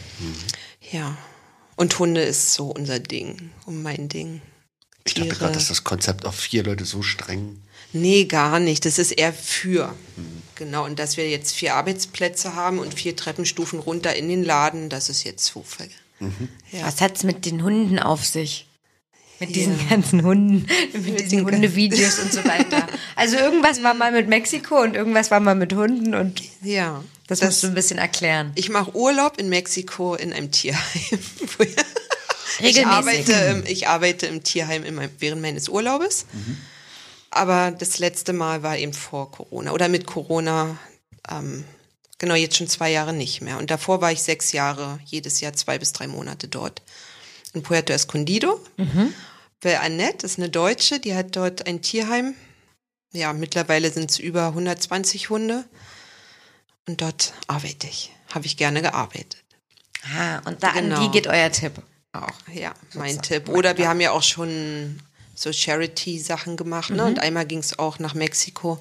Ja. Und Hunde ist so unser Ding und mein Ding. Ich dachte Tiere. gerade, dass das Konzept auf vier Leute so streng. Nee, gar nicht. Das ist eher für. Genau, und dass wir jetzt vier Arbeitsplätze haben und vier Treppenstufen runter in den Laden, das ist jetzt Zufall. Ja. Was hat's mit den Hunden auf sich? Mit diesen ganzen Hunden, mit diesen den Hundevideos und so weiter. Also irgendwas war mal mit Mexiko und irgendwas war mal mit Hunden und Ja. das, musst du ein bisschen erklären. Ich mache Urlaub in Mexiko in einem Tierheim. Ich Regelmäßig. arbeite, im, ich arbeite im Tierheim in meinem, während meines Urlaubes. Aber das letzte Mal war eben vor Corona. Oder mit Corona, ähm, genau, jetzt schon zwei Jahre nicht mehr. Und davor war ich sechs Jahre, jedes Jahr zwei bis drei Monate dort. In Puerto Escondido. Weil Annette ist eine Deutsche, die hat dort ein Tierheim. Ja, mittlerweile sind es über hundertzwanzig Hunde. Und dort arbeite ich. Habe ich gerne gearbeitet. Ah, und da Genau. an die geht euer Tipp auch. Ja, mein Tipp. Oder wir haben ja auch schon so Charity-Sachen gemacht, ne? Und einmal ging es auch nach Mexiko.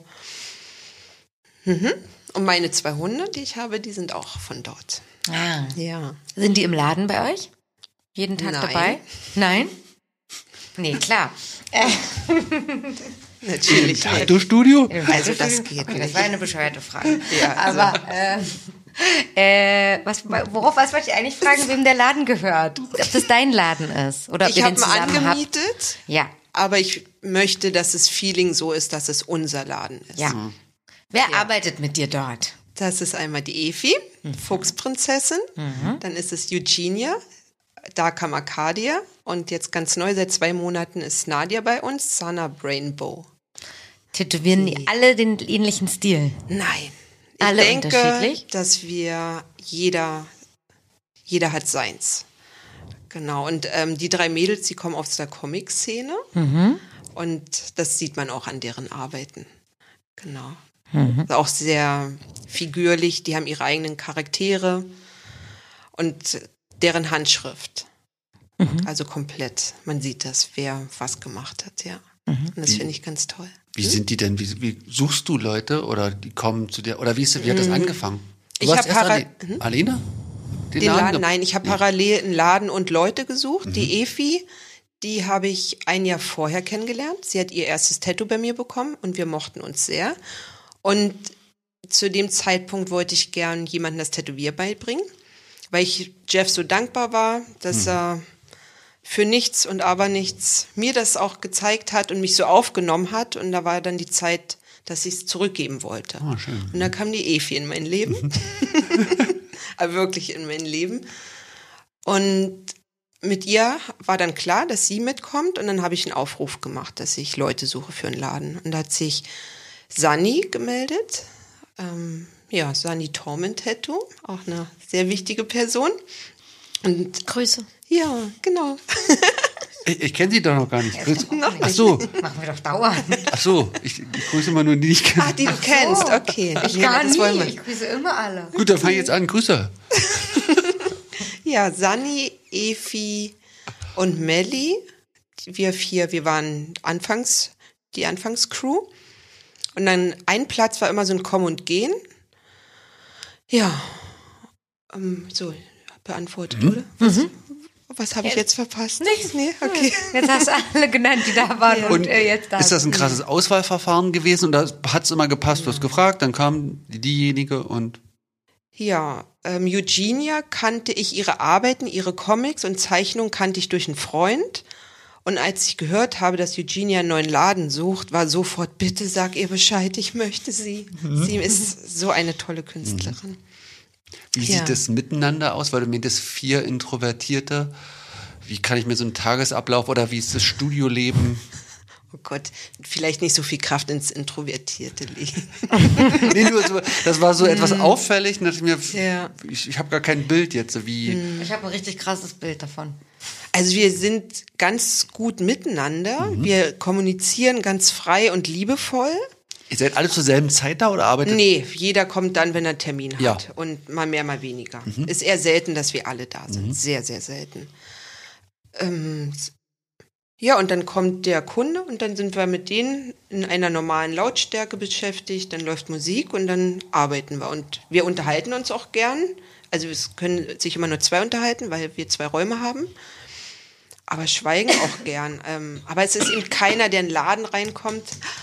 Mhm. Und meine zwei Hunde, die ich habe, die sind auch von dort. Ah. Ja. Sind die im Laden bei euch? Jeden Tag Nein. dabei? Nein? Nee, klar. Natürlich nicht. Tattoo-Studio? Also das geht Okay, das nicht. war eine bescheuerte Frage. Ja, also- Aber ähm, äh, was, worauf was wollte ich eigentlich fragen, wem der Laden gehört? Ob das dein Laden ist oder ob Ich ihr habe den mal zusammen habt? angemietet, Ja, aber ich möchte, dass das Feeling so ist, dass es unser Laden ist. ja. Wer Ja. arbeitet mit dir dort? Das ist einmal die Efi, Fuchsprinzessin. Dann ist es Eugenia, Darkham Arcadia. Und jetzt ganz neu, seit zwei Monaten ist Nadia bei uns, Sana Brainbow. Tätowieren die alle den ähnlichen Stil? Nein. Ich Alle denke, unterschiedlich? dass wir jeder, jeder hat seins. Genau. Und ähm, die drei Mädels, die kommen aus der Comic-Szene. Und das sieht man auch an deren Arbeiten. Genau. Also auch sehr figürlich. Die haben ihre eigenen Charaktere und deren Handschrift. Also komplett. Man sieht das, wer was gemacht hat, ja. Und das finde ich ganz toll. Wie sind die denn? Wie, wie suchst du Leute oder die kommen zu dir? Oder wie, ist, wie hat das angefangen? Du Ich hast hab erst para- Ale- Alena? Den, Den Laden, ge- nein, ich habe parallel einen Laden und Leute gesucht. Die Efi, die habe ich ein Jahr vorher kennengelernt. Sie hat ihr erstes Tattoo bei mir bekommen und wir mochten uns sehr. Und zu dem Zeitpunkt wollte ich gern jemandem das Tätowier beibringen, weil ich Jeff so dankbar war, dass er für nichts und aber nichts mir das auch gezeigt hat und mich so aufgenommen hat. Und da war dann die Zeit, dass ich es zurückgeben wollte. Ah, schön. Und dann kam die Efi in mein Leben. Aber wirklich in mein Leben. Und mit ihr war dann klar, dass sie mitkommt. Und dann habe ich einen Aufruf gemacht, dass ich Leute suche für einen Laden. Und da hat sich Sani gemeldet. Ähm, ja, Sani Torment Tattoo, auch eine sehr wichtige Person. Und Grüße. ja, genau. Ich, ich kenne sie doch noch gar nicht. Grüß- Noch Ach so, Machen wir doch dauernd. ach so. Ich, ich grüße mal nur die, die ich kenne. Ah, die du kennst, okay. Ich Nee, gar das wollen nie. wir. Ich grüße immer alle. Gut, dann fange ich jetzt an. Grüße. Ja, Sani, Efi und Melli, wir vier, wir waren anfangs, die Anfangscrew. Und dann ein Platz war immer so ein Kommen und Gehen. Ja, ähm, so, beantwortet, oder? Was, was habe ich jetzt verpasst? Nichts. Nee, okay. Jetzt hast du alle genannt, die da waren und, Und äh, jetzt da ist das ein sind. krasses Auswahlverfahren gewesen? Und da hat es immer gepasst? Du hast gefragt, dann kam diejenige und... Ja, ähm, Eugenia kannte ich ihre Arbeiten, ihre Comics und Zeichnungen kannte ich durch einen Freund. Und als ich gehört habe, dass Eugenia einen neuen Laden sucht, war sofort, bitte sag ihr Bescheid, ich möchte sie. Sie ist so eine tolle Künstlerin. Wie Ja. sieht das miteinander aus? Weil du meintest, vier Introvertierte. Wie kann ich mir so einen Tagesablauf oder wie ist das Studioleben? Oh Gott, vielleicht nicht so viel Kraft ins Introvertierte legen. Nee, nur so, das war so etwas auffällig. Und dachte ich mir, Ja. ich, ich habe gar kein Bild jetzt, wie... Ich habe ein richtig krasses Bild davon. Also wir sind ganz gut miteinander. Wir kommunizieren ganz frei und liebevoll. Ihr seid alle zur selben Zeit da oder arbeitet? Nee, jeder kommt dann, wenn er einen Termin hat. Ja. Und mal mehr, mal weniger. Ist eher selten, dass wir alle da sind. Sehr, sehr selten. Ähm, ja, und dann kommt der Kunde und dann sind wir mit denen in einer normalen Lautstärke beschäftigt. Dann läuft Musik und dann arbeiten wir. Und wir unterhalten uns auch gern. Also es können sich immer nur zwei unterhalten, weil wir zwei Räume haben. Aber schweigen auch gern. Ähm, aber es ist eben keiner, der in den Laden reinkommt.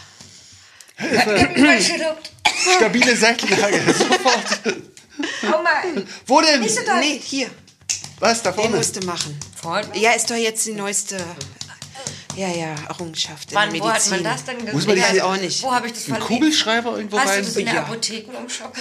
Stabile Seitenlage, sofort. Schau mal. Wo denn? Nee, hier. Was, da Den vorne? musste machen. Vorne? Ja, ist doch jetzt die neueste, ja, ja, Errungenschaft in Wann, der wo hat Medizin. man das denn gesehen? Muss man Ich die weiß hier- auch nicht. Wo habe ich das Ein verlegt? Kugelschreiber irgendwo Hast rein? du das in der Ja. Apotheke umschockt?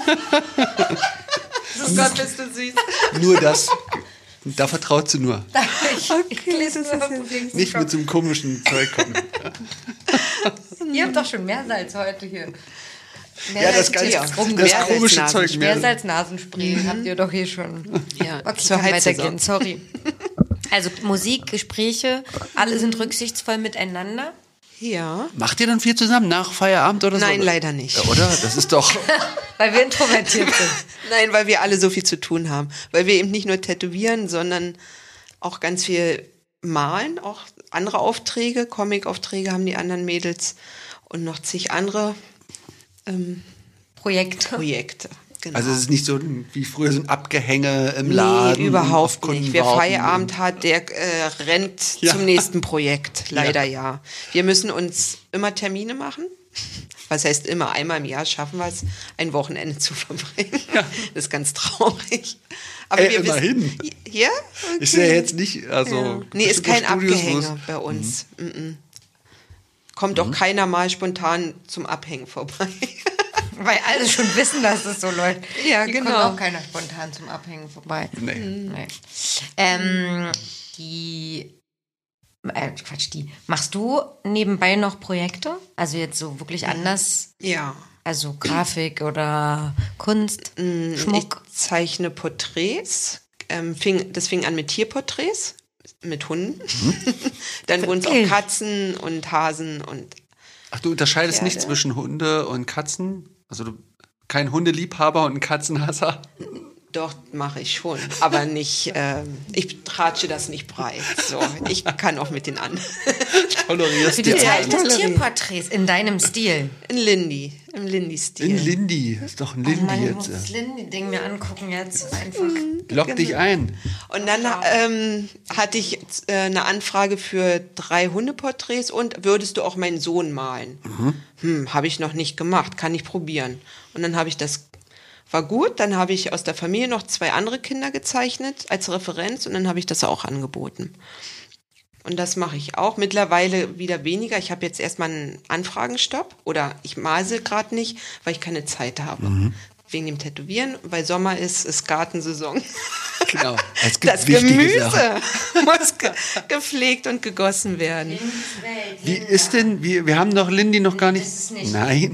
Oh Gott, bist du süß. Nur das. Da vertraut sie nur. Ich, ich lese nur auf dem Ding. Nicht mit so einem komischen Zeug kommen. Ihr habt doch schon Meersalz heute hier. Ja, das, ganz, Ja. das Mehrsalz- komische Nasen- Zeug. Mehr. Meersalz-Nasenspray habt ihr doch hier schon. Ja, Okay, zur kann Heizsaison. weitergehen, sorry. Also Musik, Gespräche, alle sind rücksichtsvoll miteinander. Ja. Macht ihr dann viel zusammen nach Feierabend oder so? Nein, leider nicht. Ja, oder? Das ist doch... Weil wir introvertiert sind. Nein, weil wir alle so viel zu tun haben. Weil wir eben nicht nur tätowieren, sondern auch ganz viel malen, auch andere Aufträge, Comic-Aufträge haben die anderen Mädels und noch zig andere ähm, Projekte. Projekte. Genau. Also es ist nicht so wie früher so ein Abgehänge im Laden. Nee, überhaupt auf Kunden nicht. Wer warten. Feierabend hat, der äh, rennt Ja. zum nächsten Projekt. Leider ja. Wir müssen uns immer Termine machen. Was heißt immer? Einmal im Jahr schaffen wir es, ein Wochenende zu verbringen. Das ist ganz traurig. Aber Ey, wir immerhin. wissen. Ja? Okay. Ist ja jetzt nicht... Also Ja. Nee, ist kein Studios, wo es- Abgehänger bei uns. Mhm. Kommt auch keiner mal spontan zum Abhängen vorbei. Weil alle schon wissen, dass es so läuft. Ja, Hier genau. kommt auch keiner spontan zum Abhängen vorbei. Nee. Nee. Ähm, die, äh, Quatsch, die, machst du nebenbei noch Projekte? Also jetzt so wirklich anders, Ja. also Grafik oder Kunst, Schmuck? Ich zeichne Porträts. Ähm, fing, das fing an mit Tierporträts, mit Hunden. Dann wurden es Okay. auch Katzen und Hasen und Ach, du unterscheidest nicht Pferde. zwischen Hunde und Katzen? Also du kein Hundeliebhaber und ein Katzenhasser? doch, mache ich schon. Aber nicht, ähm, ich tratsche das nicht breit. So, ich kann auch mit den anderen. Tolerierst Du die zeichnest anderen? Tierporträts in deinem Stil. In Lindy, im Lindy-Stil. In Lindy. Ist doch ein Lindy Oh Mann, ich muss jetzt. das Lindy-Ding mir angucken jetzt. Einfach. Lock dich ein. Und dann ähm, hatte ich äh, eine Anfrage für drei Hundeporträts und würdest du auch meinen Sohn malen? Mhm. Hm, habe ich noch nicht gemacht, kann ich probieren. Und dann habe ich das, war gut, dann habe ich aus der Familie noch zwei andere Kinder gezeichnet als Referenz und dann habe ich das auch angeboten. Und das mache ich auch. Mittlerweile wieder weniger. Ich habe jetzt erstmal einen Anfragenstopp oder ich male sie gerade nicht, weil ich keine Zeit habe. Mhm. Wegen dem Tätowieren, weil Sommer ist, ist Gartensaison. Genau. Es gibt Das wichtige Sachen. Gemüse muss ge gepflegt und gegossen werden. Wie ist denn, wie, wir haben doch Lindy noch gar nicht. Das ist nicht- Nein.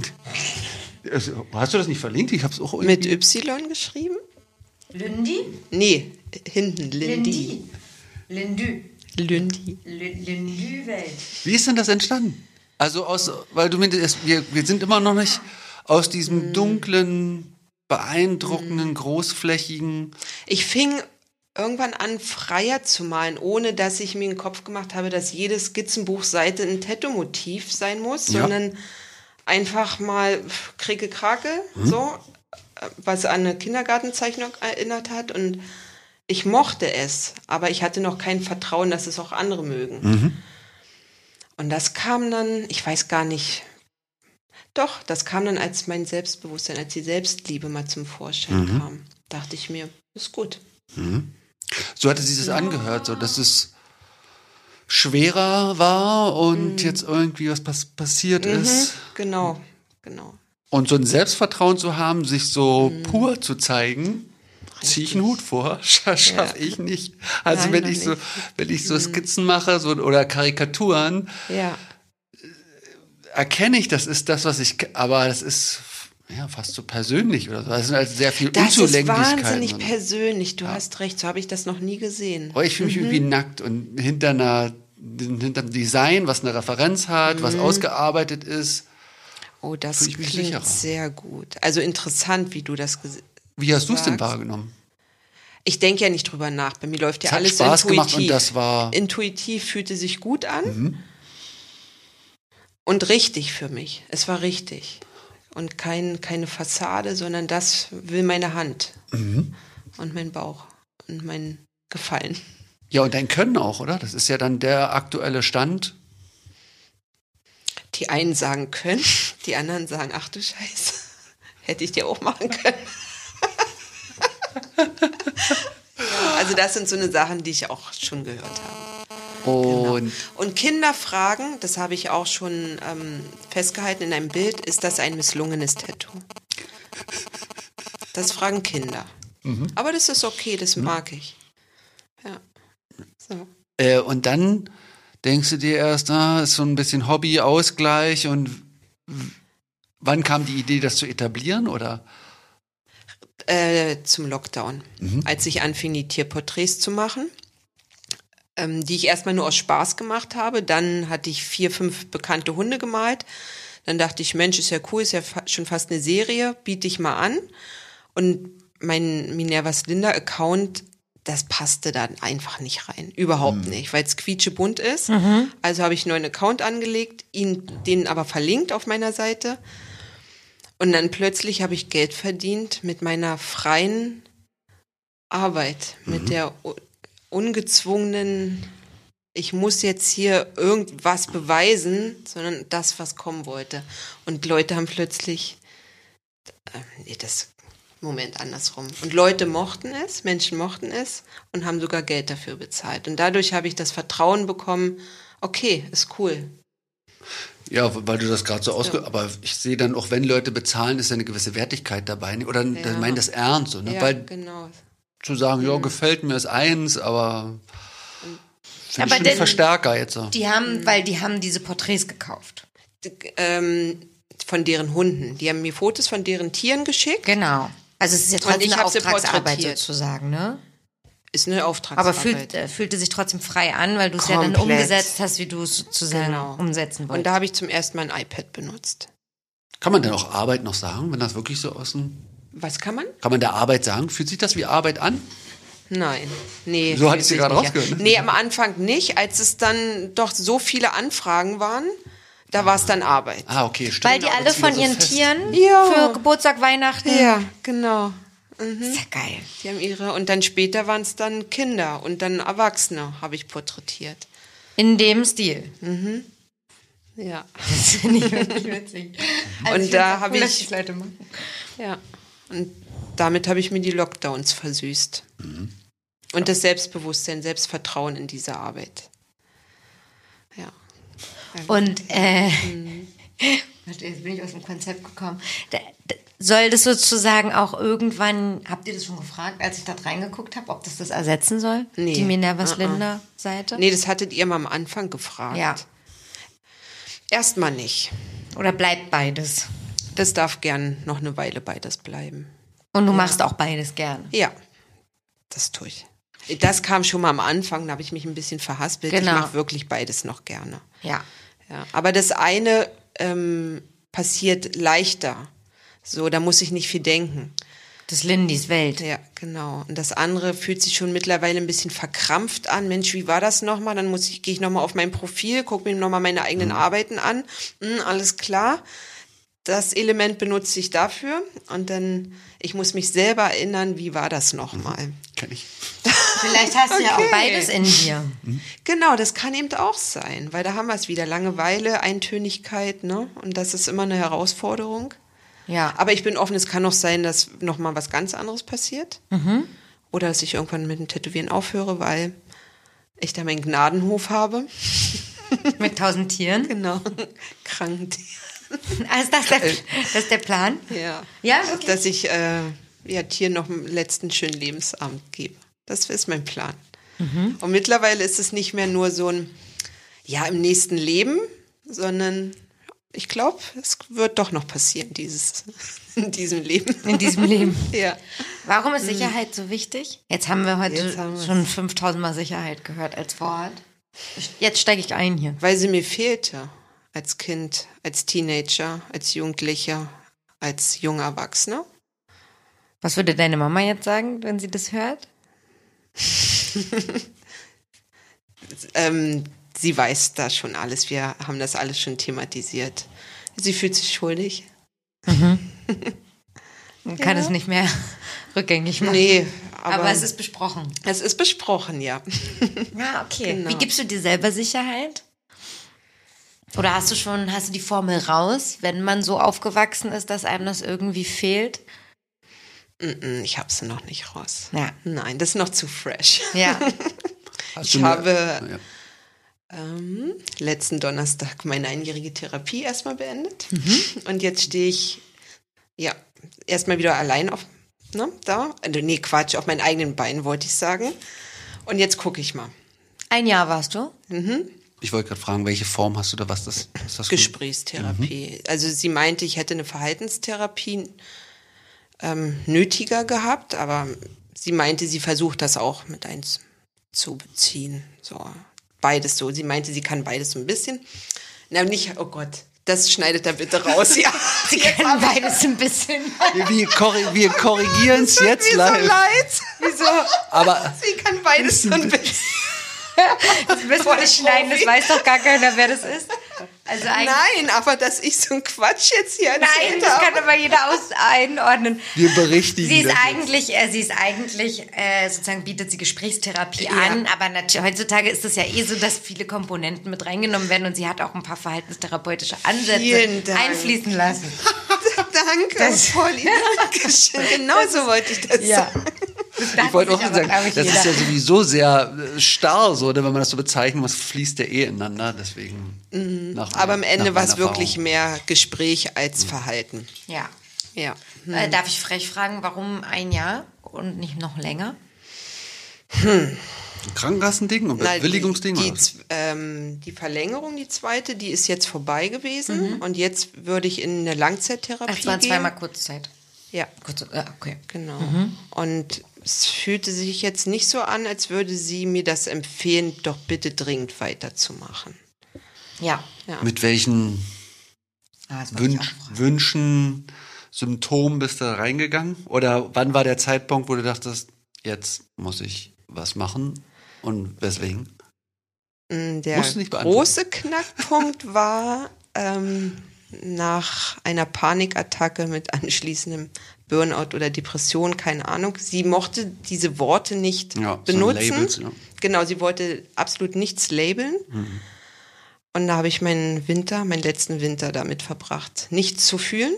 Also, hast du das nicht verlinkt? Ich habe es auch irgendwie. Mit Y geschrieben? Lindy? Nee, hinten Lindy. Lindy. Lindy. Lindy-Welt. Wie ist denn das entstanden? Also aus, weil du meintest, wir, wir sind immer noch nicht aus diesem dunklen, beeindruckenden, großflächigen. Ich fing irgendwann an, freier zu malen, ohne dass ich mir den Kopf gemacht habe, dass jede Skizzenbuchseite ein Tattoo-Motiv sein muss, Ja. sondern einfach mal Krake-Krake, so, äh, was an eine Kindergartenzeichnung erinnert hat. Und ich mochte es, aber ich hatte noch kein Vertrauen, dass es auch andere mögen. Und das kam dann, ich weiß gar nicht, doch, das kam dann, als mein Selbstbewusstsein, als die Selbstliebe mal zum Vorschein kam. Dachte ich mir, ist gut. So hatte sich das angehört, so dass es schwerer war und jetzt irgendwie was pass passiert ist. Genau, genau. Und so ein Selbstvertrauen zu haben, sich so pur zu zeigen, ziehe ich einen Hut vor, schaffe Ja. ich nicht. Also Nein, wenn noch ich so, nicht. wenn ich so Skizzen mache so, oder Karikaturen, Ja, erkenne ich, das ist das, was ich, aber das ist ja fast so persönlich oder so. Das sind also sehr viel das ist Unzulänglichkeiten. wahnsinnig Und- persönlich. Du hast recht, so habe ich das noch nie gesehen. Aber ich fühle mich irgendwie nackt und hinter einer, hinter einem Design, was eine Referenz hat, was ausgearbeitet ist. Oh, das Fühl ich mich klingt sicherer. sehr gut. Also interessant, wie du das gesehen Wie hast du es denn sagst. wahrgenommen? Ich denke ja nicht drüber nach. Bei mir läuft ja Es hat alles Spaß intuitiv. gemacht und das war- Intuitiv fühlte sich gut an. Und richtig für mich. Es war richtig. Und kein, keine Fassade, sondern das will meine Hand. Und mein Bauch. Und mein Gefallen. Ja, und dein Können auch, oder? Das ist ja dann der aktuelle Stand. Die einen sagen können, die anderen sagen, ach du Scheiße. Hätte ich dir auch machen können. Ja, also das sind so eine Sachen, die ich auch schon gehört habe. Und Und Kinder fragen, das habe ich auch schon ähm, festgehalten in einem Bild, ist das ein misslungenes Tattoo? Das fragen Kinder. Aber das ist okay, das mag ich. Ja. So. Äh, und dann denkst du dir erst, ah, ist so ein bisschen Hobby, Ausgleich und w- wann kam die Idee, das zu etablieren, oder? Äh, zum Lockdown, als ich anfing, die Tierporträts zu machen, ähm, die ich erstmal nur aus Spaß gemacht habe. Dann hatte ich vier, fünf bekannte Hunde gemalt. Dann dachte ich, Mensch, ist ja cool, ist ja fa schon fast eine Serie, biete ich mal an. Und mein Minervas Linda-Account, das passte dann einfach nicht rein. Überhaupt nicht, weil es quietschebunt ist. Also habe ich einen neuen Account angelegt, ihn den aber verlinkt auf meiner Seite. Und dann plötzlich habe ich Geld verdient mit meiner freien Arbeit, mit der u- ungezwungenen, ich muss jetzt hier irgendwas beweisen, sondern das, was kommen wollte. Und Leute haben plötzlich, äh, nee, das, Moment, andersrum. Und Leute mochten es, Menschen mochten es und haben sogar Geld dafür bezahlt. Und dadurch habe ich das Vertrauen bekommen, okay, ist cool. Ja, weil du das gerade so ausge... Ja. Aber ich sehe dann auch, wenn Leute bezahlen, ist ja eine gewisse Wertigkeit dabei. Oder ja. dann meinen das ernst. So, ne? Ja, weil genau. Zu sagen, mhm. ja, gefällt mir ist eins, aber... Aber schon ein Verstärker jetzt so. Die haben, mhm. weil die haben diese Porträts gekauft. Die, ähm, von deren Hunden. Die haben mir Fotos von deren Tieren geschickt. Genau. Also es ist ja trotzdem eine Auftragsarbeit sozusagen, ne? Ist eine Auftragsarbeit. Aber fühlt, äh, fühlte sich trotzdem frei an, weil du es ja dann umgesetzt hast, wie du es sozusagen genau. umsetzen wolltest. Und da habe ich zum ersten Mal ein iPad benutzt. Kann man denn auch Arbeit noch sagen, wenn das wirklich so aus dem... Was kann man? Kann man der Arbeit sagen? Fühlt sich das wie Arbeit an? Nein, nee. So hatte ich sie gerade rausgehört. Ne? Nee, am Anfang nicht. Als es dann doch so viele Anfragen waren, da war es dann Arbeit. Ah, okay, stimmt. Weil die alle von so ihren fest. Tieren ja. für Geburtstag, Weihnachten... Ja, genau. Mhm. Ist ja geil. Die haben ihre, und dann später waren es dann Kinder und dann Erwachsene, habe ich porträtiert. In dem Stil. Mhm. Ja. Das finde ich wirklich witzig. Also und da habe cool, ich. Leute machen. Ja. Und damit habe ich mir die Lockdowns versüßt. Mhm. Und das Selbstbewusstsein, Selbstvertrauen in diese Arbeit. Ja. Und äh, mhm. warte, jetzt bin ich aus dem Konzept gekommen. Da, da, soll das sozusagen auch irgendwann, habt ihr das schon gefragt, als ich da reingeguckt habe, ob das das ersetzen soll? Nee. Die Minervas Linda Seite? Nee, das hattet ihr mal am Anfang gefragt. Ja. Erstmal nicht. Oder bleibt beides? Das darf gern noch eine Weile beides bleiben. Und du ja. machst auch beides gern? Ja, das tue ich. Das kam schon mal am Anfang, da habe ich mich ein bisschen verhaspelt. Genau. Ich mache wirklich beides noch gerne. Ja. Ja. Aber das eine ähm, passiert leichter. So, da muss ich nicht viel denken. Das Lindis Welt. Ja, genau. Und das andere fühlt sich schon mittlerweile ein bisschen verkrampft an. Mensch, wie war das nochmal? Dann muss ich, gehe ich nochmal auf mein Profil, gucke mir nochmal meine eigenen mhm. Arbeiten an. Hm, alles klar. Das Element benutze ich dafür. Und dann, ich muss mich selber erinnern, wie war das nochmal? Mhm. Kenn ich. Vielleicht hast du okay. ja auch beides in dir. Mhm. Genau, das kann eben auch sein. Weil da haben wir es wieder. Langeweile, Eintönigkeit, ne? Und das ist immer eine Herausforderung. Ja. Aber ich bin offen, es kann auch sein, dass nochmal was ganz anderes passiert. Mhm. Oder dass ich irgendwann mit dem Tätowieren aufhöre, weil ich da meinen Gnadenhof habe. Mit tausend Tieren? Genau. Kranken Tieren. Also das, der, das ist der Plan? Ja. Ja, okay. Dass ich äh, ja, Tieren noch einen letzten schönen Lebensabend gebe. Das ist mein Plan. Mhm. Und mittlerweile ist es nicht mehr nur so ein, ja, im nächsten Leben, sondern ich glaube, es wird doch noch passieren, dieses, in diesem Leben. In diesem Leben. Ja. Warum ist Sicherheit so wichtig? Jetzt haben wir heute haben schon fünftausend Mal Sicherheit gehört als Vorhat. Jetzt steige ich ein hier. Weil sie mir fehlte. Als Kind, als Teenager, als Jugendlicher, als junger Erwachsener. Was würde deine Mama jetzt sagen, wenn sie das hört? ähm, sie weiß das schon alles. Wir haben das alles schon thematisiert. Sie fühlt sich schuldig. Mhm. Man kann ja. es nicht mehr rückgängig machen. Nee, aber, aber es ist besprochen. Es ist besprochen, ja. Ja, okay. Genau. Wie gibst du dir selber Sicherheit? Oder hast du schon, hast du die Formel raus, wenn man so aufgewachsen ist, dass einem das irgendwie fehlt? Ich habe sie noch nicht raus. Ja. Nein, das ist noch zu fresh. Ja. Ich habe ja. ähm, letzten Donnerstag meine einjährige Therapie erstmal beendet. Mhm. Und jetzt stehe ich ja erstmal wieder allein auf, ne, da. Nee, Quatsch, auf meinen eigenen Beinen wollte ich sagen. Und jetzt gucke ich mal. Ein Jahr warst du? Mhm. Ich wollte gerade fragen, welche Form hast du da? Was das? Was das Gesprächstherapie. Mhm. Also sie meinte, ich hätte eine Verhaltenstherapie ähm, nötiger gehabt, aber sie meinte, sie versucht das auch mit einzubeziehen. So beides so. Sie meinte, sie kann beides so ein bisschen. Na nicht, oh Gott, das schneidet da bitte raus. Ja, sie kann beides ein bisschen. Wir, wir, korri- wir korrigieren es jetzt mir live. So leid. Wieso? Aber sie kann beides so ein bisschen. Das müssen wir nicht schneiden, das weiß doch gar keiner, wer das ist. Also Nein, aber dass ich so einen Quatsch jetzt hier erzählt Nein, das kann aber jeder aus einordnen. Wir berichtigen Sie ist das eigentlich, äh, sie ist eigentlich äh, sozusagen bietet sie Gesprächstherapie ja. an, aber nat- heutzutage ist es ja eh so, dass viele Komponenten mit reingenommen werden und sie hat auch ein paar verhaltenstherapeutische Ansätze einfließen lassen. Danke, das Polly. Dankeschön. Genau so wollte ich das ja. sagen. Ich wollte auch sagen, das ist ja sowieso sehr äh, starr, so, ne, wenn man das so bezeichnen muss, fließt ja eh ineinander, deswegen. Mhm. Nach, Aber am Ende war es wirklich Erfahrung. mehr Gespräch als Verhalten. Ja. Ja. Äh, darf ich frech fragen, warum ein Jahr und nicht noch länger? Ein Krankenkassending und Na, Bewilligungsding? Die, oder die, was? ähm, die Verlängerung, die zweite, die ist jetzt vorbei gewesen. Und jetzt würde ich in eine Langzeittherapie Ach, es waren gehen. zweimal Kurzzeit. Ja, Kurz, äh, okay. genau. Und es fühlte sich jetzt nicht so an, als würde sie mir das empfehlen, doch bitte dringend weiterzumachen. Ja. Ja. Mit welchen Ah, das wollte ich Wünsch, auch fragen. Wünschen, Symptomen bist du reingegangen? Oder wann war der Zeitpunkt, wo du dachtest, jetzt muss ich was machen? Und weswegen? Der Musst du nicht beantworten. große Knackpunkt war ähm, nach einer Panikattacke mit anschließendem Burnout oder Depression, keine Ahnung. Sie mochte diese Worte nicht Ja, so benutzen. Labels, ja. Genau, sie wollte absolut nichts labeln. Und da habe ich meinen Winter, meinen letzten Winter damit verbracht, nichts zu fühlen.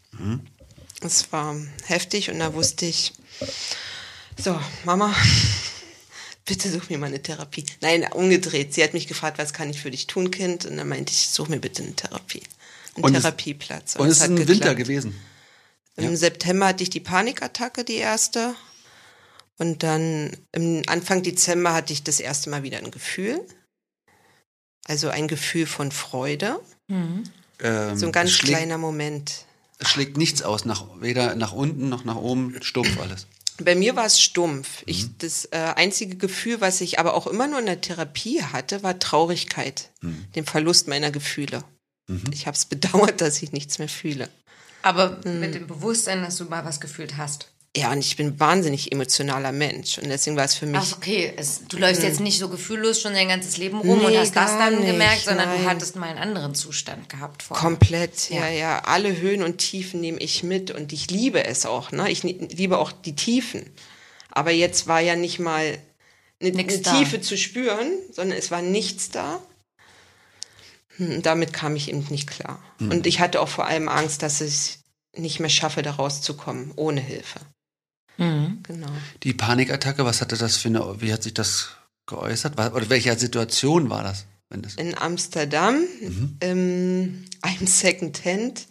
Es war heftig und da wusste ich, so, Mama, bitte such mir mal eine Therapie. Nein, umgedreht. Sie hat mich gefragt, was kann ich für dich tun, Kind? Und dann meinte ich, such mir bitte eine Therapie. Einen Und es- Therapieplatz. Und es ist hat ein geklappt. Winter gewesen. Im September hatte ich die Panikattacke, die erste. Und dann im Anfang Dezember hatte ich das erste Mal wieder ein Gefühl. Also ein Gefühl von Freude. Ähm, So ein ganz es schlägt, kleiner Moment. Es schlägt nichts aus, nach, weder nach unten noch nach oben, stumpf alles. Bei mir war es stumpf. Ich, das äh, einzige Gefühl, was ich aber auch immer nur in der Therapie hatte, war Traurigkeit. Den Verlust meiner Gefühle. Ich habe es bedauert, dass ich nichts mehr fühle. Aber mit dem Bewusstsein, dass du mal was gefühlt hast. Ja, und ich bin ein wahnsinnig emotionaler Mensch. Und deswegen war es für mich... Ach, okay. Es, du läufst jetzt nicht so gefühllos schon dein ganzes Leben rum und Nee, hast das gar dann nicht, gemerkt, sondern du nein. hattest mal einen anderen Zustand gehabt vorher. Komplett, ja, Ja. ja. Alle Höhen und Tiefen nehme ich mit und ich liebe es auch. Ne? Ich ne- liebe auch die Tiefen. Aber jetzt war ja nicht mal eine, Nix eine da. Tiefe zu spüren, sondern es war nichts da. Hm, damit kam ich eben nicht klar. Und ich hatte auch vor allem Angst, dass ich nicht mehr schaffe, da rauszukommen, ohne Hilfe. Mhm. Genau. Die Panikattacke, was hatte das für eine, wie hat sich das geäußert? War- Oder welche Situation war das? Wenn das In Amsterdam, in einem Second Hand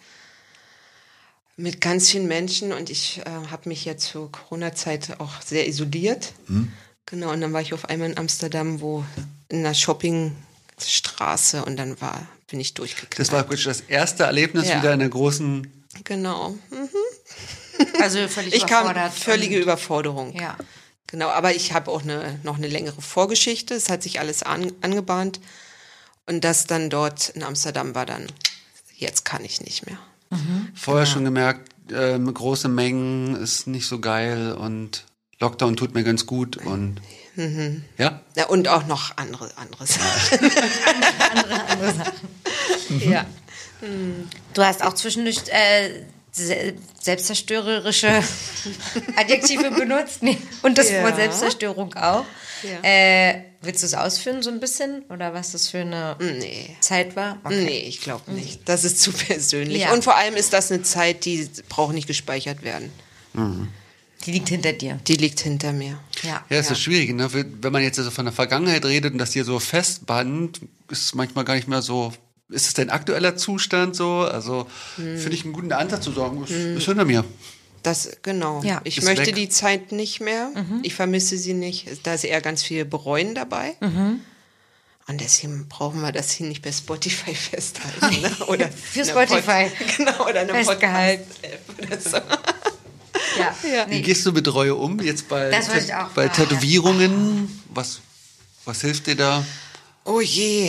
mit ganz vielen Menschen und ich äh, habe mich ja zur Corona-Zeit auch sehr isoliert. Genau, und dann war ich auf einmal in Amsterdam, wo in einer Shoppingstraße und dann war, bin ich durchgeknallt. das war praktisch das erste Erlebnis Ja. wieder in der großen. Genau. Hm. Also völlig Ich kam überfordert. völlige und- Überforderung. Ja. Genau, aber ich habe auch eine, noch eine längere Vorgeschichte. Es hat sich alles an, angebahnt. Und das dann dort in Amsterdam war dann, jetzt kann ich nicht mehr. Vorher schon gemerkt, ähm, große Mengen ist nicht so geil und Lockdown tut mir ganz gut und ja. Ja, und auch noch andere, andere Sachen. Andere, andere Sachen. Ja. Du hast auch zwischendurch äh, se selbstzerstörerische Adjektive benutzt. Nee. Und das Ja. Wort Selbstzerstörung auch. Ja. Äh, willst du es ausführen so ein bisschen? Oder was das für eine Nee. Zeit war? Nee, ich glaube nicht. Das ist zu persönlich. Ja. Und vor allem ist das eine Zeit, die braucht nicht gespeichert werden. Die liegt hinter dir. Die liegt hinter mir. Ja. Ja, ist so schwierig, ne? Wenn man jetzt also von der Vergangenheit redet und das hier so festband, ist es manchmal gar nicht mehr so. Ist es dein aktueller Zustand so? Also finde ich einen guten Ansatz zu sagen, ist, ist hinter mir. Das, genau. Ja. Ich Ist möchte weg. die Zeit nicht mehr. Ich vermisse sie nicht. Da ist eher ganz viel Bereuen dabei. Und deswegen brauchen wir das hier nicht bei Spotify festhalten. Ne? Oder Für einer Spotify. Pod genau, oder eine Festgehalten. Podcast-App oder so. Ja. Ja. Wie Nee. gehst du mit Reue um? Jetzt bei, Das wollte ich auch bei fragen. Tätowierungen? Was, was hilft dir da? Oh je.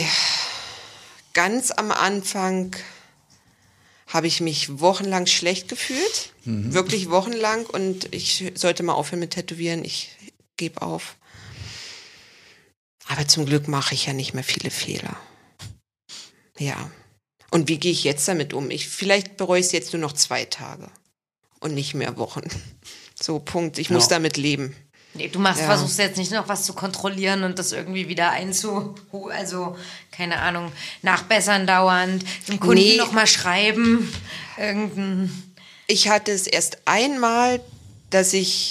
Ganz am Anfang habe ich mich wochenlang schlecht gefühlt. Wirklich wochenlang. Und ich sollte mal aufhören mit Tätowieren. Ich gebe auf. Aber zum Glück mache ich ja nicht mehr viele Fehler. Ja. Und wie gehe ich jetzt damit um? Ich, vielleicht bereue ich es jetzt nur noch zwei Tage. Und nicht mehr Wochen. So, Punkt. Ich muss Ja. damit leben. Nee, du machst, Ja. versuchst jetzt nicht noch was zu kontrollieren und das irgendwie wieder einzu... Also, keine Ahnung, nachbessern dauernd, dem Kunden Nee. noch mal schreiben, irgendein... Ich hatte es erst einmal, dass ich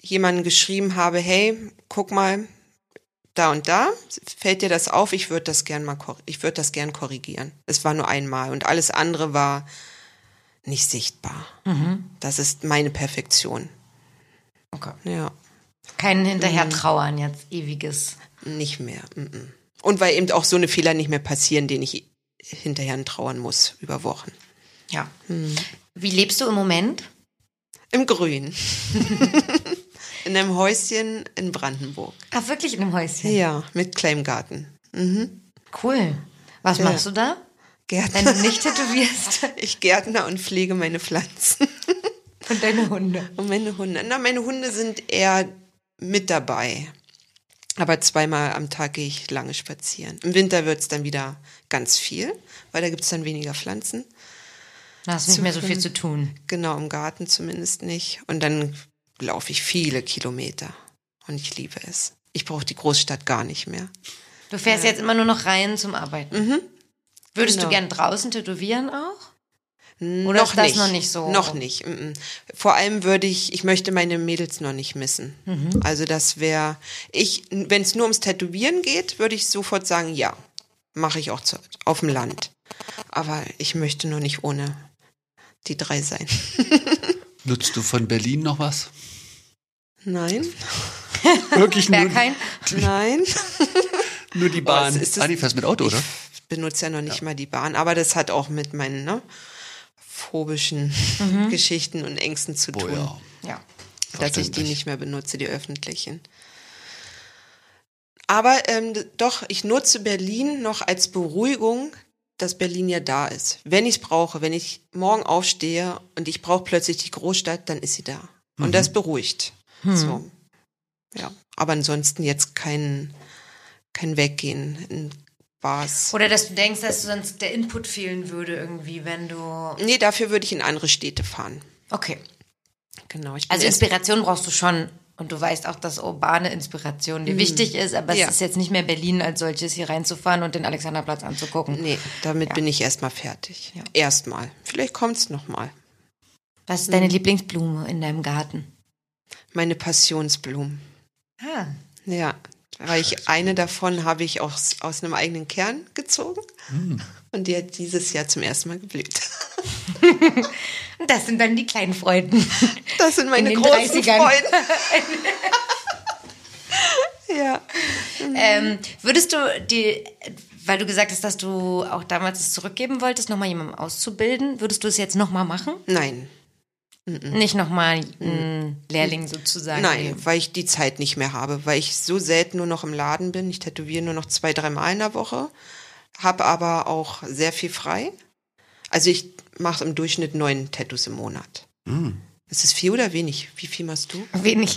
jemandem geschrieben habe, hey, guck mal, da und da, fällt dir das auf? Ich würde das gern mal, ich würde das gern korrigieren. Es war nur einmal und alles andere war nicht sichtbar. Mhm. Das ist meine Perfektion. Okay. Ja. Kein hinterher trauern jetzt, ewiges. Nicht mehr. Und weil eben auch so eine Fehler nicht mehr passieren, den ich hinterher trauern muss über Wochen. Ja. Hm. Wie lebst du im Moment? Im Grün. In einem Häuschen in Brandenburg. Ach, wirklich in einem Häuschen? Ja, mit kleinem Garten. Mhm. Cool. Was ja. machst du da? Gärtner. Wenn du nicht tätowierst? Ich gärtner und pflege meine Pflanzen. Und deine Hunde? Und meine Hunde. Na, meine Hunde sind eher mit dabei. Aber zweimal am Tag gehe ich lange spazieren. Im Winter wird es dann wieder ganz viel, weil da gibt es dann weniger Pflanzen. Da hast du nicht mehr so viel zu tun. Genau, im Garten zumindest nicht. Und dann laufe ich viele Kilometer. Und ich liebe es. Ich brauche die Großstadt gar nicht mehr. Du fährst ja. jetzt immer nur noch rein zum Arbeiten. Mhm. Würdest genau. du gern draußen tätowieren auch? Oder noch ist das nicht. noch nicht so? Noch nicht. Vor allem würde ich, ich möchte meine Mädels noch nicht missen. Mhm. Also das wäre, ich, wenn es nur ums Tätowieren geht, würde ich sofort sagen, ja, mache ich auch zu, auf dem Land. Aber ich möchte noch nicht ohne die drei sein. Nutzt du von Berlin noch was? Nein. Wirklich nur? Kein? Nein. Nur die Bahn. Oh, ist ah, die fährst mit Auto, oder? Ich benutze ja noch nicht ja. mal die Bahn, aber das hat auch mit meinen, ne? phobischen mhm. Geschichten und Ängsten zu tun. Oh, ja. ja. Dass ich die nicht mehr benutze, die öffentlichen. Aber ähm, doch, ich nutze Berlin noch als Beruhigung, dass Berlin ja da ist. Wenn ich es brauche, wenn ich morgen aufstehe und ich brauche plötzlich die Großstadt, dann ist sie da. Und mhm. das beruhigt. Mhm. So. Ja. Aber ansonsten jetzt kein, kein Weggehen in Bars. Oder dass du denkst, dass sonst der Input fehlen würde irgendwie, wenn du... Nee, dafür würde ich in andere Städte fahren. Okay. Genau. Ich bin also Inspiration brauchst du schon und du weißt auch, dass urbane Inspiration dir mhm. wichtig ist, aber ja. es ist jetzt nicht mehr Berlin als solches, hier reinzufahren und den Alexanderplatz anzugucken. Nee, damit ja. bin ich erstmal fertig. Ja. Erstmal. Vielleicht kommt es nochmal. Was ist deine mhm. Lieblingsblume in deinem Garten? Meine Passionsblumen. Ah. Ja. Weil ich eine davon habe ich aus, aus einem eigenen Kern gezogen. Mm. Und die hat dieses Jahr zum ersten Mal geblüht. Das sind dann die kleinen Freuden. Das sind meine großen dreißigern. Freunde. Ja. Ähm, würdest du die, weil du gesagt hast, dass du auch damals es zurückgeben wolltest, nochmal jemandem auszubilden, würdest du es jetzt nochmal machen? Nein. Mm-mm. Nicht nochmal einen Lehrling sozusagen? Nein, nehmen. weil ich die Zeit nicht mehr habe, weil ich so selten nur noch im Laden bin. Ich tätowiere nur noch zwei, dreimal in der Woche, habe aber auch sehr viel frei. Also ich mache im Durchschnitt neun Tattoos im Monat. Mm. Ist das viel oder wenig? Wie viel machst du? Wenig.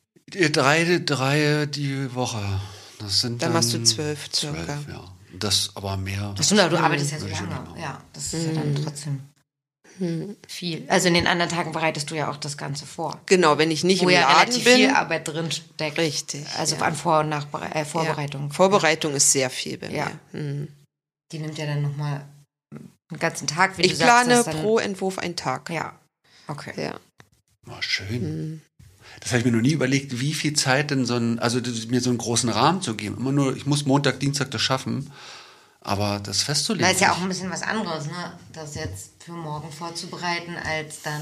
Drei, drei die Woche. Das sind dann, dann machst du zwölf circa. Zwölf, ja. Das aber mehr. Das stimmt, aber du arbeitest ja so ja, lange. genau. Ja, das ist mhm. ja dann trotzdem mhm. viel. Also in den anderen Tagen bereitest du ja auch das Ganze vor. Genau, wenn ich nicht Wo im ja Laden relativ bin. viel Arbeit drin steckt. Richtig. Also ja. an Vor- und Nachbere- äh, Vorbereitung. Ja. Vorbereitung ist sehr viel bei ja. mir. Mhm. Die nimmt ja dann nochmal einen ganzen Tag, wie ich du sagst. Ich plane pro Entwurf einen Tag. Ja, okay. Ja. Oh, schön. Mhm. Das habe ich mir noch nie überlegt, wie viel Zeit denn so ein, also mir so einen großen Rahmen zu geben. Immer nur, ich muss Montag, Dienstag das schaffen, aber das festzulegen. Das ist ja auch ein bisschen was anderes, ne? Das jetzt für morgen vorzubereiten, als dann...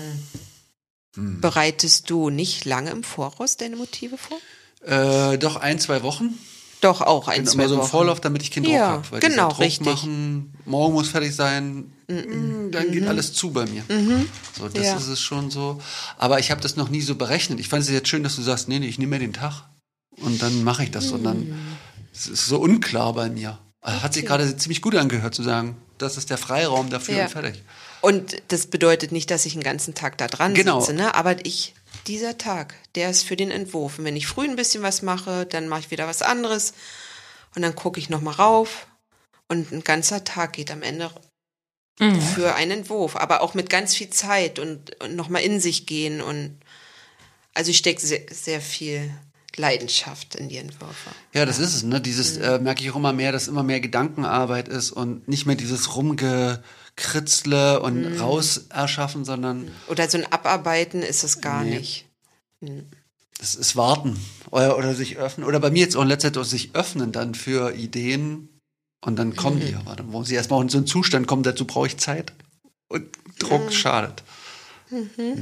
Hm. Bereitest du nicht lange im Voraus deine Motive vor? Äh, doch ein, zwei Wochen. Doch, auch ein, bin zwei immer so im Wochen. Vorlauf, damit ich keinen Druck ja, habe. Weil genau, Druck richtig. machen, morgen muss fertig sein, mm-mm. dann geht mm-hmm. alles zu bei mir. Mhm. So, das ja. ist es schon so. Aber ich habe das noch nie so berechnet. Ich fand es jetzt schön, dass du sagst, nee, nee, ich nehme mir den Tag und dann mache ich das. Mhm. Und dann, es ist so unklar bei mir. Okay. Hat sich gerade ziemlich gut angehört zu sagen, das ist der Freiraum dafür ja. und fertig. Und das bedeutet nicht, dass ich einen ganzen Tag da dran genau. sitze, ne? Aber ich, dieser Tag, der ist für den Entwurf. Und wenn ich früh ein bisschen was mache, dann mache ich wieder was anderes. Und dann gucke ich nochmal rauf. Und ein ganzer Tag geht am Ende mhm. für einen Entwurf. Aber auch mit ganz viel Zeit und, und nochmal in sich gehen. Und also ich stecke sehr, sehr viel Leidenschaft in die Entwürfe. Ja, das ist es. Ne? Dieses mhm. äh, merke ich auch immer mehr, dass immer mehr Gedankenarbeit ist und nicht mehr dieses Rumgekritzle und mhm. raus erschaffen, sondern... Oder so ein Abarbeiten ist es gar nee. nicht. Mhm. das ist Warten oder, oder sich öffnen. Oder bei mir jetzt auch in letzter Zeit auch sich öffnen dann für Ideen und dann kommen die. Aber dann muss ich erstmal in so einen Zustand kommen, dazu brauche ich Zeit. Und Druck mhm. schadet. Mhm. Mhm.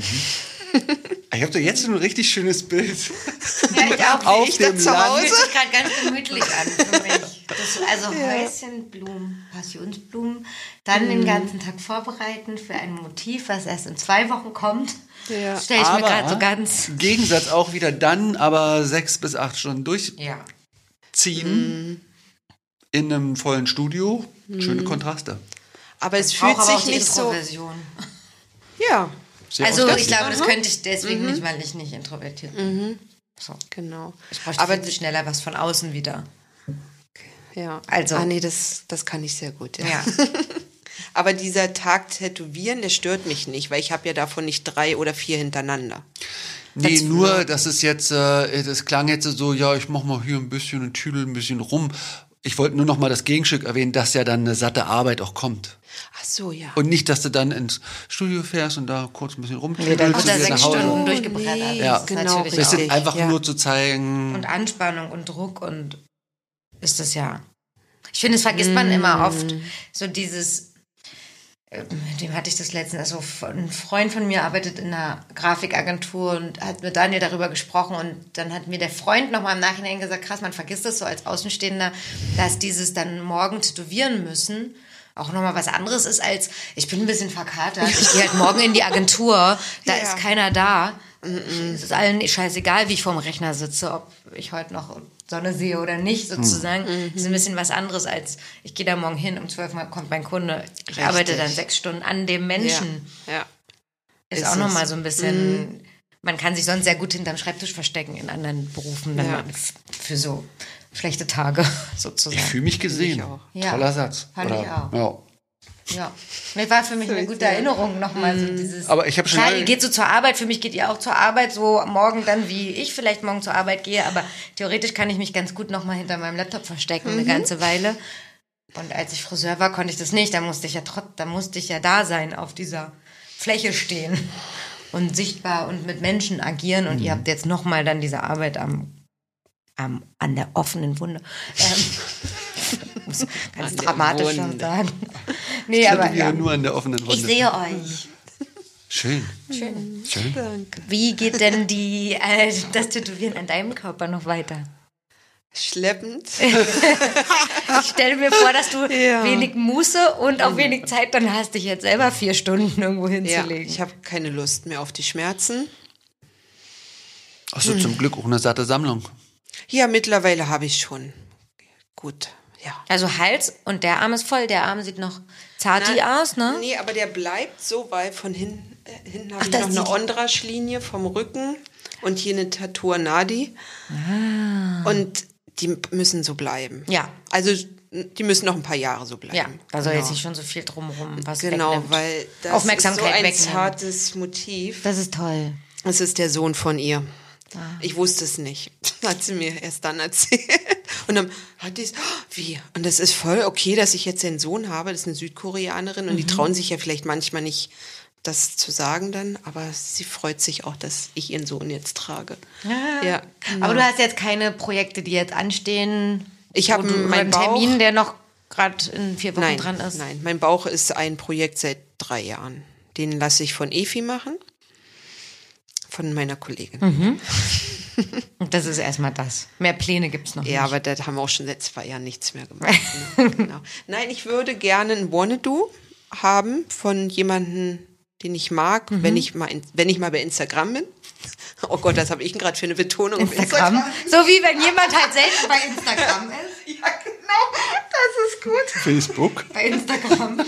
Ich habe da jetzt schon ein richtig schönes Bild. Ja, ich auch. Auf ich dem zu Land. Hause. Fühlt sich gerade ganz gemütlich an für mich. Das, also ja. Häuschenblumen, Passionsblumen, dann mhm. den ganzen Tag vorbereiten für ein Motiv, was erst in zwei Wochen kommt. Ja. Stelle ich aber mir gerade so ganz... Im Gegensatz auch wieder dann, aber sechs bis acht Stunden durchziehen. Ja. Mhm. In einem vollen Studio. Mhm. Schöne Kontraste. Aber es fühlt aber sich auch die nicht so... Introversion. Ja. Sehr Also ausgleich. ich glaube, das Aha. könnte ich deswegen Mhm. nicht, weil ich nicht introvertiert bin. Mhm. So. Genau. Ich bräuchte Aber viel schneller was von außen wieder. ja. Also. Ah nee, das, das kann ich sehr gut. Ja. Ja. Aber dieser Tag Tätowieren, der stört mich nicht, weil ich habe ja davon nicht drei oder vier hintereinander. Nee, Das- nur, das ist jetzt, äh, das klang jetzt so, ja, ich mach mal hier ein bisschen und tüdel ein bisschen rum. Ich wollte nur noch mal das Gegenstück erwähnen, dass ja dann eine satte Arbeit auch kommt. Ach so, ja. Und nicht, dass du dann ins Studio fährst und da kurz ein bisschen Nee, rumtüdelst dann und wird da wieder sechs nach Hause. Stunden Oh, durchgebrettert. nee, Ja. Das ist genau, natürlich Das auch. sind richtig. einfach ja. nur zu zeigen. Und Anspannung und Druck und ist das ja. Ich finde, das vergisst man immer oft. So dieses, äh, mit wem hatte ich das letztens? Also ein Freund von mir arbeitet in einer Grafikagentur und hat mit Daniel darüber gesprochen und dann hat mir der Freund nochmal im Nachhinein gesagt, krass, man vergisst das so als Außenstehender, dass dieses dann morgen tätowieren müssen auch nochmal was anderes ist als, ich bin ein bisschen verkatert, ich gehe halt morgen in die Agentur, da Ja. ist keiner da. Es ist allen scheißegal, wie ich vorm Rechner sitze, ob ich heute noch Sonne sehe oder nicht, sozusagen. Mhm. Das ist ein bisschen was anderes als, ich gehe da morgen hin, um zwölf Uhr kommt mein Kunde. Ich Richtig. arbeite dann sechs Stunden an dem Menschen. Ja. ja. Ist, Ist auch nochmal es. so ein bisschen, man kann sich sonst sehr gut hinterm Schreibtisch verstecken in anderen Berufen, dann Ja. mal f- für so schlechte Tage sozusagen. Ich fühle mich gesehen. Ich auch. Ja. Toller Satz. Fand ich auch. Ja. Ja, das war für mich eine gute Erinnerung nochmal so dieses. Aber ich habe schon Klar, mal- ihr geht so zur Arbeit, für mich geht ihr auch zur Arbeit, so morgen dann, wie ich vielleicht morgen zur Arbeit gehe, aber theoretisch kann ich mich ganz gut nochmal hinter meinem Laptop verstecken, eine ganze Weile. Und als ich Friseur war, konnte ich das nicht, da musste ich ja trotz, da musste ich ja da sein, auf dieser Fläche stehen und sichtbar und mit Menschen agieren und ihr habt jetzt nochmal dann diese Arbeit am, am, an der offenen Wunde. Ähm, muss ganz An der dramatisch schon Wunde. sagen. Nee, Ich aber tätowiere ja. nur an der offenen Wunde. Ich sehe euch. Schön. Schön. Schön. Danke. Wie geht denn die, äh, das Tätowieren an deinem Körper noch weiter? Schleppend. Ich stelle mir vor, dass du Ja. wenig Muße und auch wenig Zeit dann hast, dich jetzt selber vier Stunden irgendwo Ja, hinzulegen. ich habe keine Lust mehr auf die Schmerzen. Hast du zum Glück auch eine satte Sammlung. Ja, mittlerweile habe ich schon. Gut, ja. Also Hals und der Arm ist voll, der Arm sieht noch zarti Na, aus, ne? Nee, aber der bleibt so, weil von hinten, äh, hinten habe Ach, ich das noch eine sieht- Ondrasch-Linie vom Rücken und hier eine Tattoo Nadi. Ah. Und die müssen so bleiben. Ja. Also die müssen noch ein paar Jahre so bleiben. Ja, da soll genau. jetzt nicht schon so viel drumherum was Genau, wegnimmt. weil das Aufmerksamkeit ist so ein wegnehmen. zartes Motiv. Das ist toll. Es ist der Sohn von ihr. Ah. Ich wusste es nicht. Hat sie mir erst dann erzählt. Und dann hat die es, wie? Und das ist voll okay, dass ich jetzt den Sohn habe. Das ist eine Südkoreanerin. Und die trauen sich ja vielleicht manchmal nicht, das zu sagen dann. Aber sie freut sich auch, dass ich ihren Sohn jetzt trage. Ja, genau. Aber du hast jetzt keine Projekte, die jetzt anstehen. Ich wo habe du- meinen einen Termin, Bauch- der noch gerade in vier Wochen Nein, dran ist. nein, mein Bauch ist ein Projekt seit drei Jahren. Den lasse ich von Efi machen. Von meiner Kollegin. Und das ist erstmal das. Mehr Pläne gibt es noch Ja, nicht. aber da haben wir auch schon seit zwei Jahren nichts mehr gemacht. Ne? Genau. Nein, ich würde gerne ein Wanna-Do haben von jemandem, den ich mag, Mhm. wenn ich mal in, wenn ich mal bei Instagram bin. Oh Gott, das habe ich gerade für eine Betonung auf Instagram. So wie wenn jemand halt selbst bei Instagram ist. Ja, genau. Das ist gut. Facebook. Bei Instagram.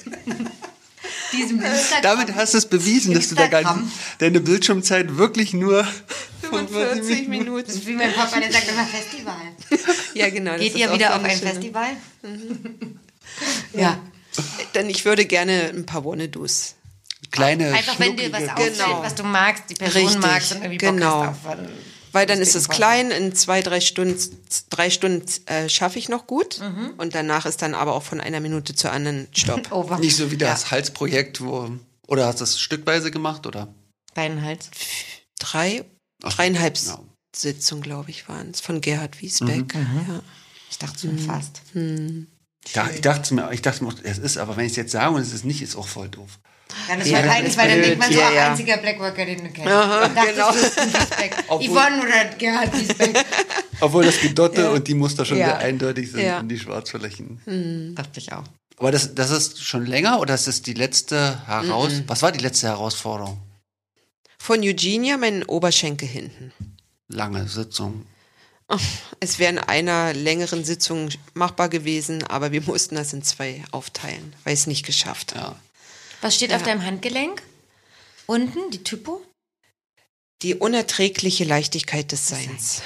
Diesem Instagram. Damit hast du es bewiesen, dass du da gar Instagram. nicht, deine Bildschirmzeit wirklich nur fünfundvierzig Das Minuten. ist wie mein Papa, der sagt immer Festival. Ja, genau. das Geht ist ihr auch wieder so auf eine ein schöne- Festival? Ja. Denn ich würde gerne ein paar Wanna-Dos. kleine Einfach wenn dir was schnucklige- auffällt, Genau. was du magst, die Person Richtig, magst und irgendwie genau. Bock hast auf einen Weil dann ist lustigen es klein, in zwei, drei Stunden, drei Stunden äh, schaffe ich noch gut. Mhm. Und danach ist dann aber auch von einer Minute zur anderen Stopp. Over. Nicht so wie das Halsprojekt, wo, oder hast du das stückweise gemacht, oder? Deinen Hals. Drei Dreieinhalb Ja. Sitzungen, glaube ich, waren es, von Gerhard Wiesbeck. Ja. Ich dachte schon fast. Ja, ich dachte mir, ich dachte mir, es ist, aber wenn ich es jetzt sage und es ist nicht, ist auch voll doof. Ja, das Ja, war das peinlich, ist weil dann blöd. denkt man so, Ja, ach, ja. einziger Blackworker, den du kennst. Aha, Ich dachte, genau. das ist Wiesbeck. Obwohl- Yvonne oder Gerhard Wiesbeck. Obwohl das Gedotte und die Muster schon Ja. sehr eindeutig sind Ja. und die Schwarzflächen. Dachte ich auch. Aber das, das ist schon länger oder ist das die letzte Heraus... Was war die letzte Herausforderung? Von Eugenia, mein Oberschenkel hinten. Lange Sitzung. Es wäre in einer längeren Sitzung machbar gewesen, aber wir mussten das in zwei aufteilen, weil ich es nicht geschafft habe. Ja. Was steht auf deinem Handgelenk? Unten, die Typo? Die unerträgliche Leichtigkeit des Seins.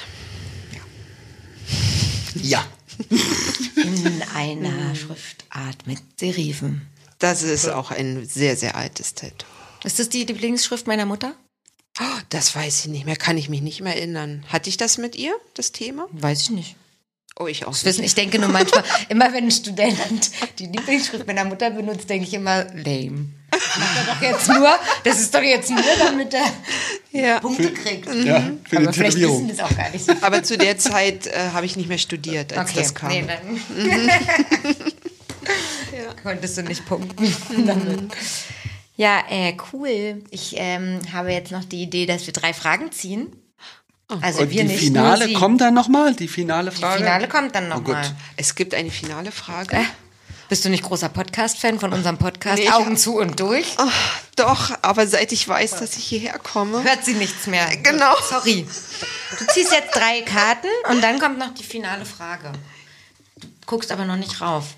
Ja. In einer Schriftart mit Serifen. Das ist auch ein sehr, sehr altes Tattoo. Ist das die Lieblingsschrift meiner Mutter? Oh, das weiß ich nicht mehr, kann ich mich nicht mehr erinnern. Hatte ich das mit ihr, das Thema? Weiß ich nicht. Oh, ich auch Das nicht. wissen, ich denke nur manchmal, immer wenn ein Student die Lieblingsschrift meiner Mutter benutzt, denke ich immer, lame. Das macht er doch jetzt nur, das ist doch jetzt nur, damit er Ja. Punkte kriegt. Ja, für Aber die vielleicht wissen Tätowierung. das auch gar nicht so. Aber zu der Zeit äh, habe ich nicht mehr studiert, als Okay, das kam. nee, dann konntest du nicht punkten damit. Ja, äh, cool. Ich ähm, habe jetzt noch die Idee, dass wir drei Fragen ziehen. Also Und wir die nicht, Finale nur sie. kommt dann nochmal? Die finale Frage? Die Finale kommt dann Oh, gut. nochmal. Es gibt eine finale Frage. Äh, bist du nicht großer Podcast-Fan von unserem Podcast? Nee, ich Augen hab- zu und durch? Oh, doch, aber seit ich weiß, dass ich hierher komme. Hört sie nichts mehr. Genau. Sorry. Du ziehst jetzt drei Karten und dann kommt noch die finale Frage. Du guckst aber noch nicht rauf.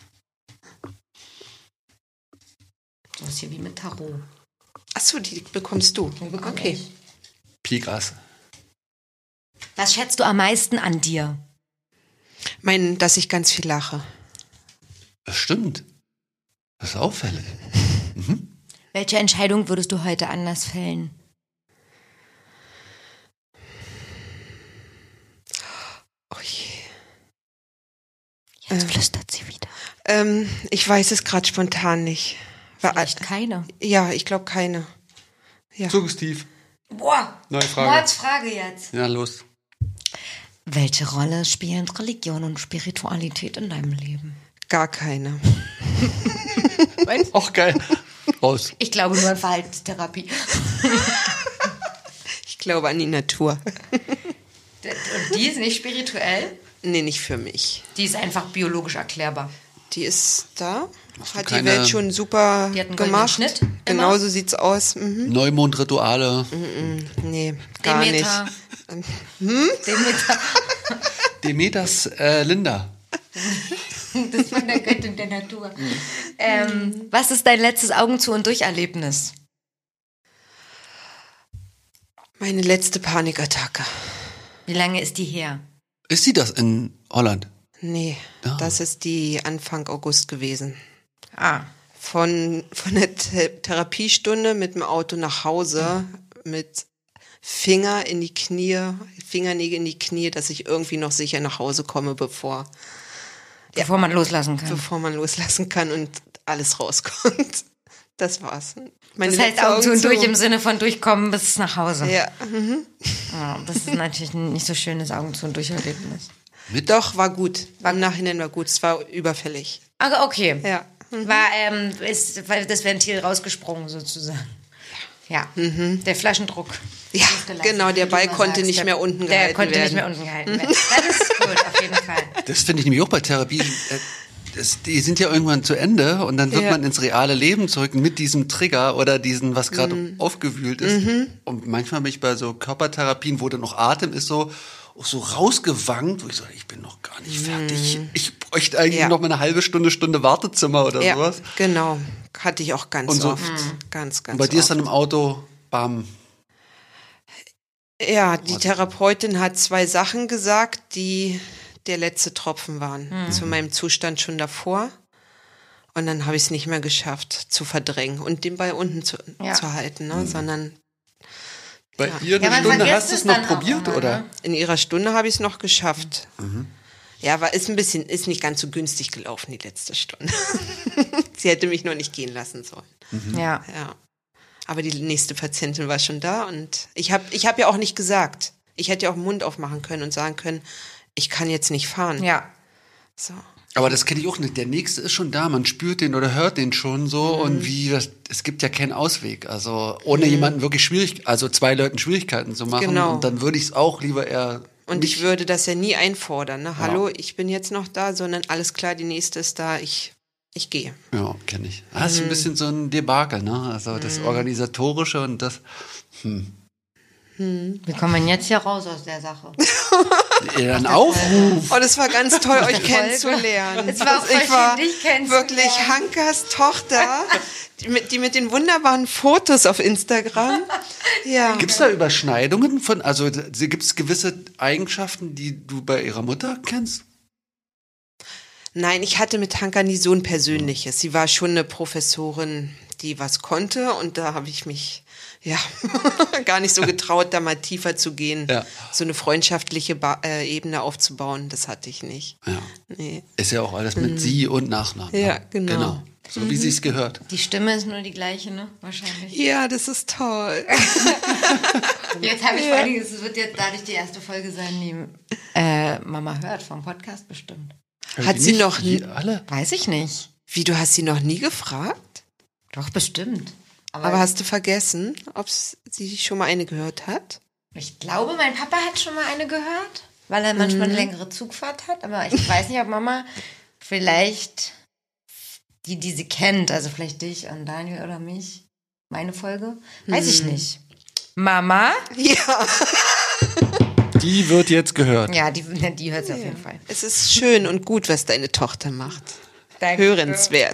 So ist hier wie mit Tarot. Achso, die bekommst du. bekomme Okay. ich. Pikas. Was schätzt du am meisten an dir? Mein, dass ich ganz viel lache. Das stimmt. Das ist auffällig. Welche Entscheidung würdest du heute anders fällen? Oh je. Jetzt flüstert sie wieder. Ähm, ich weiß es gerade spontan nicht. War, Vielleicht keine. ja, ich glaube keine. Ja. Suggestiv. Boah, Neue Frage. Mords Frage jetzt. Ja, los. Welche Rolle spielen Religion und Spiritualität in deinem Leben? Gar keine. Auch geil. Raus. Ich glaube nur an Verhaltenstherapie. Ich glaube an die Natur. Und die ist nicht spirituell? Nee, nicht für mich. Die ist einfach biologisch erklärbar. Die ist da. Hast du Hat keine- die Welt schon super Die hat einen goldenen gemacht. Schnitt, Genau immer. so sieht's aus. Mhm. Neumondrituale. Nee, gar Demeter. nicht. Demeter. Demeters äh, Linda. Das ist von der Göttin der Natur. Ähm, was ist dein letztes Augen zu und durch Erlebnis? Meine letzte Panikattacke. Wie lange ist die her? Ist sie das in Holland? Nee, Ah. das ist die Anfang August gewesen. Ah, Von, von der The Therapiestunde mit dem Auto nach Hause, mit Finger in die Knie, Fingernägel in die Knie, dass ich irgendwie noch sicher nach Hause komme, bevor, bevor man loslassen kann. bevor man loslassen kann und alles rauskommt. Das war's. Meine Das heißt letzte Augen zu und durch zu. im Sinne von durchkommen bis nach Hause. Ja. Ja, das ist natürlich ein nicht so schönes Augen zu und durch Erlebnis. Doch, war gut. Im Nachhinein war gut. Es war überfällig. Aber okay. Ja. War ähm, ist war das Ventil rausgesprungen sozusagen. Ja, der Flaschendruck. Ja, Losgelassen, genau, der wie du Ball immer konnte sagst. nicht Der- mehr unten Der gehalten konnte werden. nicht mehr unten gehalten werden. Das ist gut, auf jeden Fall. Das finde ich nämlich auch bei Therapie. Äh, das, die sind ja irgendwann zu Ende und dann wird Ja. man ins reale Leben zurück mit diesem Trigger oder diesen, was gerade Mhm. aufgewühlt ist. Und manchmal bin ich bei so Körpertherapien, wo dann noch Atem ist, so auch so rausgewankt, wo ich so, ich bin noch gar nicht fertig. Ich bräuchte eigentlich Mhm. Ja. noch mal eine halbe Stunde, Stunde Wartezimmer oder Ja, sowas. genau. Hatte ich auch ganz Und so- oft. Ganz, ganz Und bei dir ist oft. dann im Auto, bam. Ja, die Therapeutin hat zwei Sachen gesagt, die der letzte Tropfen waren. Zu meinem Zustand schon davor. Und dann habe ich es nicht mehr geschafft zu verdrängen und den Ball unten zu, Ja. zu halten, ne? sondern Bei Ja. ihr eine Ja, man Stunde vergisst hast du es es noch dann auch probiert, immer, oder? ne? in ihrer Stunde habe ich es noch geschafft. Ja, war ist ein bisschen, ist nicht ganz so günstig gelaufen, die letzte Stunde. Sie hätte mich noch nicht gehen lassen sollen. Ja. Ja. Aber die nächste Patientin war schon da und ich habe ich hab ja auch nicht gesagt. Ich hätte ja auch den Mund aufmachen können und sagen können, ich kann jetzt nicht fahren. Ja. So. Aber das kenne ich auch nicht. Der nächste ist schon da, man spürt den oder hört den schon so Mhm. und wie das, es gibt ja keinen Ausweg. Also ohne Mhm. jemanden wirklich schwierig, also zwei Leuten Schwierigkeiten zu machen. Genau. Und dann würde ich es auch lieber eher. Und nicht, ich würde das ja nie einfordern. Ne? Hallo, ich bin jetzt noch da, sondern alles klar, die nächste ist da, ich, ich gehe. Ja, kenne ich. Das ist ein bisschen so ein Debakel, ne? Also das Organisatorische und das. Hm. Wie kommen wir jetzt hier raus aus der Sache? Ja, ein Aufruf. Oh, das war ganz toll, euch Folge. kennenzulernen. Es war auch voll ich war schön, dich kennenzulernen. wirklich Hankas Tochter, die mit, die mit den wunderbaren Fotos auf Instagram. Ja. Gibt es da Überschneidungen von, also gibt es gewisse Eigenschaften, die du bei ihrer Mutter kennst? Nein, ich hatte mit Hanka nie so ein Persönliches. Sie war schon eine Professorin, die was konnte und da habe ich mich ja gar nicht so getraut, da mal tiefer zu gehen. Ja. So eine freundschaftliche ba- äh, Ebene aufzubauen, das hatte ich nicht. Ja. Nee. Ist ja auch alles mit Sie und Nachnamen. Ja, genau. Genau. So wie sie es gehört. Die Stimme ist nur die gleiche, ne? Wahrscheinlich. Ja, das ist toll. Jetzt habe ich vor allem, es wird jetzt dadurch die erste Folge sein, die äh, Mama hört vom Podcast bestimmt. Hat Die sie nicht? noch nie, Die alle? Weiß ich nicht. wie, du hast sie noch nie gefragt? Doch, bestimmt. Aber hast du vergessen, ob sie schon mal eine gehört hat? Ich glaube, mein Papa hat schon mal eine gehört, weil er manchmal eine längere Zugfahrt hat. Aber ich weiß nicht, ob Mama vielleicht die, die sie kennt, also vielleicht dich und Daniel oder mich, meine Folge, weiß ich nicht. Mama? Ja. Die wird jetzt gehört. Ja, die, die hört sie auf jeden Fall. Es ist schön und gut, was deine Tochter macht. Danke. Hörenswert.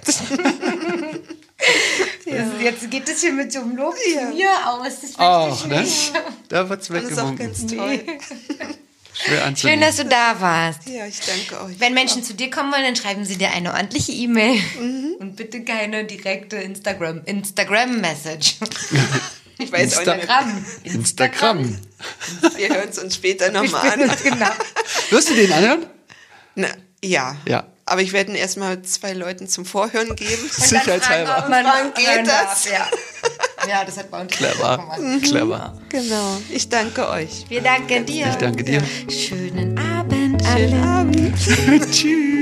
Das, jetzt geht es hier mit so einem Lob Ja. zu mir aus. Das möchte Ach, ich ne? nicht. Da wird's Das ist auch weggemunken. ganz toll. Schwer Schön, anzunehmen. dass du da warst. Ja, ich danke euch. Wenn Menschen zu dir kommen wollen, dann schreiben sie dir eine ordentliche E-Mail. Und bitte keine direkte Instagram, Instagram-Message. Ich weiß Insta- auch nicht. Instagram. Instagram. Wir hören es uns später Wir nochmal spielen an. das genau. Wirst du den anhören? Na, ja. Ja. Aber ich werde ihn erstmal zwei Leuten zum Vorhören geben. Sicherheitshalber. Ob man Fragen, geht hören das? darf, Ja. ja, das hat bei uns Clever. Clever. Genau. Ich danke euch. Wir danken dir. Ich danke dir. Schönen Abend, Schönen alle. Abend. Tschüss.